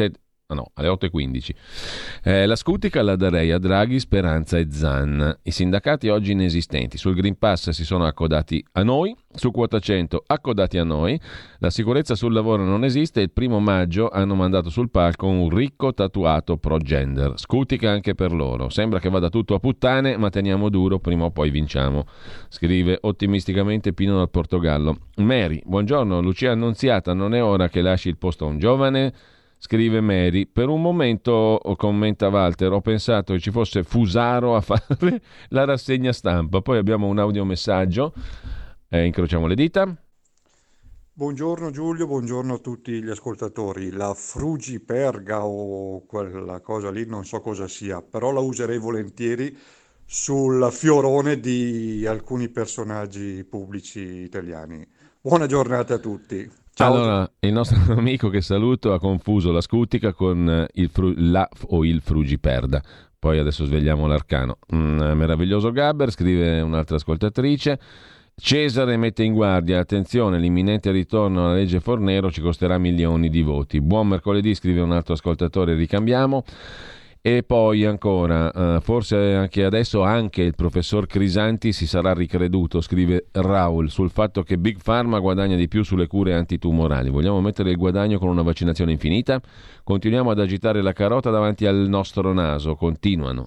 Speaker 1: 8.15. La scutica la darei a Draghi, Speranza e Zan. I sindacati oggi inesistenti. Sul Green Pass si sono accodati a noi, su quota 100 accodati a noi. La sicurezza sul lavoro non esiste. Il 1 maggio hanno mandato sul palco un ricco tatuato pro gender. Scutica anche per loro. Sembra che vada tutto a puttane, ma teniamo duro, prima o poi vinciamo, scrive ottimisticamente Pino dal Portogallo. Mary, buongiorno, Lucia Annunziata, non è ora che lasci il posto a un giovane? Scrive Mary. Per un momento, commenta Walter, ho pensato che ci fosse Fusaro a fare la rassegna stampa. Poi abbiamo un audiomessaggio, incrociamo le dita.
Speaker 12: Buongiorno Giulio, buongiorno a tutti gli ascoltatori. La frugiperga o quella cosa lì non so cosa sia, però la userei volentieri sul fiorone di alcuni personaggi pubblici italiani. Buona giornata a tutti. Ciao.
Speaker 1: Allora, il nostro amico che saluto ha confuso la scutica con il frugiperda. Poi adesso svegliamo l'arcano. Meraviglioso Gabber, scrive un'altra ascoltatrice. Cesare mette in guardia, attenzione, l'imminente ritorno alla legge Fornero ci costerà milioni di voti. Buon mercoledì, scrive un altro ascoltatore, ricambiamo. E poi ancora, forse anche adesso anche il professor Crisanti si sarà ricreduto, scrive Raul, sul fatto che Big Pharma guadagna di più sulle cure antitumorali. Vogliamo mettere il guadagno con una vaccinazione infinita? Continuiamo ad agitare la carota davanti al nostro naso, continuano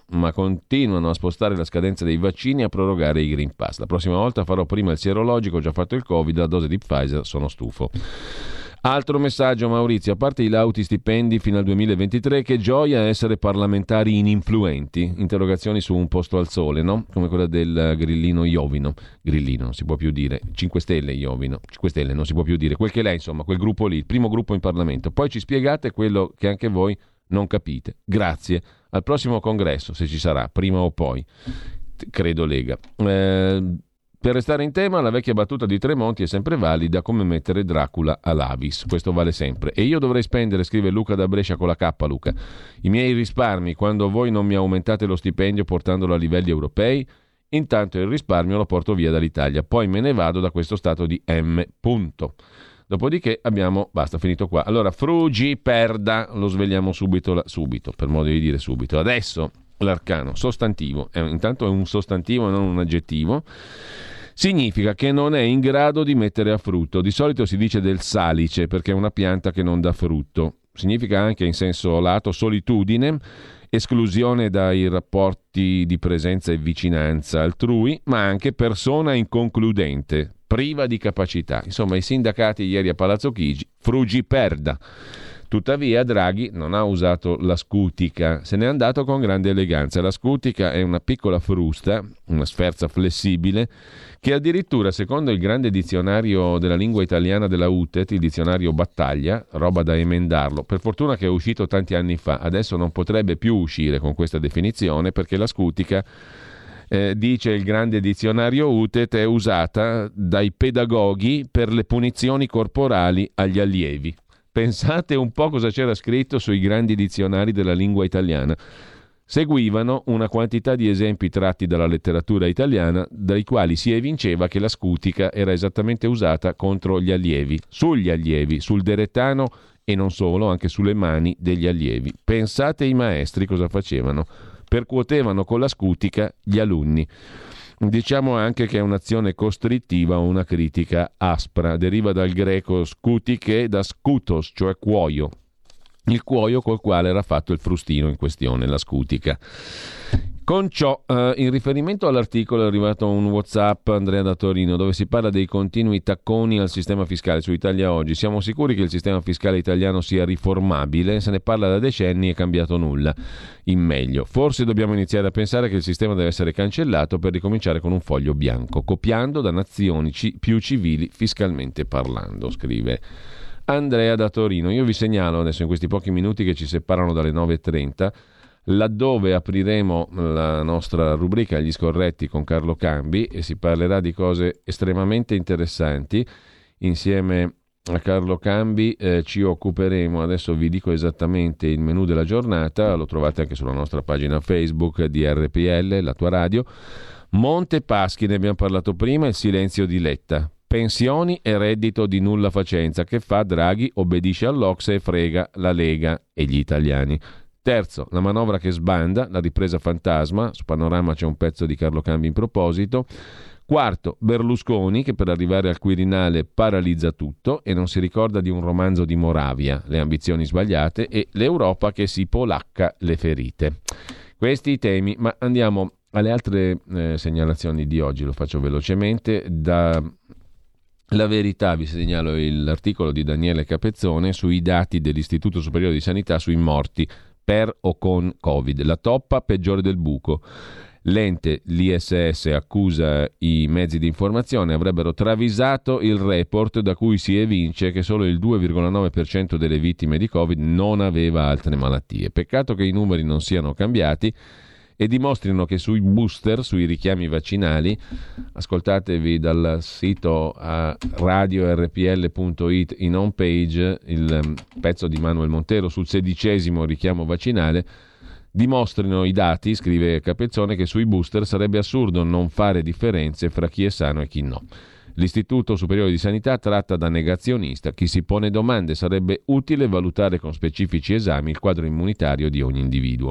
Speaker 1: a spostare la scadenza dei vaccini e a prorogare i Green Pass. La prossima volta farò prima il sierologico, ho già fatto il Covid, la dose di Pfizer, sono stufo. Altro messaggio, Maurizio, a parte i lauti stipendi fino al 2023, che gioia essere parlamentari ininfluenti. Interrogazioni su un posto al sole, no? Come quella del grillino Iovino. Grillino, non si può più dire. 5 Stelle Iovino. 5 Stelle, non si può più dire. Quel che lei, insomma, quel gruppo lì, il primo gruppo in Parlamento. Poi ci spiegate quello che anche voi non capite. Grazie. Al prossimo congresso, se ci sarà, prima o poi. Credo Lega. Per restare in tema, la vecchia battuta di Tremonti è sempre valida, come mettere Dracula all'Avis. Questo vale sempre. E io dovrei spendere, scrive Luca da Brescia con la K, Luca, i miei risparmi quando voi non mi aumentate lo stipendio portandolo a livelli europei. Intanto il risparmio lo porto via dall'Italia. Poi me ne vado da questo stato di M. Punto. Dopodiché abbiamo, basta, finito qua. Allora, Frugiperda, lo svegliamo subito, per modo di dire subito. Adesso l'arcano, sostantivo. Intanto è un sostantivo e non un aggettivo. Significa che non è in grado di mettere a frutto. Di solito si dice del salice perché è una pianta che non dà frutto. Significa anche in senso lato solitudine, esclusione dai rapporti di presenza e vicinanza altrui, ma anche persona inconcludente, priva di capacità. Insomma, i sindacati ieri a Palazzo Chigi, Frugiperda. Tuttavia Draghi non ha usato la scutica, se n'è andato con grande eleganza. La scutica è una piccola frusta, una sferza flessibile, che addirittura, secondo il grande dizionario della lingua italiana della UTET, il dizionario Battaglia, roba da emendarlo, per fortuna che è uscito tanti anni fa, adesso non potrebbe più uscire con questa definizione, perché la scutica, dice il grande dizionario UTET, è usata dai pedagoghi per le punizioni corporali agli allievi. Pensate un po' cosa c'era scritto sui grandi dizionari della lingua italiana. Seguivano una quantità di esempi tratti dalla letteratura italiana, dai quali si evinceva che la scutica era esattamente usata contro gli allievi, sugli allievi, sul derettano e non solo, anche sulle mani degli allievi. Pensate i maestri cosa facevano. Percuotevano con la scutica gli alunni. Diciamo anche che è un'azione costrittiva o una critica aspra. Deriva dal greco scutiche, da scutos, cioè cuoio. Il cuoio col quale era fatto il frustino in questione, la scutica. Con ciò, in riferimento all'articolo è arrivato un WhatsApp, Andrea da Torino, dove si parla dei continui tacconi al sistema fiscale. Su Italia Oggi: siamo sicuri che il sistema fiscale italiano sia riformabile? Se ne parla da decenni e è cambiato nulla in meglio. Forse dobbiamo iniziare a pensare che il sistema deve essere cancellato per ricominciare con un foglio bianco, copiando da nazioni più civili fiscalmente parlando, scrive Andrea da Torino. Io vi segnalo adesso, in questi pochi minuti che ci separano dalle 9.30, laddove apriremo la nostra rubrica Gli scorretti con Carlo Cambi, e si parlerà di cose estremamente interessanti. Insieme a Carlo Cambi ci occuperemo, adesso vi dico esattamente il menù della giornata, lo trovate anche sulla nostra pagina Facebook di RPL, la tua radio. Monte Paschi, ne abbiamo parlato prima, il silenzio di Letta. Pensioni e reddito di nulla facenza. Che fa Draghi? Obbedisce all'Ocse e frega la Lega e gli italiani. Terzo, la manovra che sbanda, la ripresa fantasma. Su Panorama c'è un pezzo di Carlo Cambi in proposito. Quarto, Berlusconi che per arrivare al Quirinale paralizza tutto e non si ricorda di un romanzo di Moravia, le ambizioni sbagliate, e l'Europa che si polacca le ferite. Questi i temi, ma andiamo alle altre segnalazioni di oggi, lo faccio velocemente. Da La Verità vi segnalo l'articolo di Daniele Capezzone sui dati dell'Istituto Superiore di Sanità sui morti per o con Covid. La toppa peggiore del buco. L'ente, l'ISS, accusa i mezzi di informazione, avrebbero travisato il report da cui si evince che solo il 2,9% delle vittime di Covid non aveva altre malattie. Peccato che i numeri non siano cambiati e dimostrino che sui booster, sui richiami vaccinali, ascoltatevi dal sito radio-rpl.it in home page il pezzo di Manuel Montero sul 16° richiamo vaccinale, dimostrino i dati, scrive Capezzone, che sui booster sarebbe assurdo non fare differenze fra chi è sano e chi no. L'Istituto Superiore di Sanità tratta da negazionista chi si pone domande. Sarebbe utile valutare con specifici esami il quadro immunitario di ogni individuo.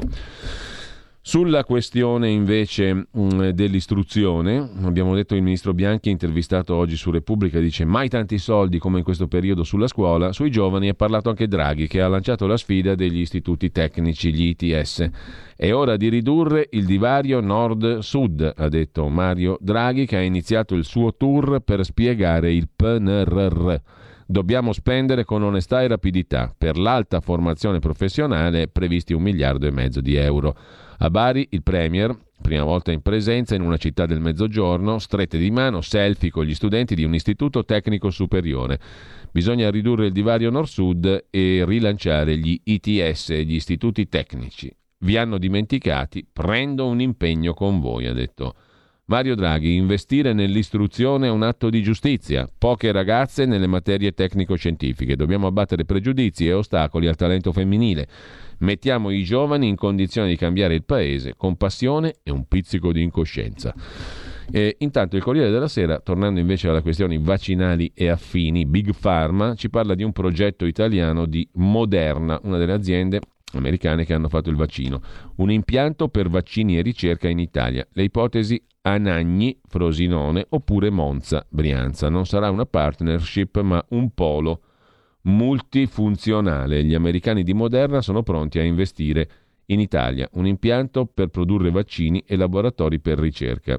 Speaker 1: Sulla questione invece dell'istruzione, abbiamo detto il ministro Bianchi, intervistato oggi su Repubblica, dice mai tanti soldi come in questo periodo sulla scuola. Sui giovani ha parlato anche Draghi, che ha lanciato la sfida degli istituti tecnici, gli ITS. È ora di ridurre il divario nord-sud, ha detto Mario Draghi, che ha iniziato il suo tour per spiegare il PNRR. Dobbiamo spendere con onestà e rapidità. Per l'alta formazione professionale previsti 1,5 miliardi di euro. A Bari il Premier, prima volta in presenza in una città del Mezzogiorno, strette di mano, selfie con gli studenti di un istituto tecnico superiore. Bisogna ridurre il divario nord-sud e rilanciare gli ITS, gli istituti tecnici. Vi hanno dimenticati, prendo un impegno con voi, ha detto Mario Draghi. Investire nell'istruzione è un atto di giustizia. Poche ragazze nelle materie tecnico-scientifiche. Dobbiamo abbattere pregiudizi e ostacoli al talento femminile. Mettiamo i giovani in condizione di cambiare il paese con passione e un pizzico di incoscienza. E intanto il Corriere della Sera, tornando invece alle questioni vaccinali e affini, Big Pharma ci parla di un progetto italiano di Moderna, una delle aziende americane che hanno fatto il vaccino. Un impianto per vaccini e ricerca in Italia. Le ipotesi Anagni, Frosinone oppure Monza, Brianza. Non sarà una partnership ma un polo multifunzionale. Gli americani di Moderna sono pronti a investire in Italia. Un impianto per produrre vaccini e laboratori per ricerca.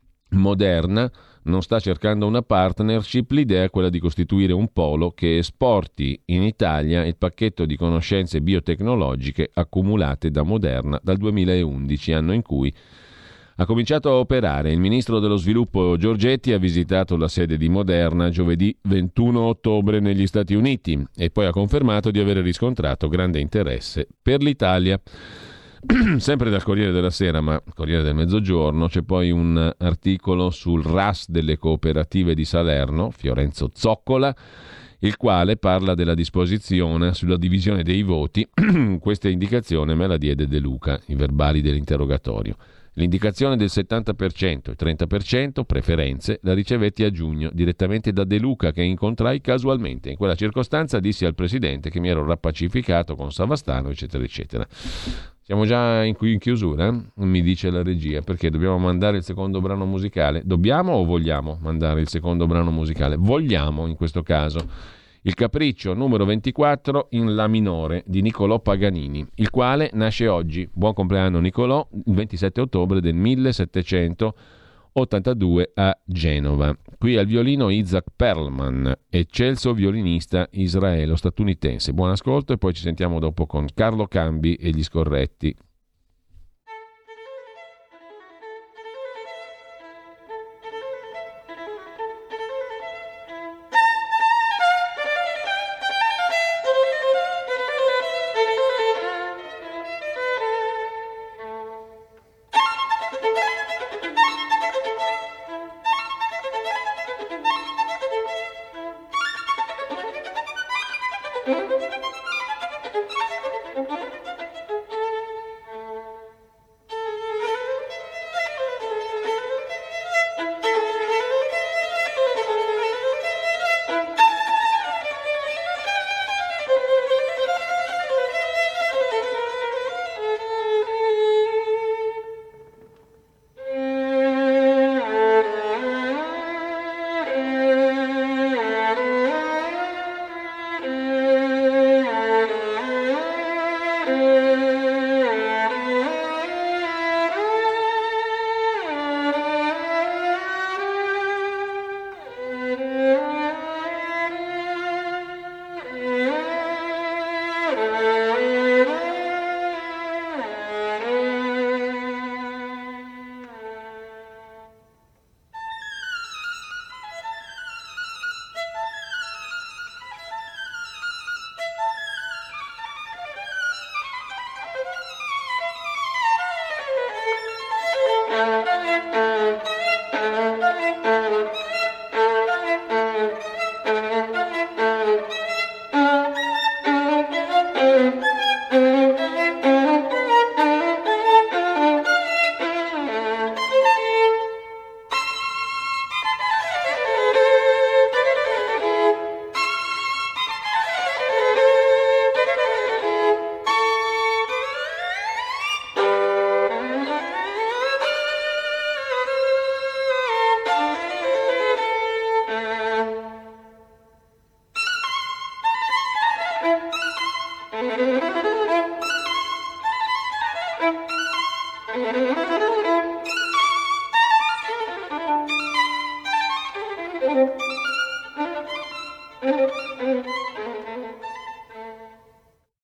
Speaker 1: Moderna non sta cercando una partnership, l'idea è quella di costituire un polo che esporti in Italia il pacchetto di conoscenze biotecnologiche accumulate da Moderna dal 2011, anno in cui ha cominciato a operare. Il ministro dello sviluppo Giorgetti ha visitato la sede di Moderna giovedì 21 ottobre negli Stati Uniti e poi ha confermato di avere riscontrato grande interesse per l'Italia. Sempre dal Corriere della Sera, ma Corriere del Mezzogiorno, c'è poi un articolo sul RAS delle cooperative di Salerno, Fiorenzo Zoccola, il quale parla della disposizione sulla divisione dei voti. Questa indicazione me la diede De Luca, i verbali dell'interrogatorio. L'indicazione del 70% e 30% preferenze la ricevetti a giugno direttamente da De Luca, che incontrai casualmente. In quella circostanza dissi al presidente che mi ero rappacificato con Savastano, eccetera, eccetera. Siamo già in chiusura? Mi dice la regia, perché dobbiamo mandare il secondo brano musicale. Dobbiamo o vogliamo mandare il secondo brano musicale? Vogliamo in questo caso. Il Capriccio numero 24 in La minore di Niccolò Paganini, il quale nasce oggi. Buon compleanno Niccolò, il 27 ottobre del 1782 a Genova. Qui al violino Isaac Perlman, eccelso violinista israelo-statunitense. Buon ascolto e poi ci sentiamo dopo con Carlo Cambi e gli Scorretti.